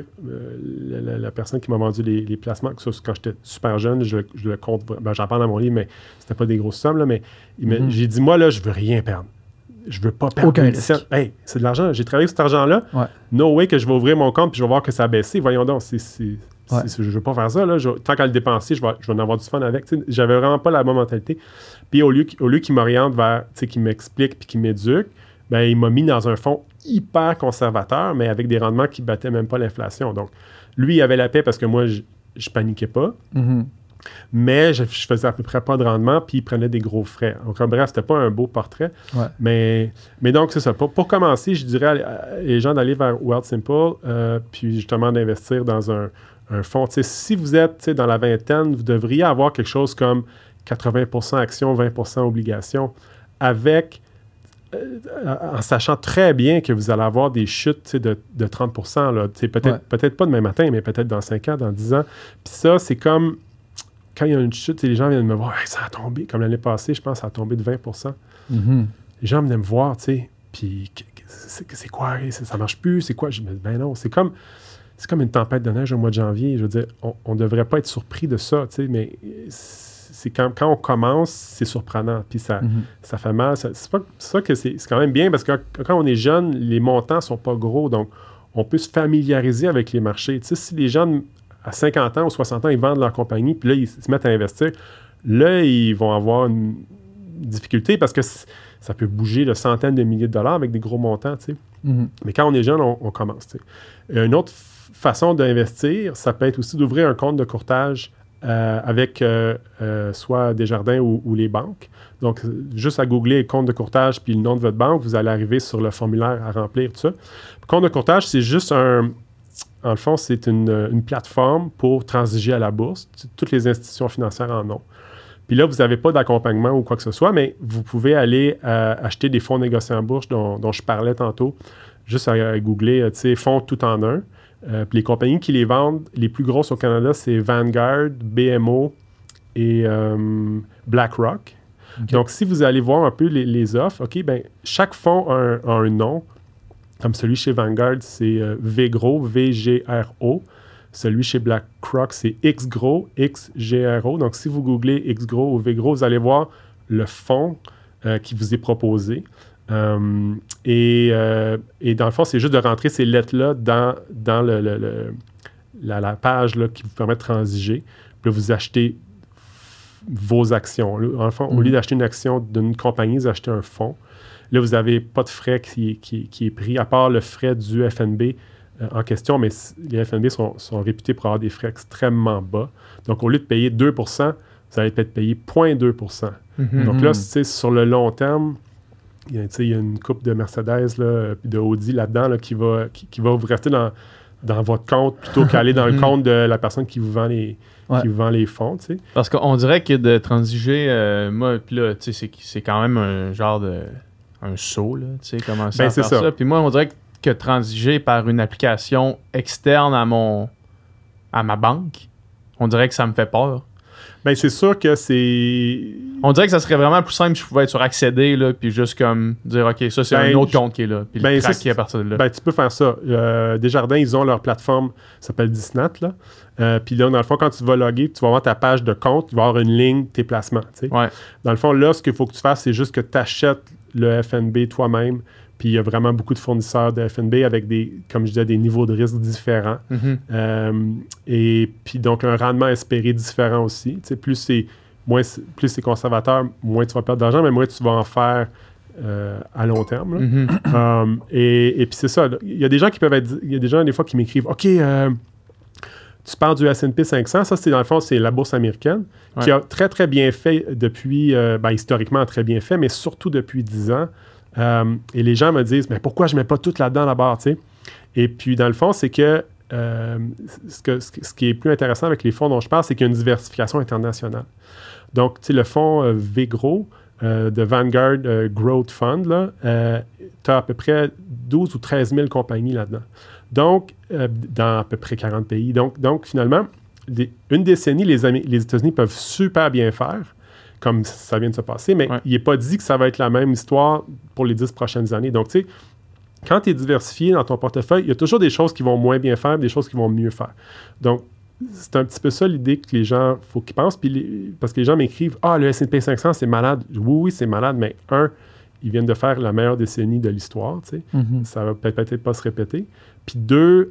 S4: la personne qui m'a vendu les placements, quand j'étais super jeune, je le compte, j'en parle dans mon livre, mais c'était pas des grosses sommes, là, mais j'ai dit, moi, là, je veux rien perdre. Je veux pas perdre.
S3: Aucun risque.
S4: Hey, c'est de l'argent. J'ai travaillé sur cet argent-là. No way que je vais ouvrir mon compte puis je vais voir que ça a baissé. Voyons donc, je veux pas faire ça. Là. Tant qu'à le dépenser, je vais en avoir du fun avec. T'sais, j'avais vraiment pas la bonne mentalité. Puis au lieu qu'il m'oriente vers, qu'il m'explique puis qu'il m'éduque, ben, il m'a mis dans un fonds hyper conservateur, mais avec des rendements qui battaient même pas l'inflation. Donc, lui, il avait la paix parce que moi, je paniquais pas. Mais je faisais à peu près pas de rendement, puis il prenait des gros frais. Donc, bref, c'était pas un beau portrait. Mais donc, c'est ça. Pour commencer, je dirais à les gens d'aller vers Wealthsimple, puis justement d'investir dans un fonds. T'sais, si vous êtes dans la vingtaine, vous devriez avoir quelque chose comme 80% actions, 20% obligations, avec... en sachant très bien que vous allez avoir des chutes de 30%. Là, peut-être pas demain matin, mais peut-être dans 5 ans, dans 10 ans. Puis ça, c'est comme... Quand il y a une chute, les gens viennent me voir, hey, ça a tombé. Comme l'année passée, je pense, ça a tombé de 20%. Les gens venaient me voir, tu sais, puis c'est quoi? Ça marche plus? C'est quoi? Je me dis, ben non, c'est comme une tempête de neige au mois de janvier. Je veux dire, on ne devrait pas être surpris de ça, tu sais, mais c'est quand on commence, c'est surprenant, puis ça fait mal. C'est ça que c'est quand même bien, parce que quand on est jeune, les montants ne sont pas gros, donc on peut se familiariser avec les marchés. Tu sais, si les gens... à 50 ans ou 60 ans, ils vendent leur compagnie, puis là, ils se mettent à investir. Là, ils vont avoir une difficulté parce que ça peut bouger de centaines de milliers de dollars avec des gros montants, tu sais. Mais quand on est jeune, on commence, tu sais. Une autre façon d'investir, ça peut être aussi d'ouvrir un compte de courtage avec soit Desjardins ou les banques. Donc, juste à googler compte de courtage puis le nom de votre banque, vous allez arriver sur le formulaire à remplir, tout ça. Puis, compte de courtage, c'est juste en le fond, c'est une plateforme pour transiger à la bourse. Toutes les institutions financières en ont. Puis là, vous n'avez pas d'accompagnement ou quoi que ce soit, mais vous pouvez aller acheter des fonds négociés en bourse dont je parlais tantôt, juste à googler, tu sais, fonds tout en un. Puis les compagnies qui les vendent, les plus grosses au Canada, c'est Vanguard, BMO et BlackRock. Donc, si vous allez voir un peu les offres, OK, bien, chaque fonds a un nom. Comme celui chez Vanguard, c'est VGRO, V-G-R-O. Celui chez BlackRock, c'est XGRO, X-G-R-O. Donc, si vous googlez XGRO ou VGRO, vous allez voir le fonds qui vous est proposé. Et dans le fond, c'est juste de rentrer ces lettres-là dans la page là, qui vous permet de transiger. Puis là, vous achetez vos actions. Là, en fond, au lieu d'acheter une action d'une compagnie, vous achetez un fonds. Là, vous n'avez pas de frais qui est pris, à part le frais du FNB en question, mais les FNB sont réputés pour avoir des frais extrêmement bas. Donc, au lieu de payer 2 %, vous allez peut-être payer 0,2 %. Donc là, sur le long terme, il y a une coupe de Mercedes là, puis de Audi là-dedans là, qui va vous rester dans votre compte plutôt qu'aller dans le compte de la personne qui vous vend les fonds. T'sais.
S2: Parce qu'on dirait que de transiger, moi, puis là, c'est quand même un genre de... un saut, là, tu sais, commencer à faire ça. Puis moi, on dirait que transiger par une application externe à ma banque, on dirait que ça me fait peur.
S4: Ben c'est sûr que c'est...
S2: On dirait que ça serait vraiment plus simple si je pouvais être sur accéder, là, puis juste comme dire, OK, ça, c'est un autre compte qui est là, puis le track qui est à partir de là.
S4: Ben, tu peux faire ça. Desjardins, ils ont leur plateforme, ça s'appelle Disnat, là. Puis là, dans le fond, quand tu vas loguer, tu vas voir ta page de compte, tu vas avoir une ligne, tes placements, tu sais.
S2: Ouais.
S4: Dans le fond, là, ce qu'il faut que tu fasses, c'est juste que tu achètes le FNB toi-même. Puis il y a vraiment beaucoup de fournisseurs de FNB avec comme je disais, des niveaux de risque différents. Et puis donc un rendement espéré différent aussi. Tu sais, plus c'est conservateur, moins tu vas perdre d'argent, mais moins tu vas en faire à long terme. Là. Et puis c'est ça. Il y a des gens il y a des gens des fois qui m'écrivent OK, tu parles du S&P 500, ça c'est dans le fond, c'est la bourse américaine qui a très très bien fait depuis, historiquement très bien fait, mais surtout depuis 10 ans. Et les gens me disent, mais pourquoi je ne mets pas tout là-dedans d'abord, tu sais? Et puis, dans le fond, c'est que ce qui est plus intéressant avec les fonds dont je parle, c'est qu'il y a une diversification internationale. Donc, tu sais, le fonds VGRO de Vanguard Growth Fund, tu as à peu près 12 ou 13 000 compagnies là-dedans. Donc, dans à peu près 40 pays. Donc finalement, une décennie, les États-Unis peuvent super bien faire, comme ça vient de se passer, mais il n'est pas dit que ça va être la même histoire pour les 10 prochaines années. Donc, tu sais, quand tu es diversifié dans ton portefeuille, il y a toujours des choses qui vont moins bien faire, des choses qui vont mieux faire. Donc, c'est un petit peu ça l'idée que les gens, faut qu'ils pensent, parce que les gens m'écrivent « Ah, le S&P 500, c'est malade. » Oui, c'est malade, mais ils viennent de faire la meilleure décennie de l'histoire, tu sais. Ça va peut-être pas se répéter. Puis 2,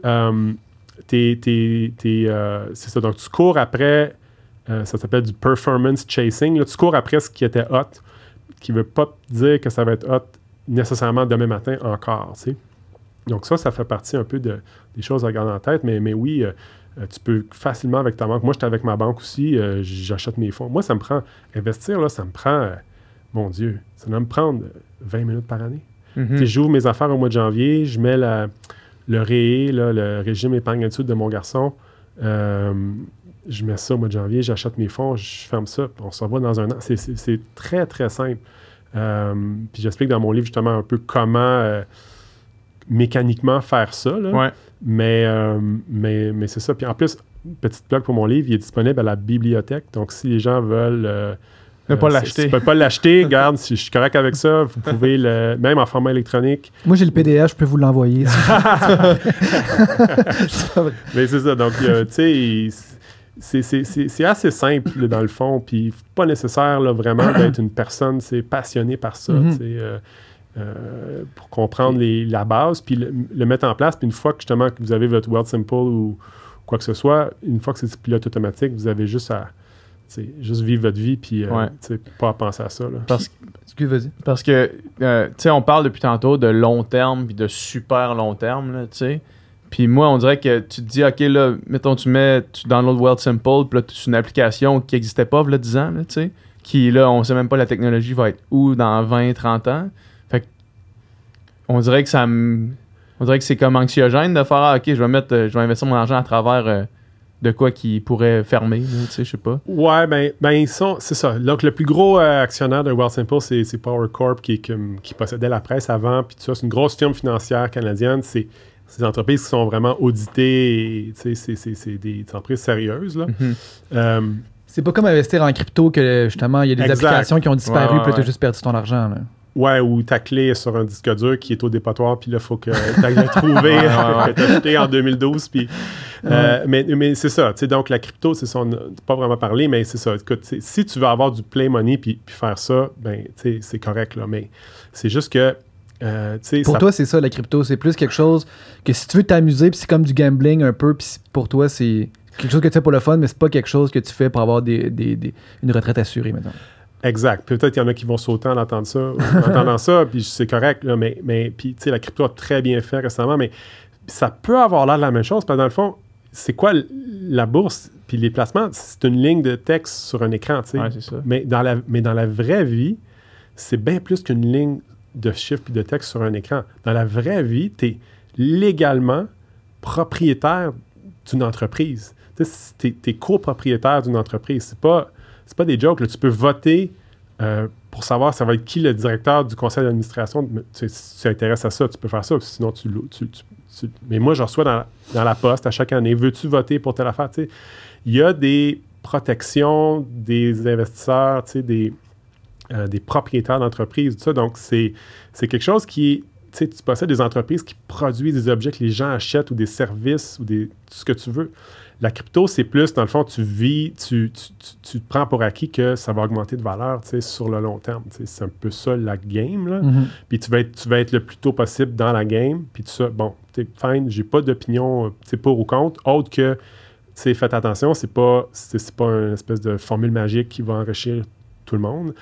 S4: c'est ça. Donc, tu cours après... ça s'appelle du performance chasing. Là, tu cours après ce qui était hot, qui ne veut pas dire que ça va être hot nécessairement demain matin encore. Tu sais. Donc ça fait partie un peu des choses à garder en tête. Mais oui, tu peux facilement avec ta banque. Moi, j'étais avec ma banque aussi. J'achète mes fonds. Moi, ça me prend... Investir, là, ça me prend... mon Dieu, ça va me prendre 20 minutes par année. Tu sais, j'ouvre mes affaires au mois de janvier. Je mets le REE, le régime épargne-études de mon garçon. Je mets ça au mois de janvier, j'achète mes fonds, je ferme ça, on se revoit dans un an. C'est très, très simple. Puis j'explique dans mon livre justement un peu comment mécaniquement faire ça. Là. Mais c'est ça. Puis en plus, petite blog pour mon livre, il est disponible à la bibliothèque. Donc si les gens veulent...
S2: ne pas l'acheter.
S4: Si tu ne peux pas l'acheter, regarde, si je suis correct avec ça, vous pouvez même en format électronique.
S3: Moi, j'ai le PDF, je peux vous l'envoyer.
S4: Mais c'est ça. Donc, tu sais... C'est assez simple dans le fond, puis pas nécessaire là, vraiment d'être une personne passionnée par ça, pour comprendre la base, puis le mettre en place, puis une fois que justement que vous avez votre Wealthsimple ou quoi que ce soit, une fois que c'est pilote automatique, vous avez juste à juste vivre votre vie, puis pas à penser à ça. Là.
S2: Parce que tu sais, on parle depuis tantôt de long terme, puis de super long terme, tu sais. Puis moi, on dirait que tu te dis, OK, là, mettons, tu download Wealthsimple, puis là, c'est une application qui n'existait pas, il y a 10 ans, là, tu sais, qui, là, on sait même pas la technologie va être où dans 20, 30 ans. Fait que, on dirait que c'est comme anxiogène de faire, OK, je vais investir mon argent à travers de quoi qui pourrait fermer, tu sais, je sais pas.
S4: Ouais, ben c'est ça. Donc, le plus gros actionnaire de Wealthsimple, c'est Power Corp qui possédait la presse avant, puis tout ça, c'est une grosse firme financière canadienne, c'est des entreprises qui sont vraiment auditées, c'est des entreprises sérieuses. Là.
S3: C'est pas comme investir en crypto que justement il y a des applications qui ont disparu puis tu as juste perdu ton argent. Là.
S4: Ouais, ou ta clé est sur un disque dur qui est au dépotoir, puis là, il faut que tu ailles le trouver, que tu as acheté en 2012. Puis, mais c'est ça. Donc, la crypto, c'est ça, on n'a pas vraiment parlé, mais c'est ça. Écoute, si tu veux avoir du play money puis faire ça, ben, c'est correct, là. Mais c'est juste que.
S3: Pour toi, c'est ça, la crypto. C'est plus quelque chose que si tu veux t'amuser, puis c'est comme du gambling un peu, puis pour toi, c'est quelque chose que tu fais pour le fun, mais c'est pas quelque chose que tu fais pour avoir une retraite assurée, maintenant.
S4: Exact. Peut-être qu'il y en a qui vont sauter en entendant ça, puis c'est correct, là, mais puis, tu sais, la crypto a très bien fait récemment, mais ça peut avoir l'air de la même chose, parce que dans le fond, c'est quoi la bourse, puis les placements? C'est une ligne de texte sur un écran, tu sais.
S2: Ouais, c'est ça.
S4: Mais dans la vraie vie, c'est bien plus qu'une ligne de chiffres puis de texte sur un écran. Dans la vraie vie, tu es légalement propriétaire d'une entreprise. Tu es copropriétaire d'une entreprise. C'est pas des jokes. Là. Tu peux voter pour savoir ça va être qui le directeur du conseil d'administration. Si tu t'intéresses à ça, tu peux faire ça. Sinon, mais moi, je reçois dans la poste à chaque année. Veux-tu voter pour telle affaire? T'sais, il y a des protections des investisseurs, des propriétaires d'entreprises, tout ça. Donc, c'est quelque chose qui est... Tu possèdes des entreprises qui produisent des objets que les gens achètent ou des services ou tout ce que tu veux. La crypto, c'est plus, dans le fond, tu te prends pour acquis que ça va augmenter de valeur sur le long terme. C'est un peu ça la game. Là.
S3: Mm-hmm.
S4: Puis tu vas être le plus tôt possible dans la game. Puis tout ça, bon, fine, j'ai pas d'opinion pour ou contre, autre que, faites attention, c'est pas une espèce de formule magique qui va enrichir tout le monde.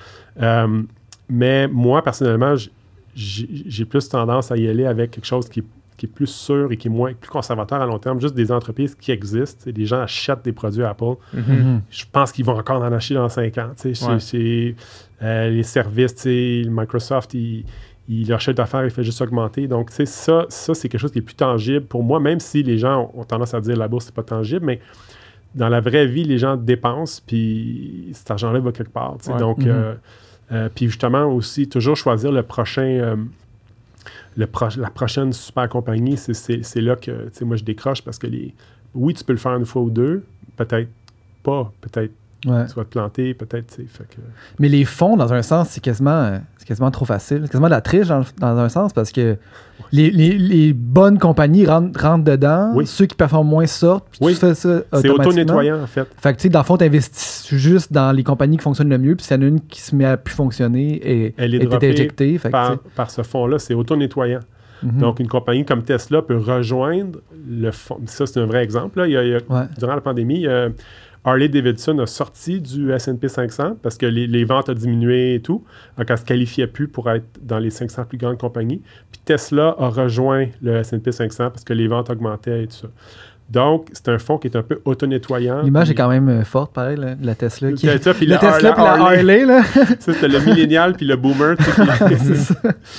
S4: Mais moi, personnellement, j'ai plus tendance à y aller avec quelque chose qui est plus sûr et qui est plus conservateur à long terme, juste des entreprises qui existent. Les gens achètent des produits Apple.
S3: Mm-hmm.
S4: Je pense qu'ils vont encore en acheter dans 5 ans. Les services, Microsoft, leur chiffre d'affaires, il fait juste augmenter. Donc, ça, c'est quelque chose qui est plus tangible pour moi, même si les gens ont tendance à dire la bourse, c'est pas tangible, mais dans la vraie vie, les gens dépensent, puis cet argent-là va quelque part.
S2: Ouais.
S4: Donc, puis justement aussi, toujours choisir le prochain... la prochaine super compagnie, c'est là que moi je décroche parce que oui, tu peux le faire une fois ou deux, peut-être pas, peut-être tu vas te planter, peut-être. Fait que...
S3: Mais les fonds, dans un sens, c'est quasiment trop facile. C'est quasiment de la triche dans un sens parce que les bonnes compagnies rentrent dedans, ceux qui performent moins sortent, puis tu fais ça automatiquement.
S4: C'est auto-nettoyant en fait.
S3: Fait que dans le fond, tu investis juste dans les compagnies qui fonctionnent le mieux, puis s'il y en a une qui se met à plus fonctionner et
S4: elle est
S3: éjectée.
S4: Par ce fonds-là, c'est auto-nettoyant. Mm-hmm. Donc, une compagnie comme Tesla peut rejoindre le fonds. Ça, c'est un vrai exemple. Là. Durant la pandémie, Harley Davidson a sorti du S&P 500 parce que les ventes ont diminué et tout. Donc, elle ne se qualifiait plus pour être dans les 500 plus grandes compagnies. Puis Tesla a rejoint le S&P 500 parce que les ventes augmentaient et tout ça. Donc, c'est un fonds qui est un peu auto-nettoyant.
S3: L'image est quand même forte, pareil, la Tesla.
S4: Le Tesla puis
S3: la Harley. Là.
S4: Ça, c'était le millénial puis le boomer.
S3: C'est ça.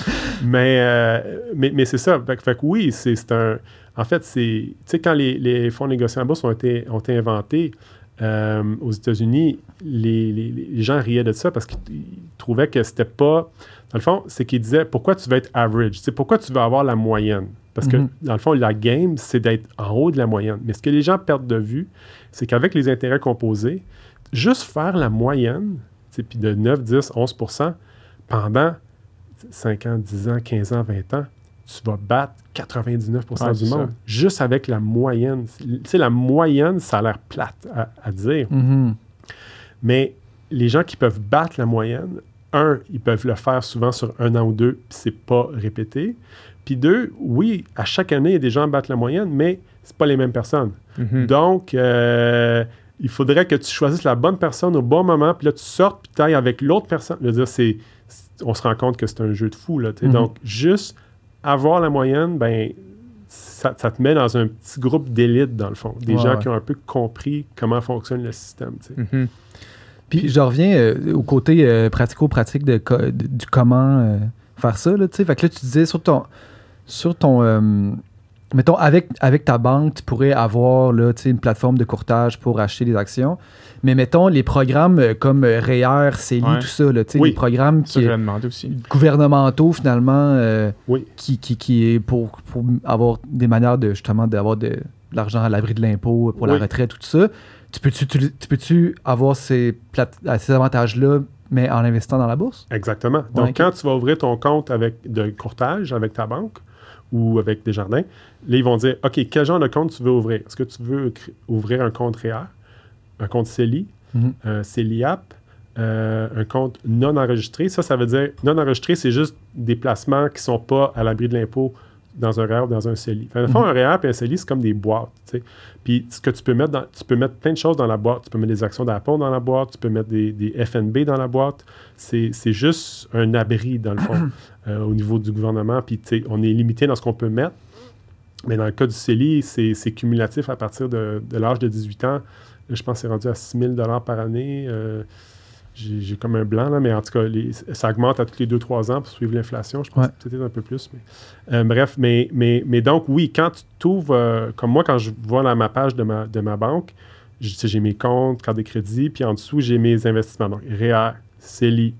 S4: Mais c'est ça. Fait que oui, c'est un... En fait, c'est... Tu sais, quand les fonds négociés en bourse ont été inventés aux États-Unis, les gens riaient de ça parce qu'ils trouvaient que c'était pas... Dans le fond, c'est qu'ils disaient, pourquoi tu veux être average? Tu sais, pourquoi tu veux avoir la moyenne? Parce que, dans le fond, la game, c'est d'être en haut de la moyenne. Mais ce que les gens perdent de vue, c'est qu'avec les intérêts composés, juste faire la moyenne, puis de 9, 10, 11%, pendant 5 ans, 10 ans, 15 ans, 20 ans, tu vas battre 99% du monde. Juste avec la moyenne. Tu sais, la moyenne, ça a l'air plate à dire.
S3: Mm-hmm.
S4: Mais les gens qui peuvent battre la moyenne, ils peuvent le faire souvent sur 1 an ou 2, puis c'est pas répété. Puis 2, oui, à chaque année, il y a des gens qui battent la moyenne, mais c'est pas les mêmes personnes.
S2: Mm-hmm.
S4: Donc, il faudrait que tu choisisses la bonne personne au bon moment, puis là, tu sortes, puis tu ailles avec l'autre personne. Je veux dire, on se rend compte que c'est un jeu de fou, là. Mm-hmm. Donc, juste avoir la moyenne, ben ça te met dans un petit groupe d'élite, dans le fond. Des gens qui ont un peu compris comment fonctionne le système, tu sais.
S2: Mm-hmm.
S3: Puis, je reviens au côté pratico-pratique du comment faire ça, là, tu sais. Fait que là, tu disais sur ton mettons, avec ta banque, tu pourrais avoir là, une plateforme de courtage pour acheter des actions. Mais mettons, les programmes comme REER, CELI, tout ça, là, les programmes gouvernementaux, finalement, qui est pour avoir des manières de justement d'avoir de l'argent à l'abri de l'impôt pour la retraite, tout ça. Tu peux-tu avoir ces avantages-là, mais en investissant dans la bourse?
S4: Exactement. Donc, quand tu vas ouvrir ton compte de courtage avec ta banque ou avec Desjardins, là, ils vont dire, OK, quel genre de compte tu veux ouvrir? Est-ce que tu veux ouvrir un compte REER, un compte CELI, un CELIAP, un compte non enregistré? Ça veut dire, non enregistré, c'est juste des placements qui ne sont pas à l'abri de l'impôt dans un REER ou dans un CELI. Dans le fond, un REER et un CELI, c'est comme des boîtes. T'sais. Puis ce que tu peux mettre, tu peux mettre plein de choses dans la boîte. Tu peux mettre des actions d'Apple dans la boîte, tu peux mettre des FNB dans la boîte. C'est juste un abri, dans le fond, au niveau du gouvernement. Puis on est limité dans ce qu'on peut mettre. Mais dans le cas du CELI, c'est cumulatif à partir de l'âge de 18 ans. Là, je pense que c'est rendu à 6 000 $ par année. J'ai comme un blanc, là, mais en tout cas, ça augmente à tous les 2-3 ans pour suivre l'inflation. Je pense que peut-être un peu plus. Mais, bref, mais donc, oui, quand tu t'ouvres, comme moi, quand je vois dans ma page de ma banque, j'ai mes comptes, carte de crédit, puis en dessous, j'ai mes investissements. Donc, REER, CELI,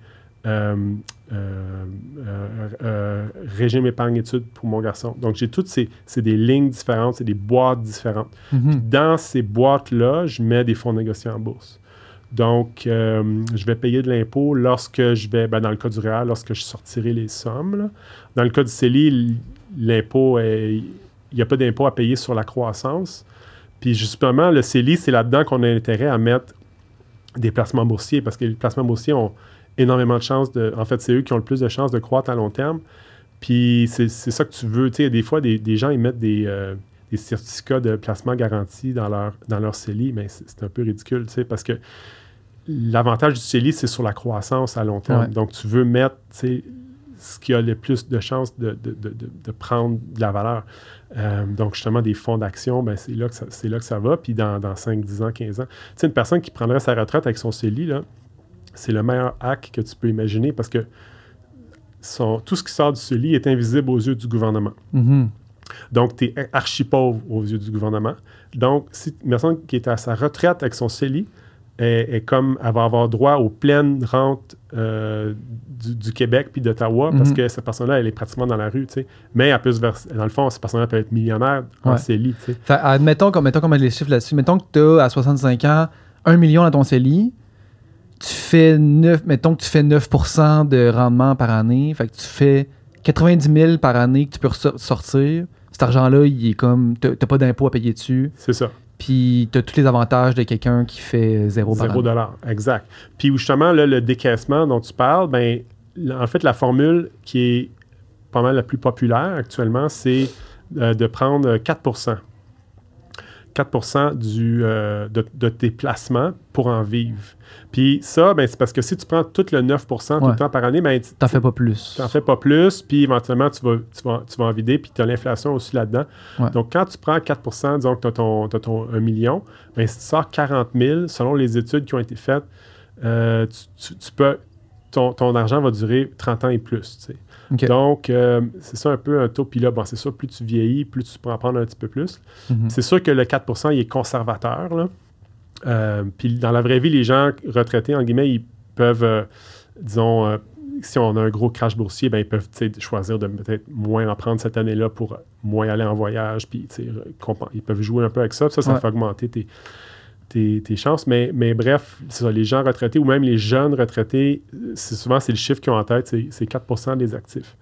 S4: régime épargne-études pour mon garçon. Donc, j'ai toutes c'est des lignes différentes, c'est des boîtes différentes. Puis dans ces boîtes-là, je mets des fonds négociés en bourse. Donc, je vais payer de l'impôt lorsque je vais, dans le cas du REER, lorsque je sortirai les sommes. Là. Dans le cas du CELI, l'impôt, il n'y a pas d'impôt à payer sur la croissance. Puis justement, le CELI, c'est là-dedans qu'on a intérêt à mettre des placements boursiers parce que les placements boursiers ont énormément de chances en fait, c'est eux qui ont le plus de chances de croître à long terme. Puis c'est ça que tu veux. Tu sais, des fois, des gens, ils mettent des certificats de placement garantis dans leur CELI, mais c'est un peu ridicule, tu sais, parce que l'avantage du CELI, c'est sur la croissance à long terme. Ouais. Donc, tu veux mettre ce qui a le plus de chances de prendre de la valeur. Donc, justement, des fonds d'action, c'est là que ça va. Puis dans 5, 10 ans, 15 ans. Tu sais, une personne qui prendrait sa retraite avec son CELI, là, c'est le meilleur hack que tu peux imaginer parce que tout ce qui sort du CELI est invisible aux yeux du gouvernement. Mm-hmm. Donc, tu es archi pauvre aux yeux du gouvernement. Donc, si une personne qui est à sa retraite avec son CELI, elle va avoir droit aux pleines rentes du Québec puis d'Ottawa parce que cette personne-là, elle est pratiquement dans la rue, tu sais. Mais elle peut dans le fond, cette personne-là peut être millionnaire en CELI, tu sais.
S3: Admettons qu'on met les chiffres là-dessus. Mettons que tu as, à 65 ans, 1 million dans ton CELI. Mettons que tu fais 9% de rendement par année. Fait que tu fais 90 000 par année que tu peux sortir. Cet argent-là, il est comme... Tu n'as pas d'impôt à payer dessus.
S4: C'est ça.
S3: Puis tu as tous les avantages de quelqu'un qui fait 0 par année.
S4: 0 $, exact. Puis justement, là, le décaissement dont tu parles, en fait, la formule qui est pas mal la plus populaire actuellement, c'est de prendre 4%. 4% de tes placements pour en vivre. Puis ça, c'est parce que si tu prends tout le 9% tout le temps par année,
S3: t'en fais pas plus.
S4: T'en fais pas plus, puis éventuellement, tu vas en vider, puis tu as l'inflation aussi là-dedans. Ouais. Donc, quand tu prends 4%, disons que tu as ton 1 million, si tu sors 40 000, selon les études qui ont été faites, tu peux... Ton argent va durer 30 ans et plus, tu sais. Okay. Donc, c'est ça un peu un taux. Puis là, c'est sûr, plus tu vieillis, plus tu peux en prendre un petit peu plus. Mm-hmm. C'est sûr que le 4%, il est conservateur, là. Puis dans la vraie vie, les gens retraités, en guillemets, ils peuvent, disons, si on a un gros crash boursier, ils peuvent choisir de peut-être moins en prendre cette année-là pour moins aller en voyage. Puis, ils peuvent jouer un peu avec ça. Ça fait augmenter tes chances. Mais bref, c'est ça, les gens retraités ou même les jeunes retraités, c'est le chiffre qu'ils ont en tête, c'est 4% des actifs.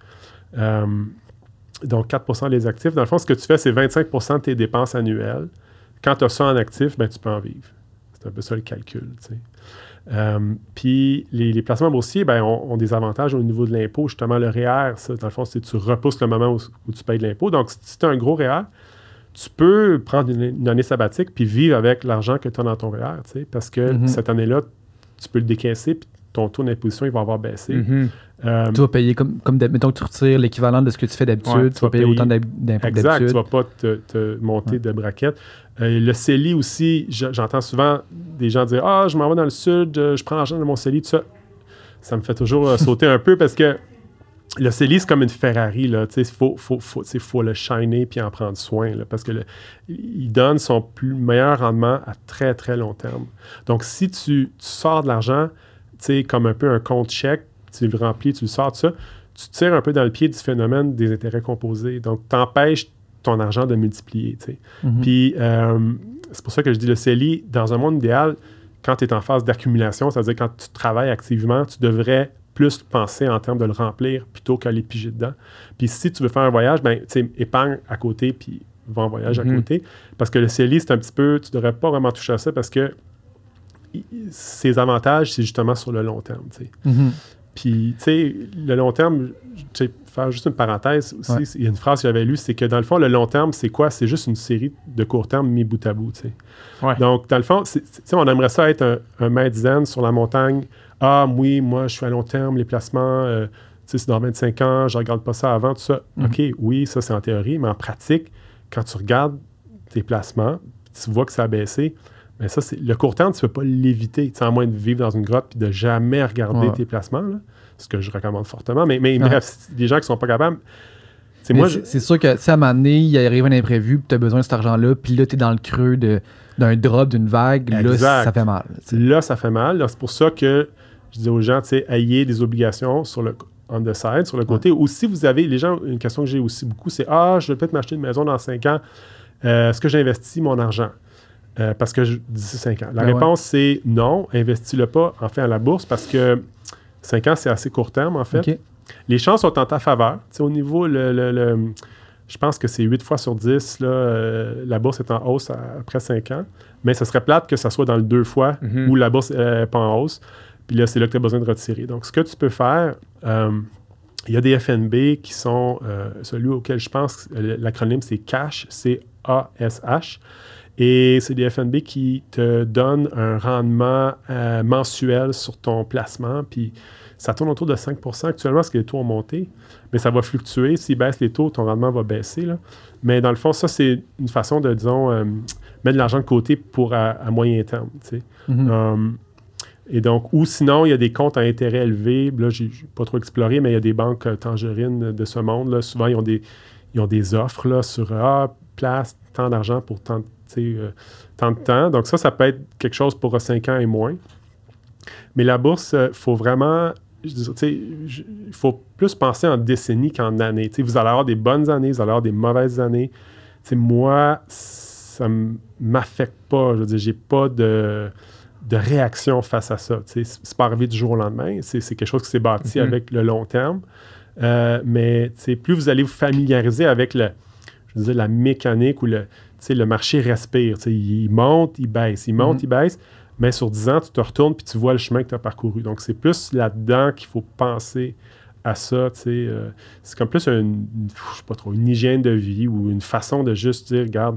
S4: Donc, 4% des actifs. Dans le fond, ce que tu fais, c'est 25% de tes dépenses annuelles. Quand tu as ça en actif, tu peux en vivre. C'est un peu ça le calcul, tu sais. Puis, les placements boursiers, ont des avantages au niveau de l'impôt. Justement, le REER, ça, dans le fond, c'est tu repousses le moment où tu payes de l'impôt. Donc, si tu as un gros REER, tu peux prendre une année sabbatique puis vivre avec l'argent que tu as dans ton REER, tu sais, parce que cette année-là, tu peux le décaisser puis ton taux d'imposition, il va avoir baissé.
S3: Tu vas payer comme mettons que tu retires l'équivalent de ce que tu fais d'habitude, tu vas payer autant d'impôts que d'habitude.
S4: Exact, tu ne vas pas te monter de braquette. Le CELI aussi, j'entends souvent des gens dire « Ah, je m'en vais dans le sud, je prends l'argent de mon CELI, tout ça. » Ça me fait toujours sauter un peu parce que le CELI, c'est comme une Ferrari, là. Il faut le shiner puis en prendre soin, là, parce que il donne son meilleur rendement à très, très long terme. Donc, si tu sors de l'argent, comme un peu un compte chèque, tu le remplis, tu le sors, tout ça, tu tires un peu dans le pied du phénomène des intérêts composés. Donc, tu empêches ton argent de multiplier. Puis, c'est pour ça que je dis le CELI, dans un monde idéal, quand tu es en phase d'accumulation, c'est-à-dire quand tu travailles activement, tu devrais plus penser en termes de le remplir plutôt qu'à les piger dedans. Puis si tu veux faire un voyage, épargne à côté puis va en voyage à côté. Parce que le CELI, c'est un petit peu... Tu ne devrais pas vraiment toucher à ça parce que ses avantages, c'est justement sur le long terme. Puis, le long terme, faire juste une parenthèse aussi, il y a une phrase que j'avais lue, c'est que dans le fond, le long terme, c'est quoi? C'est juste une série de court terme mis bout à bout, tu sais.
S2: Ouais.
S4: Donc, dans le fond, on aimerait ça être un maître zen sur la montagne. Ah, oui, moi, je suis à long terme, les placements, c'est dans 25 ans, je regarde pas ça avant, tout ça. OK, oui, ça, c'est en théorie, mais en pratique, quand tu regardes tes placements, tu vois que ça a baissé, mais ça, c'est le court terme, tu ne peux pas l'éviter, à moins de vivre dans une grotte et de jamais regarder tes placements, là, ce que je recommande fortement. Mais bref, les gens qui ne sont pas capables...
S3: C'est sûr que, à un moment donné, il arrive un imprévu, puis tu as besoin de cet argent-là, puis là, tu es dans le creux d'un drop, d'une vague, là, ça fait mal.
S4: Là, ça fait mal. Là, c'est pour ça que je dis aux gens, ayez des obligations sur le on the side, sur le côté. Ou si vous avez... Les gens, une question que j'ai aussi beaucoup, c'est « Ah, je vais peut-être m'acheter une maison dans 5 ans. Est-ce que j'investis mon argent? » Parce que d'ici 5 ans. La réponse, c'est non, investis-le pas en fait à la bourse parce que 5 ans, c'est assez court terme en fait.
S3: Okay.
S4: Les chances sont en ta faveur. Au niveau, je pense que c'est 8 fois sur 10, là, la bourse est en hausse après 5 ans. Mais ça serait plate que ça soit dans le 2 fois où la bourse n'est pas en hausse. Puis là, c'est là que tu as besoin de retirer. Donc, ce que tu peux faire, il y a des FNB qui sont, celui auquel je pense, l'acronyme c'est CASH, C-A-S-H. Et c'est des FNB qui te donnent un rendement mensuel sur ton placement. Puis ça tourne autour de 5 % actuellement parce que les taux ont monté. Mais ça va fluctuer. S'ils baissent les taux, ton rendement va baisser, là. Mais dans le fond, ça, c'est une façon de, disons, mettre de l'argent de côté pour à moyen terme. Tu sais. Et donc, ou sinon, il y a des comptes à intérêt élevé. Là, je n'ai pas trop exploré, mais il y a des banques tangerines de ce monde. Là. Souvent, ils ont des offres là, sur place, tant d'argent pour tant de temps. Donc ça peut être quelque chose pour 5 ans et moins. Mais la bourse, il faut vraiment... Il faut plus penser en décennies qu'en années. Vous allez avoir des bonnes années, vous allez avoir des mauvaises années. Moi, ça ne m'affecte pas. Je veux dire, j'ai pas de réaction face à ça. C'est pas arrivé du jour au lendemain. C'est quelque chose qui s'est bâti avec le long terme. Mais plus vous allez vous familiariser avec la mécanique ou le marché respire. Il monte, il baisse, il monte, il baisse. Mais sur 10 ans, tu te retournes puis tu vois le chemin que tu as parcouru. Donc, c'est plus là-dedans qu'il faut penser à ça. C'est comme plus une hygiène de vie ou une façon de juste dire, regarde,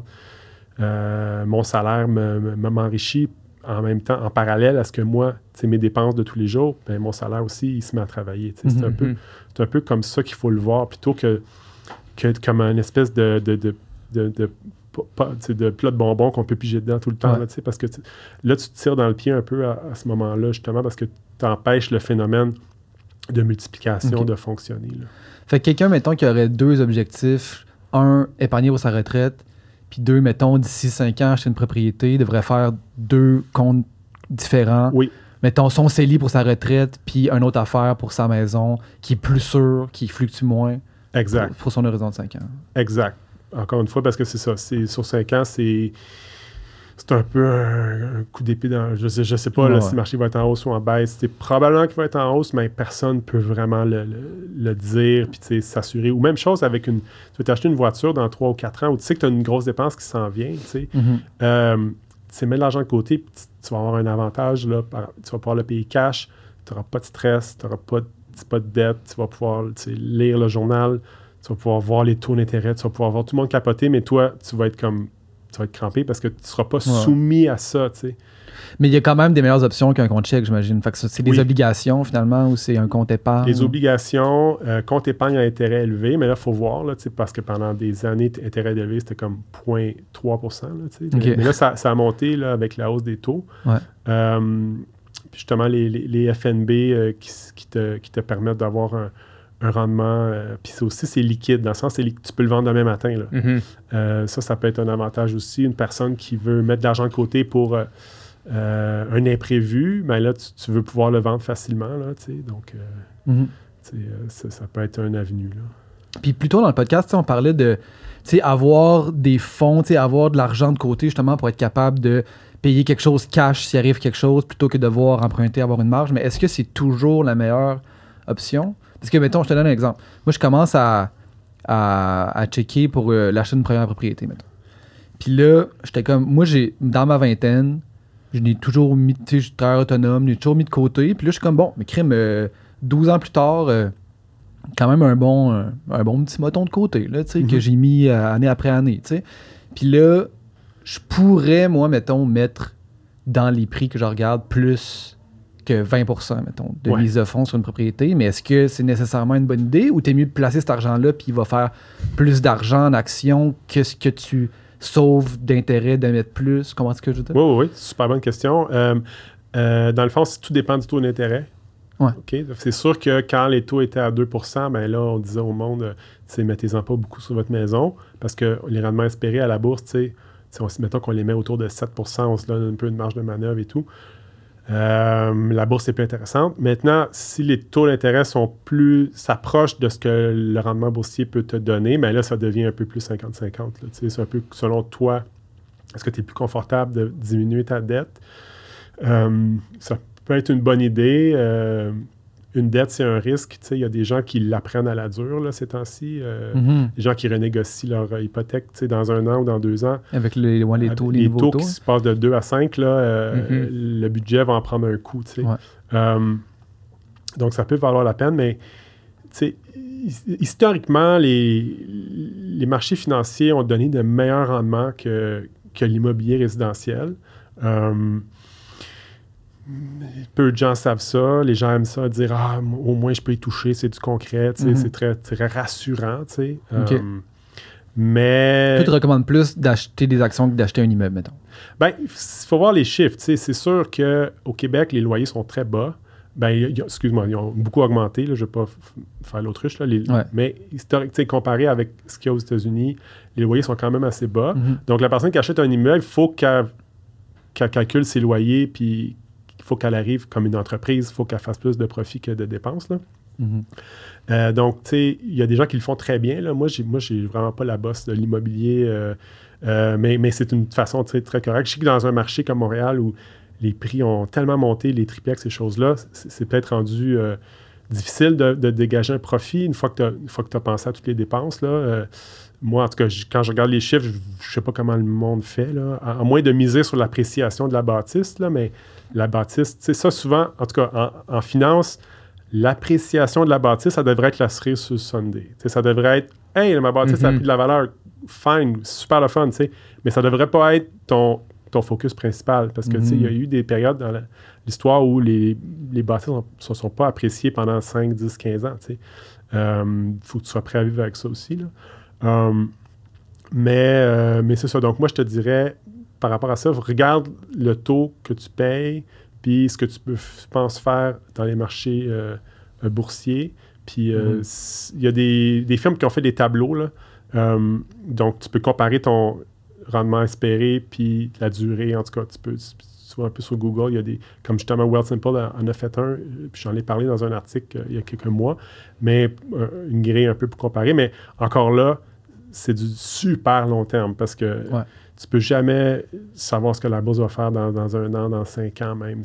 S4: mon salaire m'enrichit en même temps, en parallèle à ce que moi, mes dépenses de tous les jours, ben, mon salaire aussi, il se met à travailler. C'est un peu comme ça qu'il faut le voir, plutôt que comme une espèce de plat de bonbons qu'on peut piger dedans tout le temps. Là, parce que là, tu te tires dans le pied un peu à ce moment-là, justement, parce que tu empêches le phénomène de multiplication de fonctionner. Là.
S3: Fait que quelqu'un, mettons, qui aurait 2 objectifs, 1, épargner pour sa retraite, puis 2, mettons, d'ici 5 ans, acheter une propriété, devrait faire 2 comptes différents.
S4: Oui.
S3: Mettons, son CELI pour sa retraite, puis une autre affaire pour sa maison, qui est plus sûr, qui fluctue moins.
S4: Exact.
S3: Pour son horizon de 5 ans.
S4: Exact. Encore une fois, parce que c'est ça. Sur 5 ans, c'est un peu un coup d'épée dans... Je sais pas là, si le marché va être en hausse ou en baisse. C'est probablement qu'il va être en hausse, mais personne ne peut vraiment le dire puis s'assurer. Ou même chose avec tu veux t'acheter une voiture dans 3 ou 4 ans où tu sais que tu as une grosse dépense qui s'en vient. Tu mets de l'argent de côté puis tu vas avoir un avantage. Là, tu vas pouvoir le payer cash. Tu n'auras pas de stress. Tu n'auras pas de dette. Tu vas pouvoir lire le journal. Tu vas pouvoir voir les taux d'intérêt. Tu vas pouvoir voir tout le monde capoter, mais toi, tu vas être crampé parce que tu ne seras pas soumis à ça, tu sais.
S3: Mais il y a quand même des meilleures options qu'un compte chèque, j'imagine. Fait que c'est des obligations, finalement, ou c'est un compte épargne?
S4: Les obligations, compte épargne à intérêt élevé, mais là, il faut voir, là, parce que pendant des années, intérêt élevé, c'était comme 0,3 %. Mais là, ça a monté là, avec la hausse des taux. Justement, les FNB qui te permettent d'avoir un rendement, puis c'est liquide, dans le sens que tu peux le vendre demain matin. Là. Ça peut être un avantage aussi. Une personne qui veut mettre de l'argent de côté pour un imprévu, ben là, tu veux pouvoir le vendre facilement. Là, donc, ça peut être un avenue. Là.
S3: Puis plus tôt dans le podcast, on parlait de avoir des fonds, avoir de l'argent de côté justement pour être capable de payer quelque chose cash s'il arrive quelque chose plutôt que de devoir emprunter, avoir une marge. Mais est-ce que c'est toujours la meilleure option? Parce que, mettons, je te donne un exemple. Moi, je commence à checker pour l'achat d'une première propriété, mettons. Puis là, j'étais comme... Moi, dans ma vingtaine, je n'ai toujours mis... Tu sais, je suis très autonome, je l'ai toujours mis de côté. Puis là, je suis comme, bon, mais crime, 12 ans plus tard, quand même un bon petit moton de côté, là, que j'ai mis année après année. Puis là, je pourrais, moi, mettons, mettre dans les prix que je regarde plus que 20%, mettons, de mise de fonds sur une propriété. Mais est-ce que c'est nécessairement une bonne idée ou t'es mieux de placer cet argent-là puis il va faire plus d'argent en action que ce que tu sauves d'intérêt de mettre plus? Comment est-ce que je dis?
S4: Oui, super bonne question. Dans le fond, tout dépend du taux d'intérêt.
S3: Ouais.
S4: Okay? C'est sûr que quand les taux étaient à 2%, ben là, on disait au monde, mettez-en pas beaucoup sur votre maison parce que les rendements espérés à la bourse, mettons qu'on les met autour de 7%, on se donne un peu de marge de manœuvre et tout. La bourse est plus intéressante. Maintenant, si les taux d'intérêt s'approchent de ce que le rendement boursier peut te donner, ben là, ça devient un peu plus 50-50. C'est un peu selon toi, est-ce que tu es plus confortable de diminuer ta dette? Ça peut être une bonne idée. Une dette, c'est un risque. Il y a des gens qui l'apprennent à la dure là, ces temps-ci. Des gens qui renégocient leur hypothèque dans 1 an ou dans 2 ans.
S3: Avec les taux, les nouveaux taux.
S4: Qui se passent de 2 à 5, là, le budget va en prendre un coup. Donc, ça peut valoir la peine, mais historiquement, les marchés financiers ont donné de meilleurs rendements que l'immobilier résidentiel. Peu de gens savent ça. Les gens aiment ça, dire « Ah, au moins, je peux y toucher, c'est du concret. » C'est très, très rassurant.
S3: Okay.
S4: Mais...
S3: Tu te recommandes plus d'acheter des actions que d'acheter un immeuble, mettons?
S4: Bien, il faut voir les chiffres. C'est sûr qu'au Québec, les loyers sont très bas. Excuse-moi, ils ont beaucoup augmenté. Là, je ne vais pas faire l'autruche. Là, mais historique, comparé avec ce qu'il y a aux États-Unis, les loyers sont quand même assez bas. Donc, la personne qui achète un immeuble, il faut qu'elle calcule ses loyers, puis il faut qu'elle arrive comme une entreprise, il faut qu'elle fasse plus de profit que de dépenses. Là. Donc, tu sais, il y a des gens qui le font très bien. Là. Moi, j'ai vraiment pas la bosse de l'immobilier, mais c'est une façon très, très correcte. Je sais que dans un marché comme Montréal, où les prix ont tellement monté, les triplex, ces choses-là, c'est peut-être rendu difficile de dégager un profit une fois que tu as pensé à toutes les dépenses. Là. Moi, en tout cas, quand je regarde les chiffres, je ne sais pas comment le monde fait, là, à moins de miser sur l'appréciation de la bâtisse, là, mais la bâtisse, tu sais, ça souvent, en tout cas, en finance, l'appréciation de la bâtisse, ça devrait être la cerise sur Sunday. Tu sais, ça devrait être « Hey, ma bâtisse a pris de la valeur, fine, super le fun », tu sais, mais ça ne devrait pas être ton focus principal, parce que, tu sais, il y a eu des périodes dans l'histoire où les bâtisses ne se sont pas appréciées pendant 5, 10, 15 ans, tu sais. Faut que tu sois prêt à vivre avec ça aussi, là. Mais c'est ça. Donc, moi, je te dirais, par rapport à ça, regarde le taux que tu payes, puis ce que tu penses faire dans les marchés boursiers. Puis, il y a des firmes qui ont fait des tableaux, là. Donc, tu peux comparer ton rendement espéré, puis la durée. En tout cas, tu vois un peu sur Google, il y a des... Comme justement, Wealthsimple en a fait un, puis j'en ai parlé dans un article il y a quelques mois, mais une grille un peu pour comparer. Mais encore là, c'est du super long terme parce que tu peux jamais savoir ce que la bourse va faire dans 1 an, dans 5 ans même.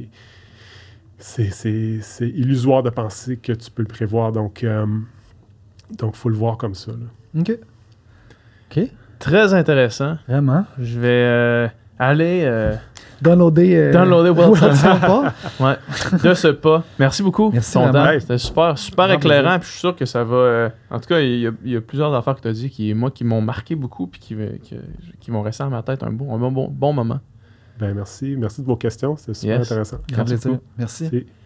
S4: C'est illusoire de penser que tu peux le prévoir. Donc, faut le voir comme ça. Là.
S3: OK.
S2: Très intéressant.
S3: Vraiment.
S2: Je vais aller...
S3: Downloader
S2: Wealthsimple. Ouais, de ce pas. Merci beaucoup.
S3: Merci
S2: ton temps.
S3: vraiment.
S2: C'était super éclairant. Puis je suis sûr que ça va... en tout cas, il y a plusieurs affaires que tu as dit qui m'ont marqué beaucoup puis qui vont rester dans ma tête un bon moment.
S4: Ben merci. Merci de vos questions. C'était super intéressant.
S3: Grand plaisir. Merci.